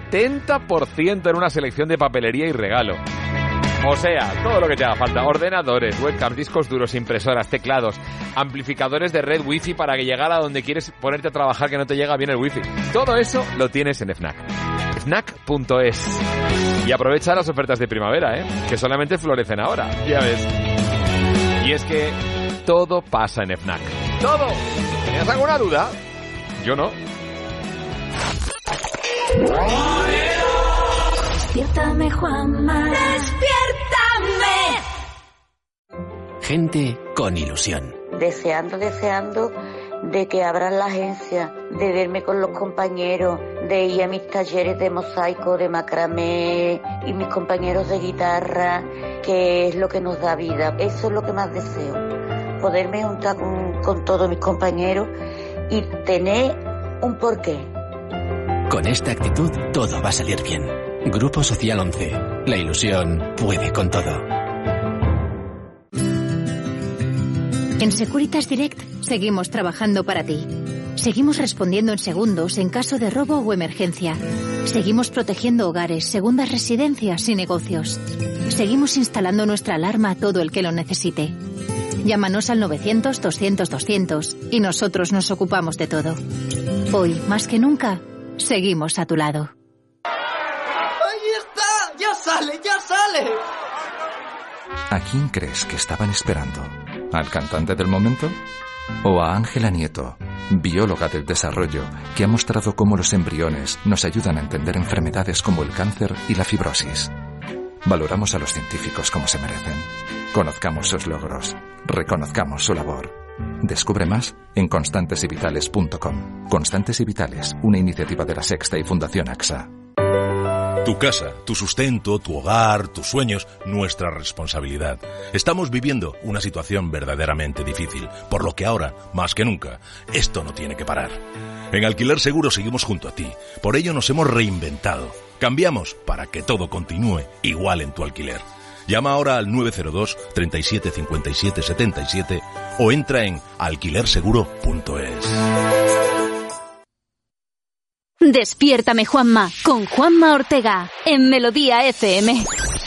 70% en una selección de papelería y regalo. O sea, todo lo que te haga falta. Ordenadores, webcams, discos duros, impresoras, teclados, amplificadores de red wifi para que llegar a donde quieres ponerte a trabajar que no te llega bien el wifi. Todo eso lo tienes en FNAC. FNAC.es. Y aprovecha las ofertas de primavera, que solamente florecen ahora. Ya ves. Y es que todo pasa en FNAC. ¡Todo! ¿Tenías alguna duda? Yo no. Despiértame, Juanma. ¡Despiértame! Gente con ilusión. Deseando de que abran la agencia, de verme con los compañeros, de ir a mis talleres de mosaico, de macramé y mis compañeros de guitarra, que es lo que nos da vida. Eso es lo que más deseo, poderme juntar con todos mis compañeros y tener un porqué. Con esta actitud todo va a salir bien. Grupo Social 11. La ilusión puede con todo. En Securitas Direct seguimos trabajando para ti. Seguimos respondiendo en segundos en caso de robo o emergencia. Seguimos protegiendo hogares, segundas residencias y negocios. Seguimos instalando nuestra alarma a todo el que lo necesite. Llámanos al 900-200-200 y nosotros nos ocupamos de todo. Hoy, más que nunca, seguimos a tu lado. ¡Ahí está! ¡Ya sale, ya sale! ¿A quién crees que estaban esperando? ¿Al cantante del momento? ¿O a Ángela Nieto, bióloga del desarrollo, que ha mostrado cómo los embriones nos ayudan a entender enfermedades como el cáncer y la fibrosis? Valoramos a los científicos como se merecen. Conozcamos sus logros. Reconozcamos su labor. Descubre más en constantesyvitales.com. Constantes y Vitales, una iniciativa de La Sexta y Fundación AXA. Tu casa, tu sustento, tu hogar, tus sueños, nuestra responsabilidad. Estamos viviendo una situación verdaderamente difícil, por lo que ahora, más que nunca, esto no tiene que parar. En Alquiler Seguro seguimos junto a ti, por ello nos hemos reinventado. Cambiamos para que todo continúe igual en tu alquiler. Llama ahora al 902 37 57 77 o entra en alquilerseguro.es. Despiértame, Juanma, con Juanma Ortega, en Melodía FM.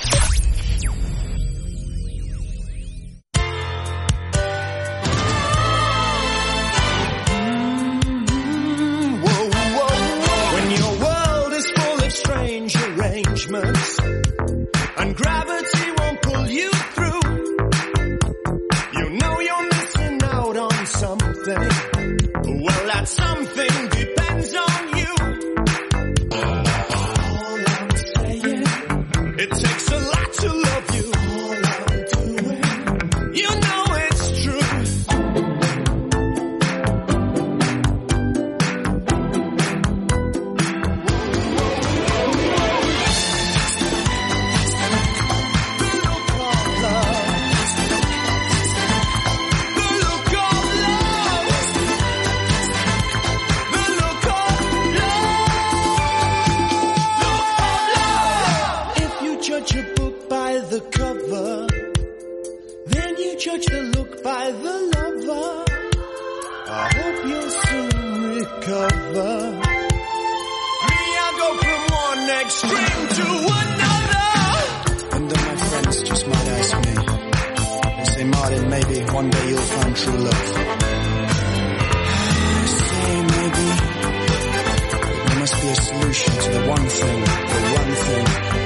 When your world is full of strange arrangements and gravity won't pull you through, you know you're missing out on something. Well, that something depends on you. All I'm saying, it takes a lot to love you. All I'm doing, you know it's true. Judge a book by the cover, then you judge the look by the lover. I hope you'll soon recover. Me, I go from one extreme to another. And then my friends just might ask me, they say, Martin, maybe one day you'll find true love. I say maybe, but there must be a solution to the one thing, the one thing.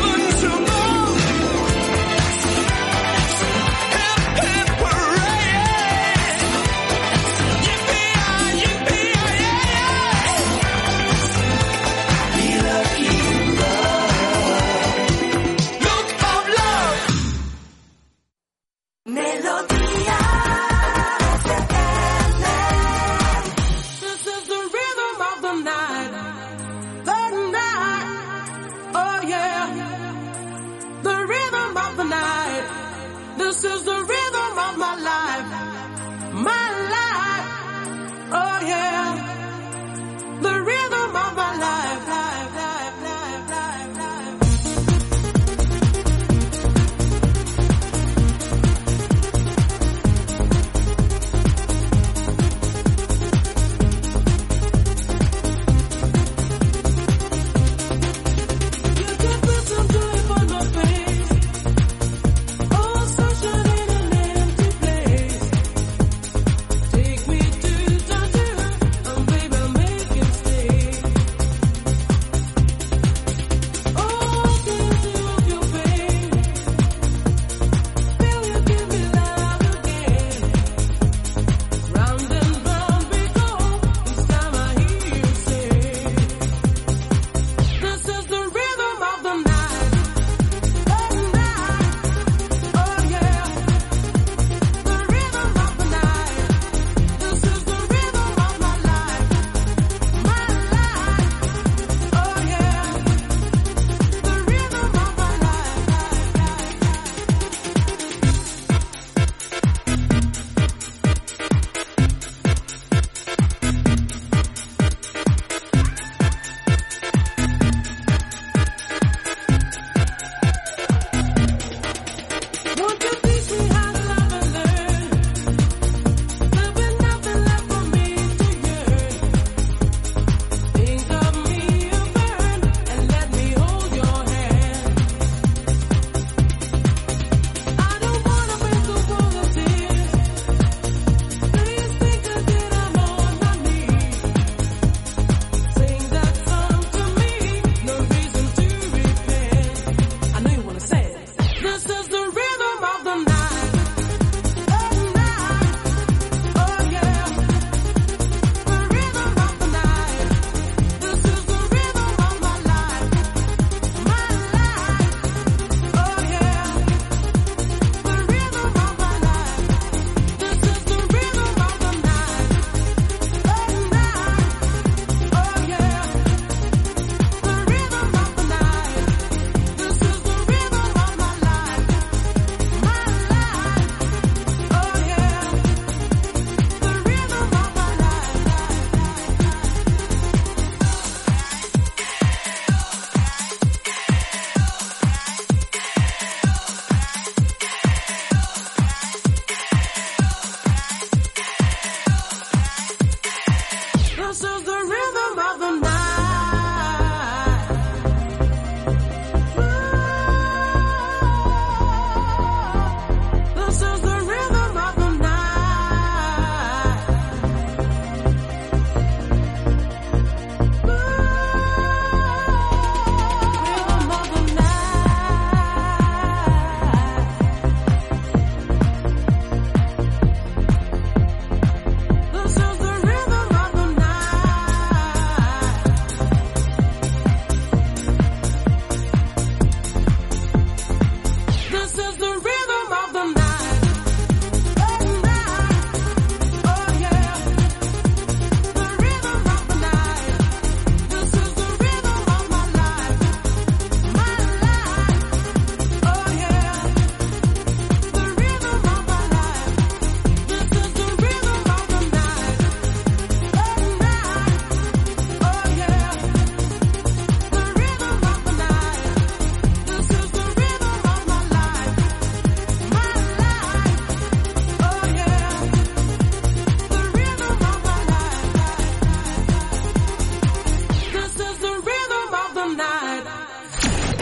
Hip, hip, hooray!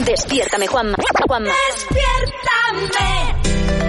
Despiértame, Juanma. Despiértame.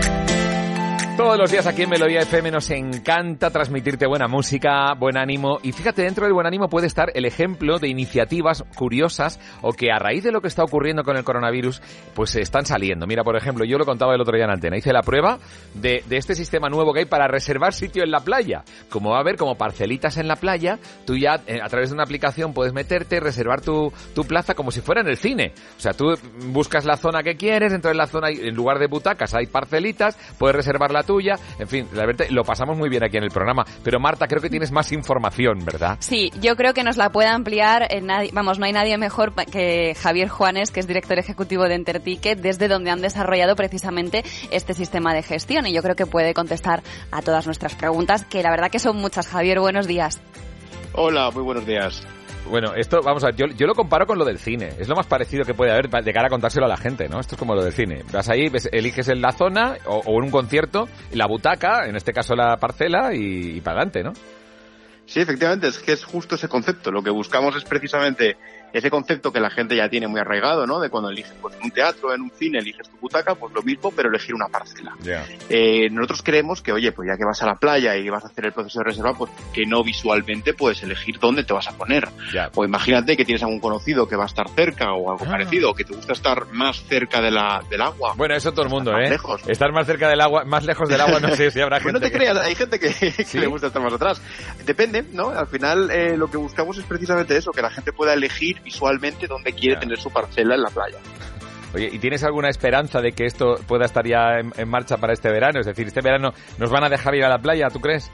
Todos los días aquí en Melodía FM nos encanta transmitirte buena música, buen ánimo. Y fíjate, dentro del buen ánimo puede estar el ejemplo de iniciativas curiosas o que a raíz de lo que está ocurriendo con el coronavirus, pues están saliendo. Mira, por ejemplo, yo lo contaba el otro día en Antena. Hice la prueba de este sistema nuevo que hay para reservar sitio en la playa. Como va a haber como parcelitas en la playa, tú ya a través de una aplicación puedes meterte, reservar tu plaza como si fuera en el cine. O sea, tú buscas la zona que quieres, dentro de la zona, en lugar de butacas hay parcelitas, puedes reservar la tuya, en fin, la verdad, lo pasamos muy bien aquí en el programa. Pero Marta, creo que tienes más información, ¿verdad? Sí, yo creo que nos la puede ampliar, no hay nadie mejor que Javier Juanes, que es director ejecutivo de Enterticket, desde donde han desarrollado precisamente este sistema de gestión, y yo creo que puede contestar a todas nuestras preguntas, que la verdad que son muchas. Javier, buenos días. Hola, muy buenos días. Bueno, esto, vamos a ver, yo lo comparo con lo del cine. Es lo más parecido que puede haber de cara a contárselo a la gente, ¿no? Esto es como lo del cine. Vas ahí, eliges en la zona o en un concierto, la butaca, en este caso la parcela, y para adelante, ¿no? Sí, efectivamente, es que es justo ese concepto. Lo que buscamos es precisamente ese concepto que la gente ya tiene muy arraigado, ¿no? De cuando eliges, pues en un teatro, en un cine, eliges tu butaca, pues lo mismo, pero elegir una parcela. Yeah. Nosotros creemos que, oye, pues ya que vas a la playa y vas a hacer el proceso de reserva, pues que no visualmente puedes elegir dónde te vas a poner. Yeah. O imagínate que tienes algún conocido que va a estar cerca o algo parecido, que te gusta estar más cerca del agua. Bueno, eso todo el mundo, ¿eh? Lejos. Estar más cerca del agua, más lejos del agua, no sé si habrá pues gente. No te creas, hay gente que le gusta estar más atrás. Depende, ¿no? Al final lo que buscamos es precisamente eso, que la gente pueda elegir visualmente dónde quiere tener su parcela en la playa. Oye, ¿y tienes alguna esperanza de que esto pueda estar ya en marcha para este verano? Es decir, ¿este verano nos van a dejar ir a la playa, tú crees?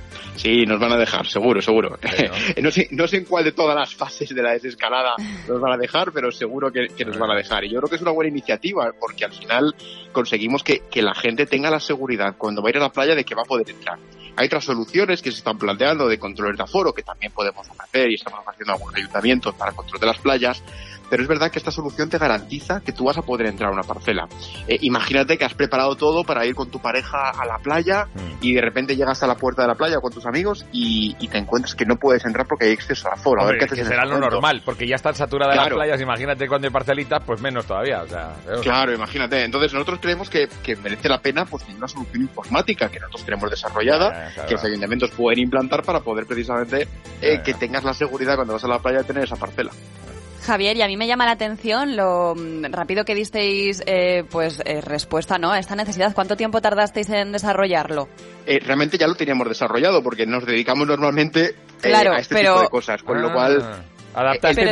Sí, nos van a dejar, seguro. Sí, ¿no? No sé en cuál de todas las fases de la desescalada nos van a dejar, pero seguro que nos van a dejar. Y yo creo que es una buena iniciativa, porque al final conseguimos que la gente tenga la seguridad cuando va a ir a la playa de que va a poder entrar. Hay otras soluciones que se están planteando de controles de aforo, que también podemos ofrecer y estamos haciendo algunos ayuntamientos para control de las playas, pero es verdad que esta solución te garantiza que tú vas a poder entrar a una parcela. Imagínate que has preparado todo para ir con tu pareja a la playa y de repente llegas a la puerta de la playa con tus amigos y te encuentras que no puedes entrar porque hay exceso de aforo. Hombre, a ver qué haces que será lo normal, porque ya están saturadas las playas, imagínate cuando hay parcelitas, pues menos todavía. O sea, claro, imagínate. Entonces nosotros creemos que merece la pena pues tener una solución informática que nosotros tenemos desarrollada, que los ayuntamientos pueden implantar para poder precisamente que tengas la seguridad cuando vas a la playa de tener esa parcela. Javier, y a mí me llama la atención lo rápido que disteis respuesta, ¿no?, a esta necesidad. ¿Cuánto tiempo tardasteis en desarrollarlo? Realmente ya lo teníamos desarrollado porque nos dedicamos normalmente claro, a este tipo de cosas, con lo cual... Adaptaste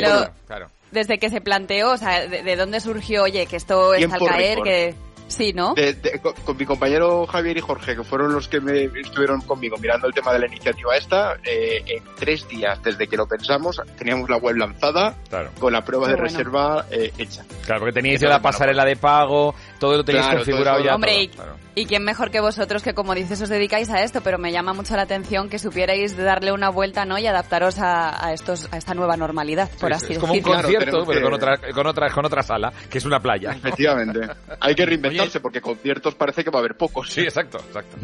desde que se planteó, o sea, ¿de dónde surgió, oye, que esto está al caer, que... Sí, ¿no? Con mi compañero Javier y Jorge, que fueron los que estuvieron conmigo mirando el tema de la iniciativa esta, en 3 días desde que lo pensamos, teníamos la web lanzada, con la prueba de reserva hecha. Claro, porque teníais ya la pasarela de pago, todo lo teníais configurado ya. Hombre, y quién mejor que vosotros, que como dices os dedicáis a esto, pero me llama mucho la atención que supierais darle una vuelta, ¿no?, y adaptaros a esta nueva normalidad, por así decirlo. Es como un concierto, pero con otra sala, que es una playa. Efectivamente. Hay que reinventarse porque conciertos parece que va a haber pocos. Sí, exacto.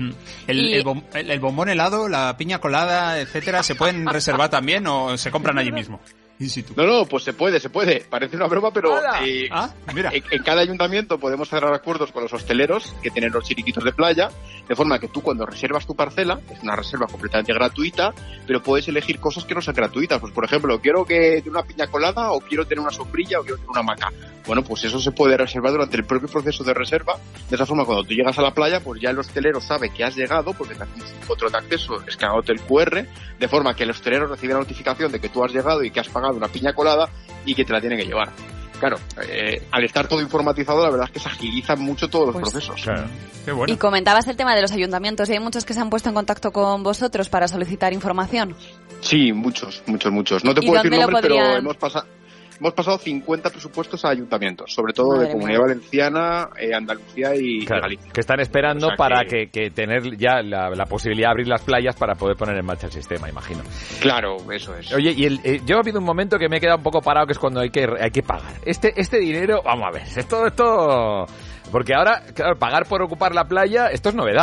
El bombón helado, la piña colada, etcétera, ¿se pueden reservar también o se compran allí mismo? No, pues se puede. Parece una broma, pero mira. En cada ayuntamiento podemos cerrar acuerdos con los hosteleros que tienen los chiringuitos de playa, de forma que tú cuando reservas tu parcela, es una reserva completamente gratuita, pero puedes elegir cosas que no sean gratuitas. Pues por ejemplo, quiero que tenga una piña colada, o quiero tener una sombrilla, o quiero tener una hamaca. Bueno, pues eso se puede reservar durante el propio proceso de reserva. De esa forma, cuando tú llegas a la playa, pues ya el hostelero sabe que has llegado, porque te haces un control de acceso escaneándote el QR, de forma que el hostelero recibe la notificación de que tú has llegado y que has pagado una piña colada y que te la tiene que llevar. Claro, al estar todo informatizado, la verdad es que se agilizan mucho todos los procesos. Claro. Qué bueno. Y comentabas el tema de los ayuntamientos, ¿y hay muchos que se han puesto en contacto con vosotros para solicitar información? Sí, muchos. No te puedo decir nombres, pero hemos pasado 50 presupuestos a ayuntamientos, sobre todo de Comunidad Valenciana, Andalucía y Galicia. Que están esperando para que tener ya la posibilidad de abrir las playas para poder poner en marcha el sistema, imagino. Claro, eso es. Oye, y yo ha habido un momento que me he quedado un poco parado, que es cuando hay que pagar. Este dinero, vamos a ver, esto... Porque ahora, claro, pagar por ocupar la playa, esto es novedad.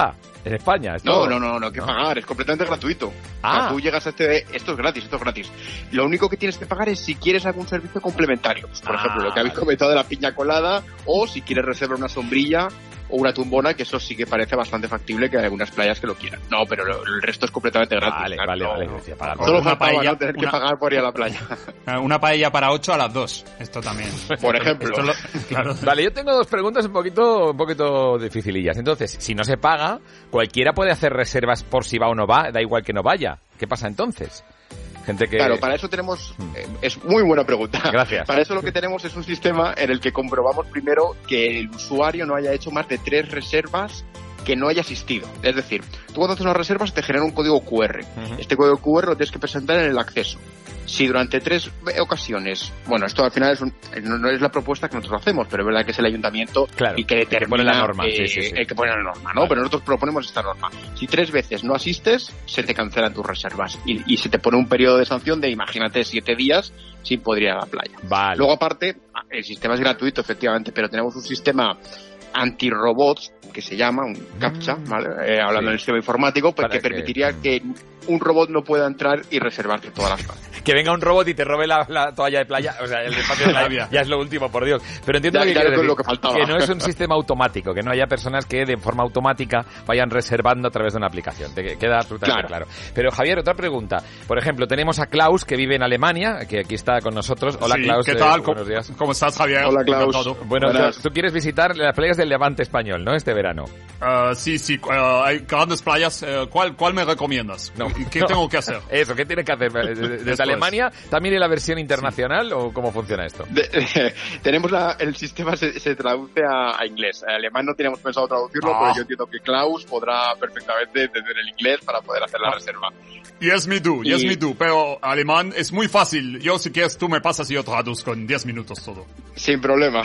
en España. Esto... No, hay que pagar, es completamente gratuito. O sea, tú llegas a esto es gratis. Lo único que tienes que pagar es si quieres algún servicio complementario. Pues, por ejemplo, lo que habéis comentado de la piña colada, o si quieres reservar una sombrilla o una tumbona, que eso sí que parece bastante factible, que hay algunas playas que lo quieran. No, pero el resto es completamente gratis. Vale. Solo faltaba no tener que pagar por ir a la playa. Una paella para 8 a las 2. Esto también. Por ejemplo. Claro. Vale, yo tengo dos preguntas un poquito dificilillas. Entonces, si no se paga, cualquiera puede hacer reservas por si va o no va, da igual que no vaya. ¿Qué pasa entonces? Gente que... Claro, para eso tenemos... es muy buena pregunta. Gracias. Para eso lo que tenemos es un sistema en el que comprobamos primero que el usuario no haya hecho más de 3 reservas que no haya asistido. Es decir, tú cuando haces una reserva se te genera un código QR. Este código QR lo tienes que presentar en el acceso. Si durante 3 ocasiones, bueno, esto al final no es la propuesta que nosotros hacemos, pero es verdad que es el ayuntamiento y que determina, que pone la norma, el que pone la norma, ¿no? Pero nosotros proponemos esta norma. Si 3 veces no asistes, se te cancelan tus reservas y se te pone un periodo de sanción de, imagínate, 7 días sin poder ir a la playa. Vale. Luego, aparte, el sistema es gratuito, efectivamente, pero tenemos un sistema anti-robots, que se llama un CAPTCHA, ¿vale? Hablando del sistema informático, pues que permitiría que un robot no pueda entrar y reservarte todas las plazas. Que venga un robot y te robe la toalla de playa, o sea, el espacio de playa, ya es lo último, por Dios. Pero entiendo ya, que quiere decir, lo que faltaba. que no es un sistema automático, que no haya personas que de forma automática vayan reservando a través de una aplicación. Te queda absolutamente claro. Pero Javier, otra pregunta. Por ejemplo, tenemos a Klaus, que vive en Alemania, que aquí está con nosotros. Hola, Klaus. ¿Qué tal? Buenos días. ¿Cómo estás, Javier? Hola, Klaus. Bueno, tú quieres visitar las playas del Levante español, ¿no? Este verano. Sí, hay grandes playas. ¿Cuál me recomiendas? ¿Qué tengo que hacer? Eso, ¿qué tienes que hacer? ¿Desde Alemania también hay la versión internacional o cómo funciona esto? Tenemos el sistema se traduce a inglés. En alemán no teníamos pensado traducirlo, pero yo entiendo que Klaus podrá perfectamente entender el inglés para poder hacer la reserva. Yes, me do, pero alemán es muy fácil. Yo, si quieres, tú me pasas y yo traduzco en 10 minutos todo. Sin problema.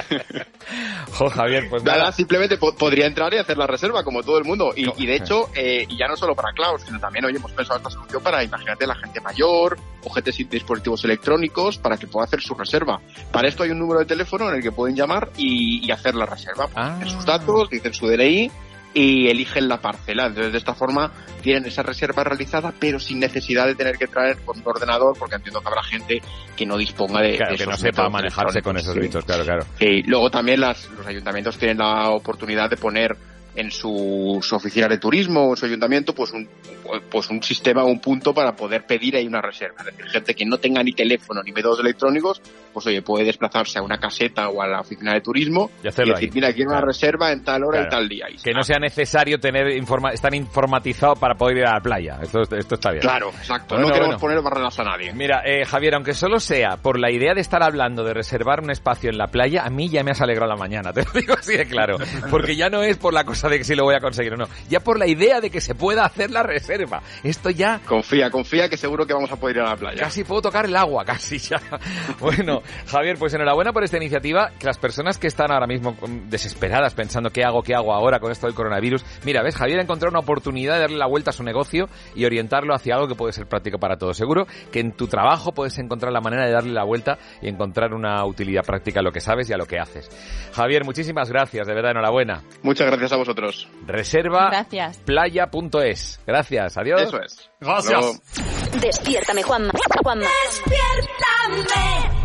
Javier, pues nada, simplemente podría entrar y hacer la reserva como todo el mundo. Y de hecho, y ya no solo para Klaus, sino también hoy hemos pensado esta solución para, imagínate, la gente mayor o gente sin dispositivos electrónicos para que pueda hacer su reserva. Para esto hay un número de teléfono en el que pueden llamar y hacer la reserva. Dicen sus datos, dicen su DNI y eligen la parcela. Entonces, de esta forma tienen esa reserva realizada, pero sin necesidad de tener que traer con un ordenador, porque entiendo que habrá gente que no disponga de que no sepa manejarse con esos bichos, claro. Y luego también los ayuntamientos tienen la oportunidad de poner en sus oficinas de turismo o en su ayuntamiento pues un sistema, un punto para poder pedir ahí una reserva. Es decir, gente que no tenga ni teléfono ni métodos electrónicos, pues oye, puede desplazarse a una caseta o a la oficina de turismo y decir, ahí. Mira, quiero una reserva en tal hora y tal día. Y que no sea necesario estar informatizado para poder ir a la playa. Esto está bien. Claro, exacto. No queremos poner barreras a nadie. Mira, Javier, aunque solo sea por la idea de estar hablando de reservar un espacio en la playa, a mí ya me has alegrado la mañana, te lo digo así de claro. Porque ya no es por la cosa de que si lo voy a conseguir o no, ya por la idea de que se pueda hacer la reserva. Esto ya... Confía que seguro que vamos a poder ir a la playa. Casi puedo tocar el agua, casi ya. Bueno, Javier, pues enhorabuena por esta iniciativa, que las personas que están ahora mismo desesperadas pensando qué hago ahora con esto del coronavirus, mira, ves, Javier ha encontrado una oportunidad de darle la vuelta a su negocio y orientarlo hacia algo que puede ser práctico para todos. Seguro que en tu trabajo puedes encontrar la manera de darle la vuelta y encontrar una utilidad práctica a lo que sabes y a lo que haces. Javier, muchísimas gracias, de verdad, enhorabuena. Muchas gracias a vosotros. Reserva playa.es. Gracias, adiós. Eso es. Gracias. Despiértame, Juanma. Despiértame.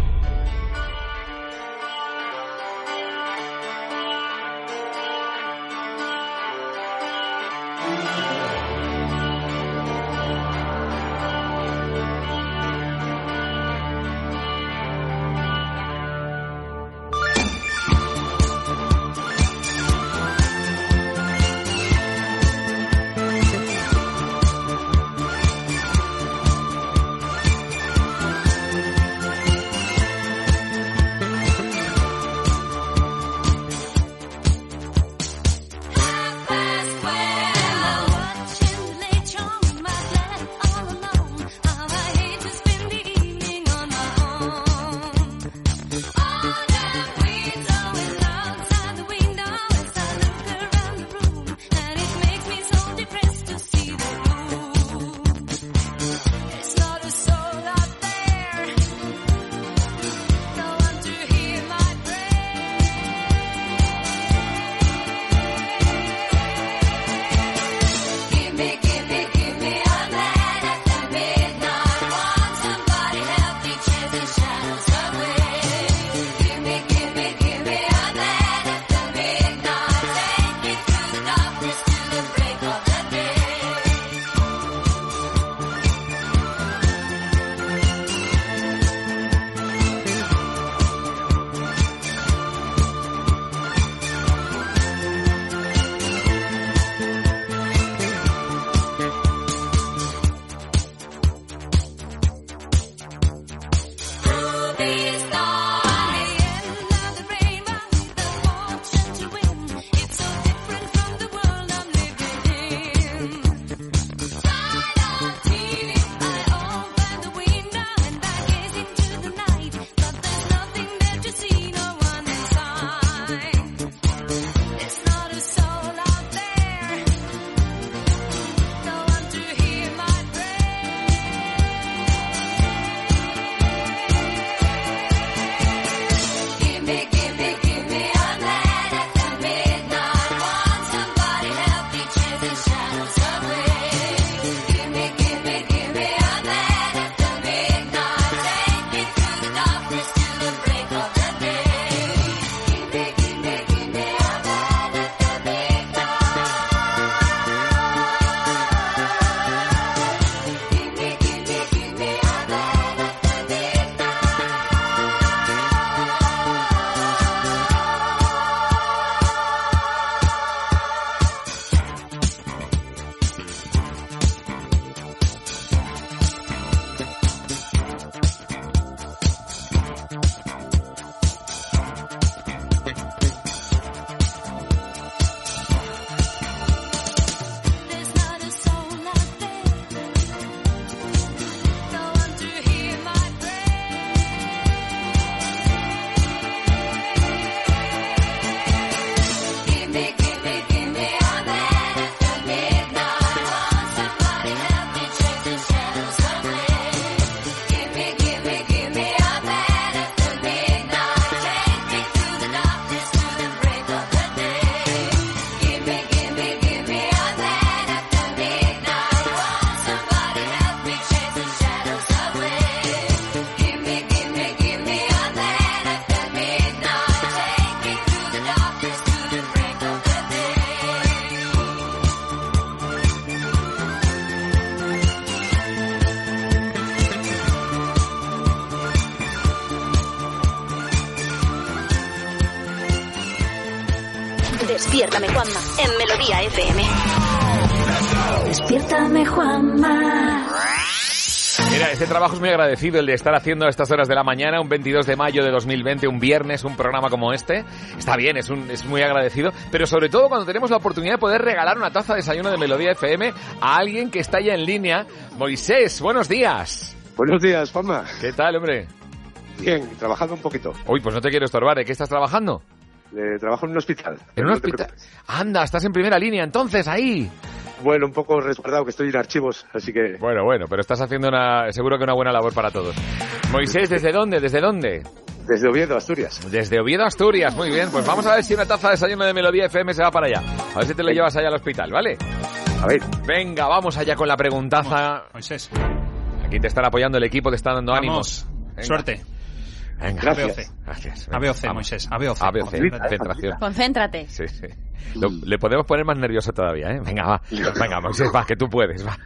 Despiértame, Juanma, en Melodía FM. Despiértame, Juanma. Mira, este trabajo es muy agradecido, el de estar haciendo a estas horas de la mañana, un 22 de mayo de 2020, un viernes, un programa como este. Está bien, es muy agradecido, pero sobre todo cuando tenemos la oportunidad de poder regalar una taza de desayuno de Melodía FM a alguien que está ya en línea. Moisés, buenos días. Buenos días, Juanma. ¿Qué tal, hombre? Bien, trabajando un poquito. Uy, pues no te quiero estorbar, ¿de qué estás trabajando? Trabajo en un hospital. ¿En un hospital? Anda, estás en primera línea, entonces, ahí. Bueno, un poco resguardado, que estoy en archivos, así que... Bueno, pero estás haciendo seguro que una buena labor para todos. Moisés, ¿desde dónde? ¿Desde dónde? Desde Oviedo, Asturias. Desde Oviedo, Asturias, muy bien. Pues vamos a ver si una taza de desayuno de Melodía FM se va para allá. A ver si te lo llevas allá al hospital, ¿vale? A ver. Venga, vamos allá con la preguntaza. Moisés. Aquí te están apoyando el equipo, te están dando ánimos. Venga. Suerte. Venga, gracias. Gracias. ABOC, Moisés. ABOC. Concentración. Concéntrate. Sí. Le podemos poner más nervioso todavía, ¿eh? Venga, va. Venga, Moisés, va, que tú puedes, va.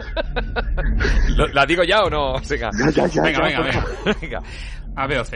¿La digo ya o no? Venga. Ya. Venga. ABOC.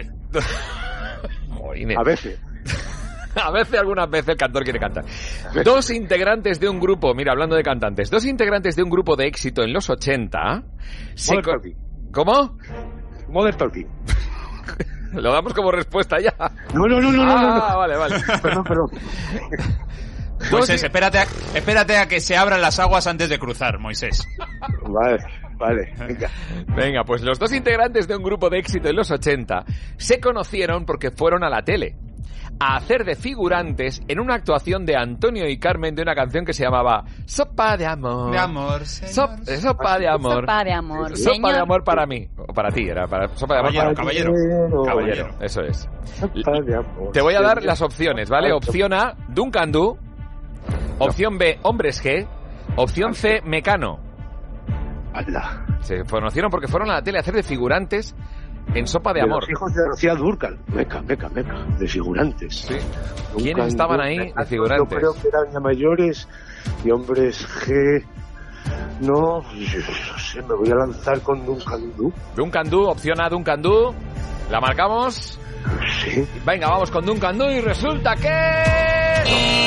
A veces. A veces, algunas veces, el cantor quiere cantar. Dos integrantes de un grupo, mira, hablando de cantantes, dos integrantes de un grupo de éxito en los 80... ¿Cómo? Modern Talking. Lo damos como respuesta ya. No. Vale. Perdón. Moisés, espérate a que se abran las aguas antes de cruzar, Moisés. Vale. Venga, pues los dos integrantes de un grupo de éxito en los 80 se conocieron porque fueron a la tele a hacer de figurantes en una actuación de Antonio y Carmen de una canción que se llamaba Sopa de Amor. De amor, señor. Sopa de Amor. Sopa de Amor. Sopa de Amor para mí. O para ti, era para Sopa de Amor. Caballero, eso es. Sopa de Amor. Te voy a dar las opciones, ¿vale? Opción A, Duncan Du. Opción B, Hombres G. Opción C, Mecano. Se conocieron porque fueron a la tele a hacer de figurantes en Sopa de Amor. Los hijos de Rocío Dúrcal. Meca, de figurantes. Sí. ¿Quiénes estaban ahí de figurantes? Yo creo que eran ya mayores y Hombres G. No sé, me voy a lanzar con Duncan Du. Duncan Du, opción A, Duncan Du. ¿La marcamos? Sí. Venga, vamos con Duncan Du y resulta que...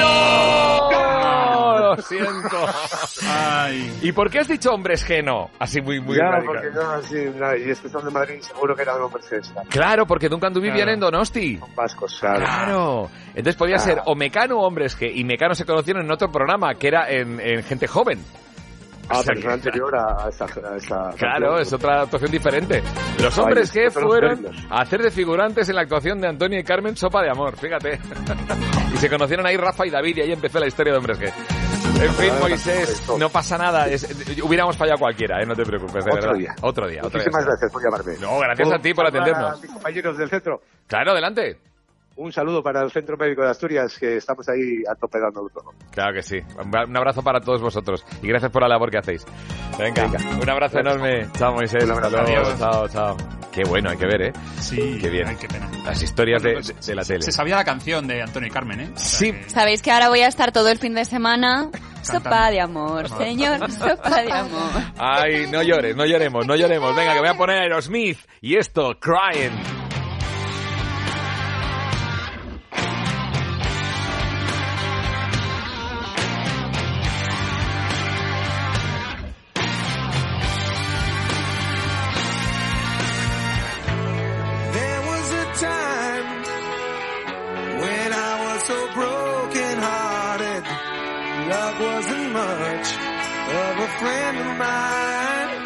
¡No! Lo siento. Ay. ¿Y por qué has dicho Hombres G no? Así muy ya, radical. porque no, así, y es que son de Madrid, seguro que eran Hombres G. Claro, porque Duncan Du vivían en Donosti. Son vascos, Claro. Entonces podía ser o Mecano o Hombres G. Y Mecano se conocieron en otro programa, que era en Gente Joven. Pero es anterior a esta Claro, es otra actuación diferente. Los Hombres G fueron a hacer de figurantes en la actuación de Antonio y Carmen Sopa de Amor, fíjate. Y se conocieron ahí Rafa y David y ahí empezó la historia de Hombres G. En fin, Moisés, no pasa nada. Hubiéramos fallado cualquiera, no te preocupes. Otro día. Muchísimas gracias por llamarme. No, gracias a ti por atendernos. A mis compañeros del centro. Claro, adelante. Un saludo para el Centro Médico de Asturias, que estamos ahí a tope dándolo todo. Claro que sí. Un abrazo para todos vosotros y gracias por la labor que hacéis. Venga. Un abrazo enorme. Chao, Moisés. Hasta luego. Chao. Qué bueno, hay que ver, ¿eh? Sí. Qué bien. Ay, qué pena. Las historias de la tele. Se sabía la canción de Antonio y Carmen, ¿eh? Sí. Sabéis que ahora voy a estar todo el fin de semana... Sopa de amor, señor, sopa de amor. Ay, no lloremos. Venga, que voy a poner Aerosmith y esto, Crying. Love wasn't much of a friend of mine.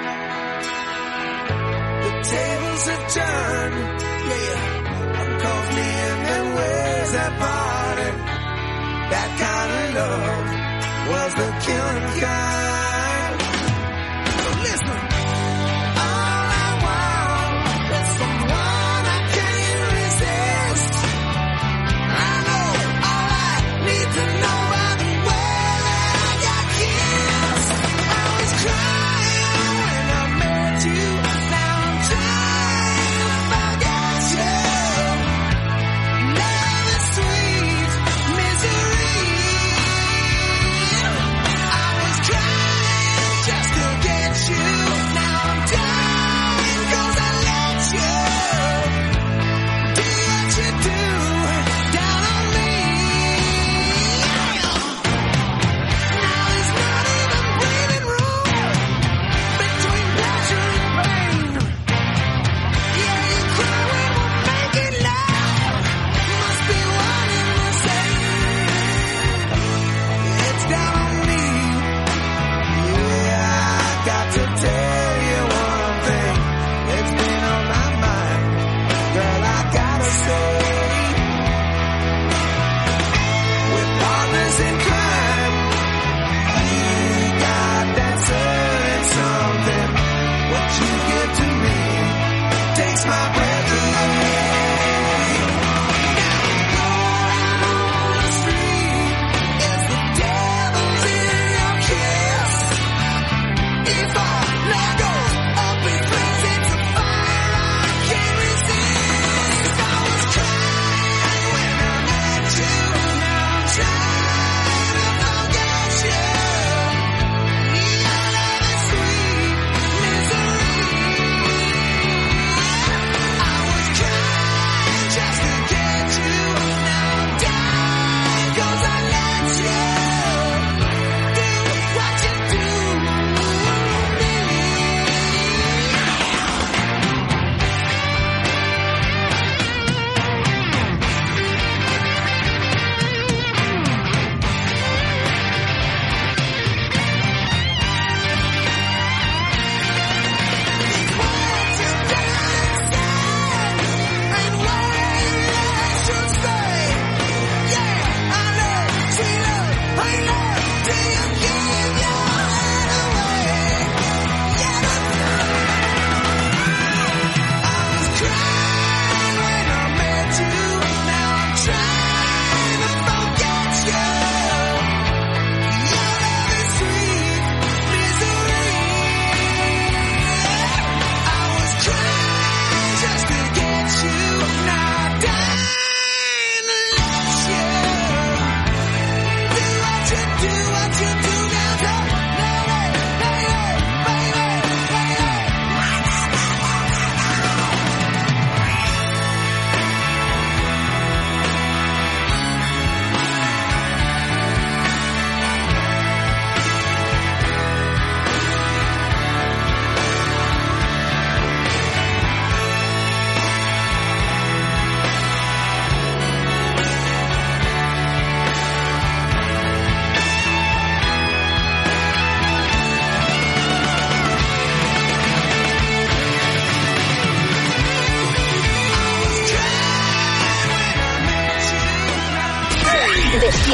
The tables have turned, cause me and them ways have parted. That kind of love was the killing kind. So listen, all I want is someone I can't resist. I know all I need to know. Misery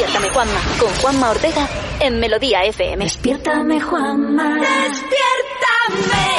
Despiértame, Juanma, con Juanma Ortega en Melodía FM. Despiértame, Juanma. Despiértame.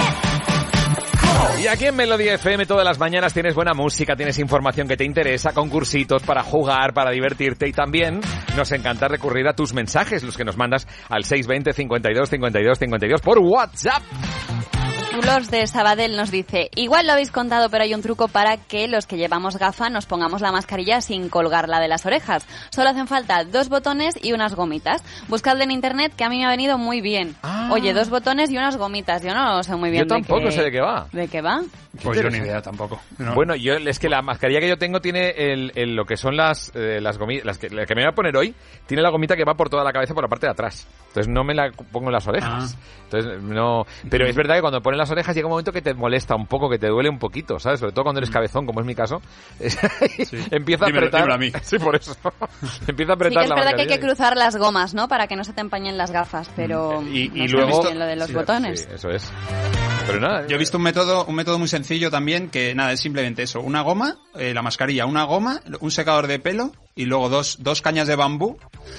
Y aquí en Melodía FM todas las mañanas tienes buena música, tienes información que te interesa, concursitos para jugar, para divertirte y también nos encanta recurrir a tus mensajes, los que nos mandas al 620 52 52 52 por WhatsApp. Tulos de Sabadell nos dice: igual lo habéis contado, pero hay un truco para que los que llevamos gafa nos pongamos la mascarilla sin colgarla de las orejas. Solo hacen falta 2 botones y unas gomitas. Buscadlo en internet, que a mí me ha venido muy bien. Oye, 2 botones y unas gomitas. Yo no sé muy bien. Yo tampoco sé de qué va. ¿De qué va? Pues yo ni idea tampoco. No. Bueno, yo es que la mascarilla que yo tengo tiene lo que son las gomitas, la que me voy a poner hoy, tiene la gomita que va por toda la cabeza por la parte de atrás. Entonces no me la pongo en las orejas. Entonces no, pero es verdad que cuando pones las orejas llega un momento que te molesta un poco, que te duele un poquito, ¿sabes? Sobre todo cuando eres cabezón, como es mi caso. Empieza a apretar. Dímelo a mí. Sí, por eso. Empieza a apretar. Sí, que es verdad que hay que cruzar las gomas, ¿no? Para que no se te empañen las gafas, pero y no luego sé lo de los botones. Sí, eso es. Pero nada. Yo he visto un método muy sencillo también, que nada, es simplemente eso: una goma, la mascarilla, una goma, un secador de pelo y luego dos cañas de bambú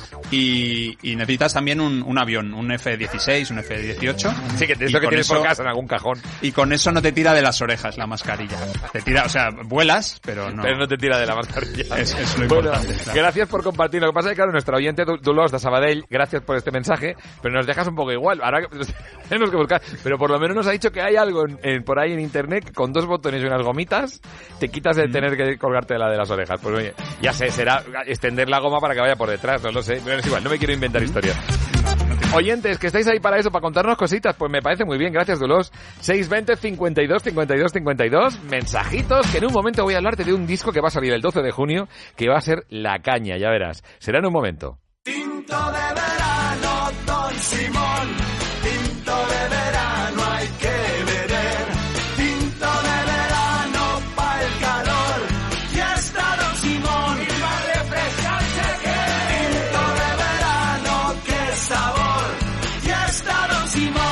y necesitas también un avión, un F-16, un F-18. Sí, que es lo que tienes por casa en algún cajón. Y con eso no te tira de las orejas la mascarilla. Te tira, o sea, vuelas, pero no. Pero no te tira de la mascarilla. Es lo importante. Claro. Gracias por compartir. Lo que pasa es que, claro, nuestro oyente Dulos de Sabadell, gracias por este mensaje, pero nos dejas un poco igual. Ahora tenemos que buscar. Pero por lo menos nos ha dicho que hay algo por ahí en internet que con 2 botones y unas gomitas te quitas de tener que colgarte la de las orejas. Pues oye, ya sé, será extender la goma para que vaya por detrás, no lo sé. Pero es igual, no me quiero inventar historias. Oyentes, que estáis ahí para eso, para contarnos cositas, pues me parece muy bien, gracias Dulos. 620 52 52 52, mensajitos, que en un momento voy a hablarte de un disco que va a salir el 12 de junio, que va a ser La Caña, ya verás. Será en un momento. Tinto de verano, Don Simón, tinto de verano hay que beber, tinto de verano pa' el calor, ya está Don Simón, y para refrescarse que, tinto de verano, qué sabor, ya está Don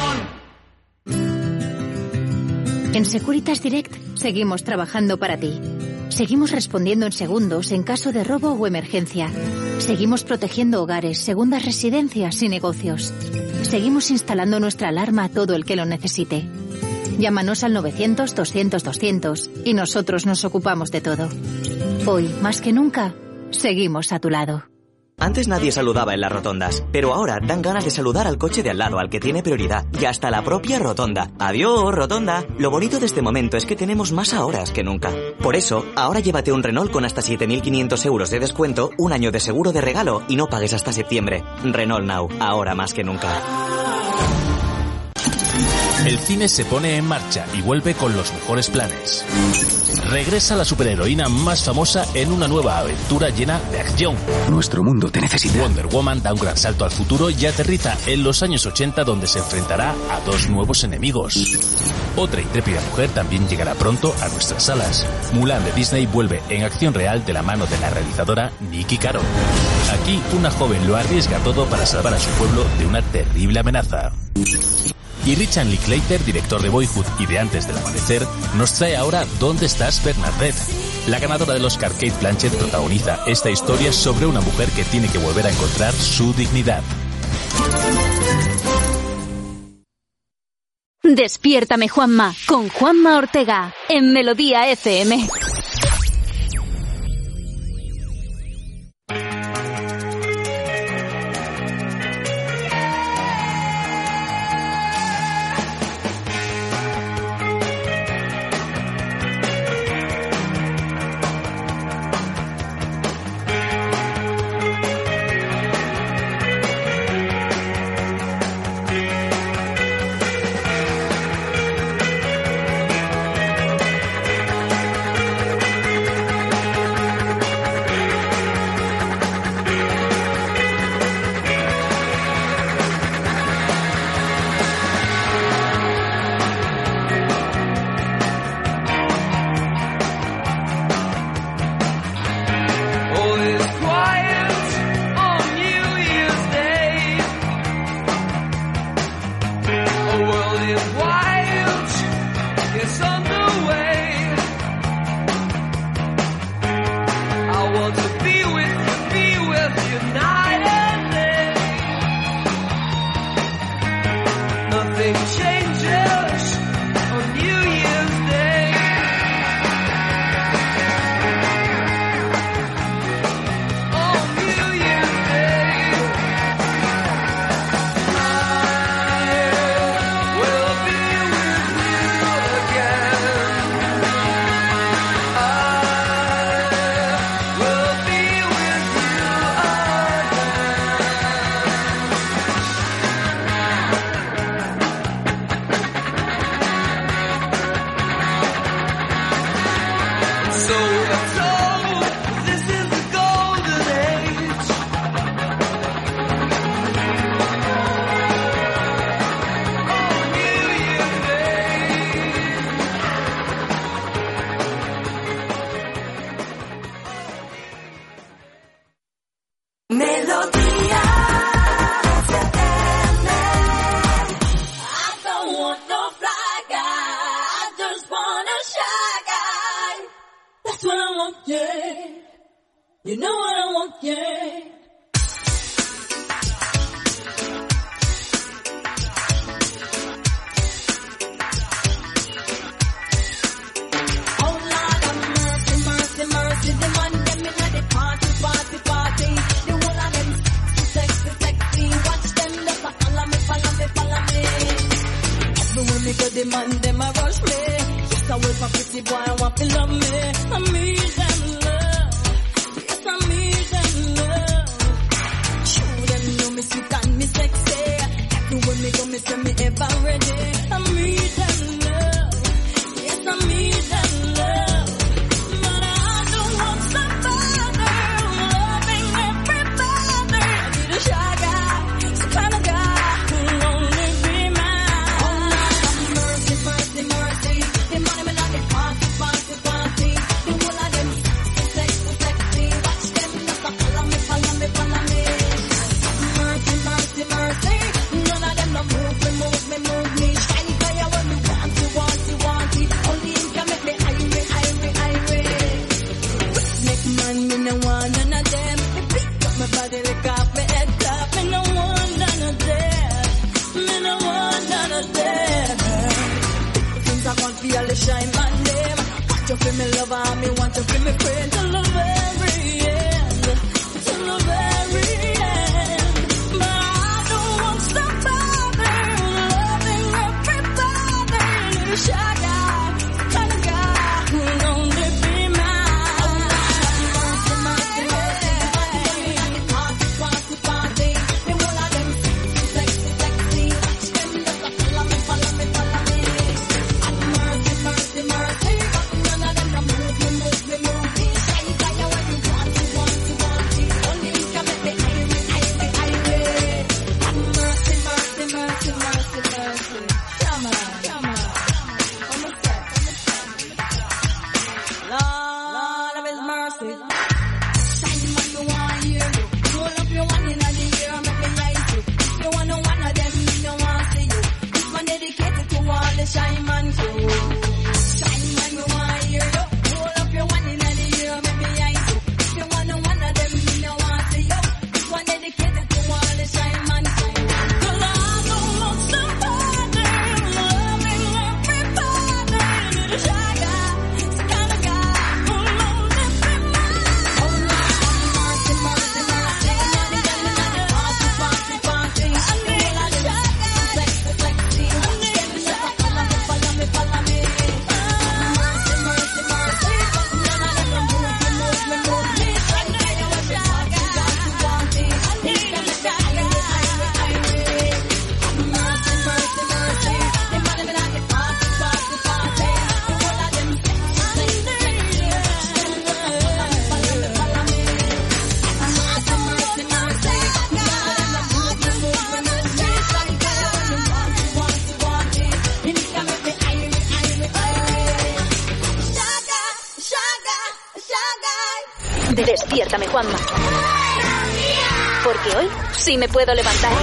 Simón. En Securitas Direct seguimos trabajando para ti. Seguimos respondiendo en segundos en caso de robo o emergencia. Seguimos protegiendo hogares, segundas residencias y negocios. Seguimos instalando nuestra alarma a todo el que lo necesite. Llámanos al 900-200-200 y nosotros nos ocupamos de todo. Hoy, más que nunca, seguimos a tu lado. Antes nadie saludaba en las rotondas, pero ahora dan ganas de saludar al coche de al lado, al que tiene prioridad, y hasta la propia rotonda. ¡Adiós, rotonda! Lo bonito de este momento es que tenemos más ahoras que nunca. Por eso, ahora llévate un Renault con hasta 7.500 euros de descuento, un año de seguro de regalo y no pagues hasta septiembre. Renault Now, ahora más que nunca. El cine se pone en marcha y vuelve con los mejores planes. Regresa la superheroína más famosa en una nueva aventura llena de acción. Nuestro mundo te necesita. Wonder Woman da un gran salto al futuro y aterriza en los años 80, donde se enfrentará a 2 nuevos enemigos. Otra intrépida mujer también llegará pronto a nuestras salas. Mulan de Disney vuelve en acción real de la mano de la realizadora Nikki Caro. Aquí una joven lo arriesga todo para salvar a su pueblo de una terrible amenaza. Y Richard Linklater, director de Boyhood y de Antes del Amanecer, nos trae ahora ¿Dónde estás, Bernadette? La ganadora del Oscar, Cate Blanchett, protagoniza esta historia sobre una mujer que tiene que volver a encontrar su dignidad. Despiértame, Juanma, con Juanma Ortega, en Melodía FM. want, yeah. You know what I want, yeah. Mercy, the man them in the party. The whole of them sexy. Watch them just a follow me. Everywhere me go, the man them a rush me. Just a wait for pretty boy, I want to love me. I need them love. Yes, I need them love. Show them know me sweet and me sexy. Everywhere me go, me say me ever ready. I need them love. Yes, I need them love. Shine my name. Want to feel me lover, me want to feel me friend till the very end, till the very end. But I don't want somebody loving everybody. Need a shy guy, kind of guy who'll only be mine. Party. The whole of them sexy. Them just a follow me. Mercy, none of them can move me. Shy guy, when you want it. Only you can make me irate. Mercy. Come on. Almost there. Lord of His mercy. Shine man, you want hear you. Roll up your one in the ear, make me nice you. You want no one of them, me no want see you. This one dedicated to all the shy man crew. Despiértame, Juanma. Porque hoy sí me puedo levantar.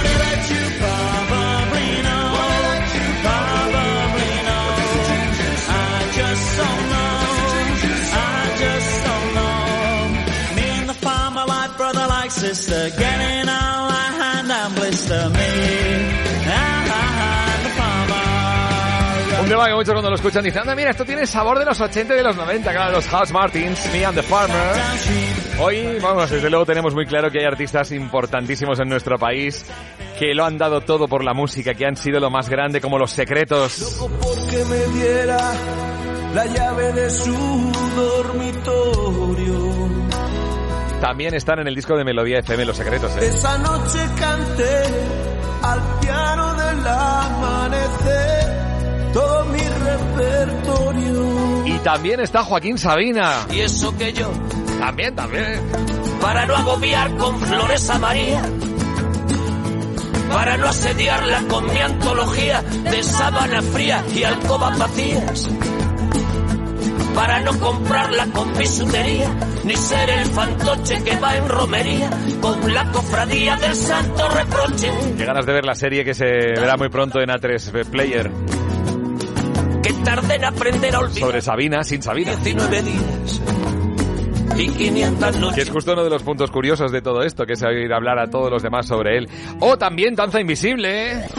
Un tema que muchos cuando lo escuchan dicen, anda, mira, esto tiene sabor de los 80 y de los 90, claro, los House Martins, Me and the Farmer. Hoy, vamos, desde luego tenemos muy claro que hay artistas importantísimos en nuestro país que lo han dado todo por la música, que han sido lo más grande, como Los Secretos. Loco porque me diera la llave de su dormitorio. También están en el disco de Melodía FM, Los Secretos, ¿eh? Esa noche canté al piano del amanecer todo mi repertorio. Y también está Joaquín Sabina. Y eso que yo También. Para no agobiar con flores a María, para no asediarla con mi antología de sábana fría y alcobas vacías, para no comprarla con bisutería, ni ser el fantoche que va en romería con la cofradía del santo reproche. Qué ganas de ver la serie que se verá muy pronto en A3 Player. Que tarde en aprender a olvidar. Sobre Sabina, sin Sabina. 19 días. y 500 noches. Que es justo uno de los puntos curiosos de todo esto, que es oír hablar a todos los demás sobre él. O también Danza Invisible, ¿eh?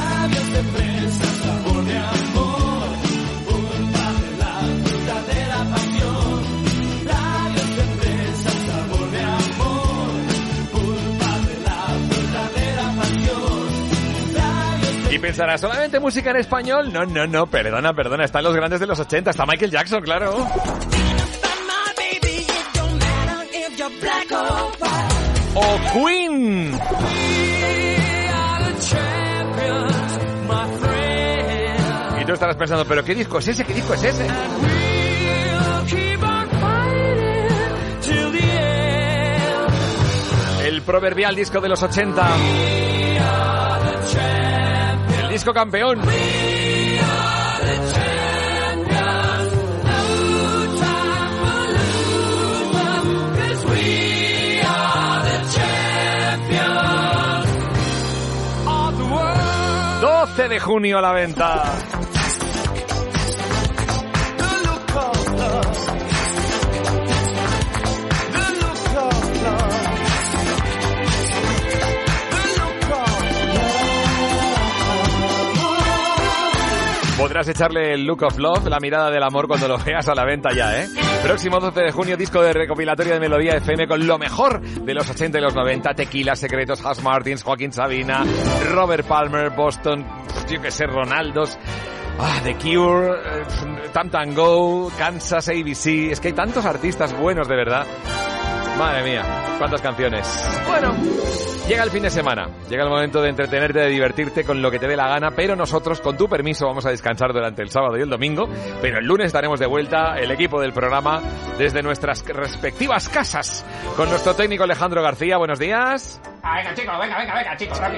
Y pensarás, ¿solamente música en español? No, perdona, están los grandes de los 80, está Michael Jackson, claro. O Queen. Y tú estarás pensando, ¿pero qué disco es ese? ¿Qué disco es ese? El proverbial disco de los 80. El disco campeón. De junio a la venta. Podrás echarle el Look of Love, la mirada del amor, cuando lo veas a la venta ya, ¿eh? Próximo 12 de junio, disco de recopilatorio de Melodía FM con lo mejor de los 80 y los 90. Tequila, Secretos, Hash Martins, Joaquín Sabina, Robert Palmer, Boston, yo que sé, Ronaldos, The Cure, Tam Tam Go, Kansas, ABC. Es que hay tantos artistas buenos, de verdad. Madre mía, cuántas canciones. Bueno, llega el fin de semana, llega el momento de entretenerte, de divertirte con lo que te dé la gana, pero nosotros, con tu permiso, vamos a descansar durante el sábado y el domingo, pero el lunes estaremos de vuelta, el equipo del programa, desde nuestras respectivas casas, con nuestro técnico Alejandro García. Buenos días. Venga, chicos, venga, chicos, rápido.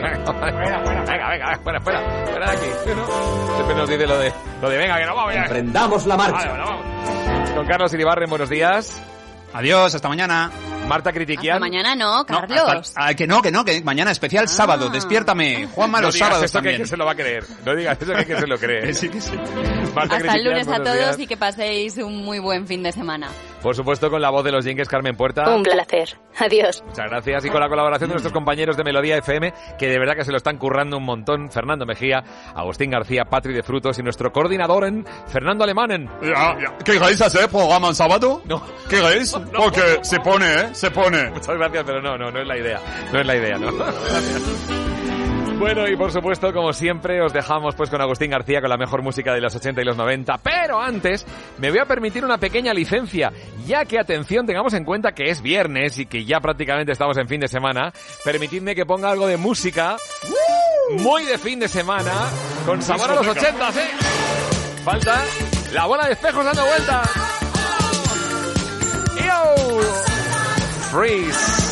Fuera de aquí. Siempre nos dice lo de venga, que no vamos ya. Emprendamos la marcha. Vale, vamos. Con Carlos Iribarren, buenos días. Adiós, hasta mañana. Marta Critiquian. Hasta mañana no, Carlos. Que mañana especial sábado, despiértame. Juanma, los sábados eso también. Que se lo va a creer. No digas eso que se lo cree. Sí. Marta Hasta el lunes a todos días. y que paséis un muy buen fin de semana. Por supuesto, con la voz de los Jenkins, Carmen Puerta. Un placer. Adiós. Muchas gracias. Y con la colaboración de nuestros compañeros de Melodía FM, que de verdad que se lo están currando un montón. Fernando Mejía, Agustín García, Patri de Frutos y nuestro coordinador, Fernando Alemanen. ¿Queréis hacer programa en sábado? No. ¿Queréis? No. Porque se pone. Muchas gracias, pero no es la idea. No es la idea, ¿no? Gracias. Bueno, y por supuesto, como siempre, os dejamos pues con Agustín García, con la mejor música de los 80 y los 90. Pero antes, me voy a permitir una pequeña licencia, ya que, atención, tengamos en cuenta que es viernes y que ya prácticamente estamos en fin de semana. Permitidme que ponga algo de música muy de fin de semana, con sabor a los 80, ¿eh? Falta la bola de espejos dando vuelta. ¡Yo! Freeze.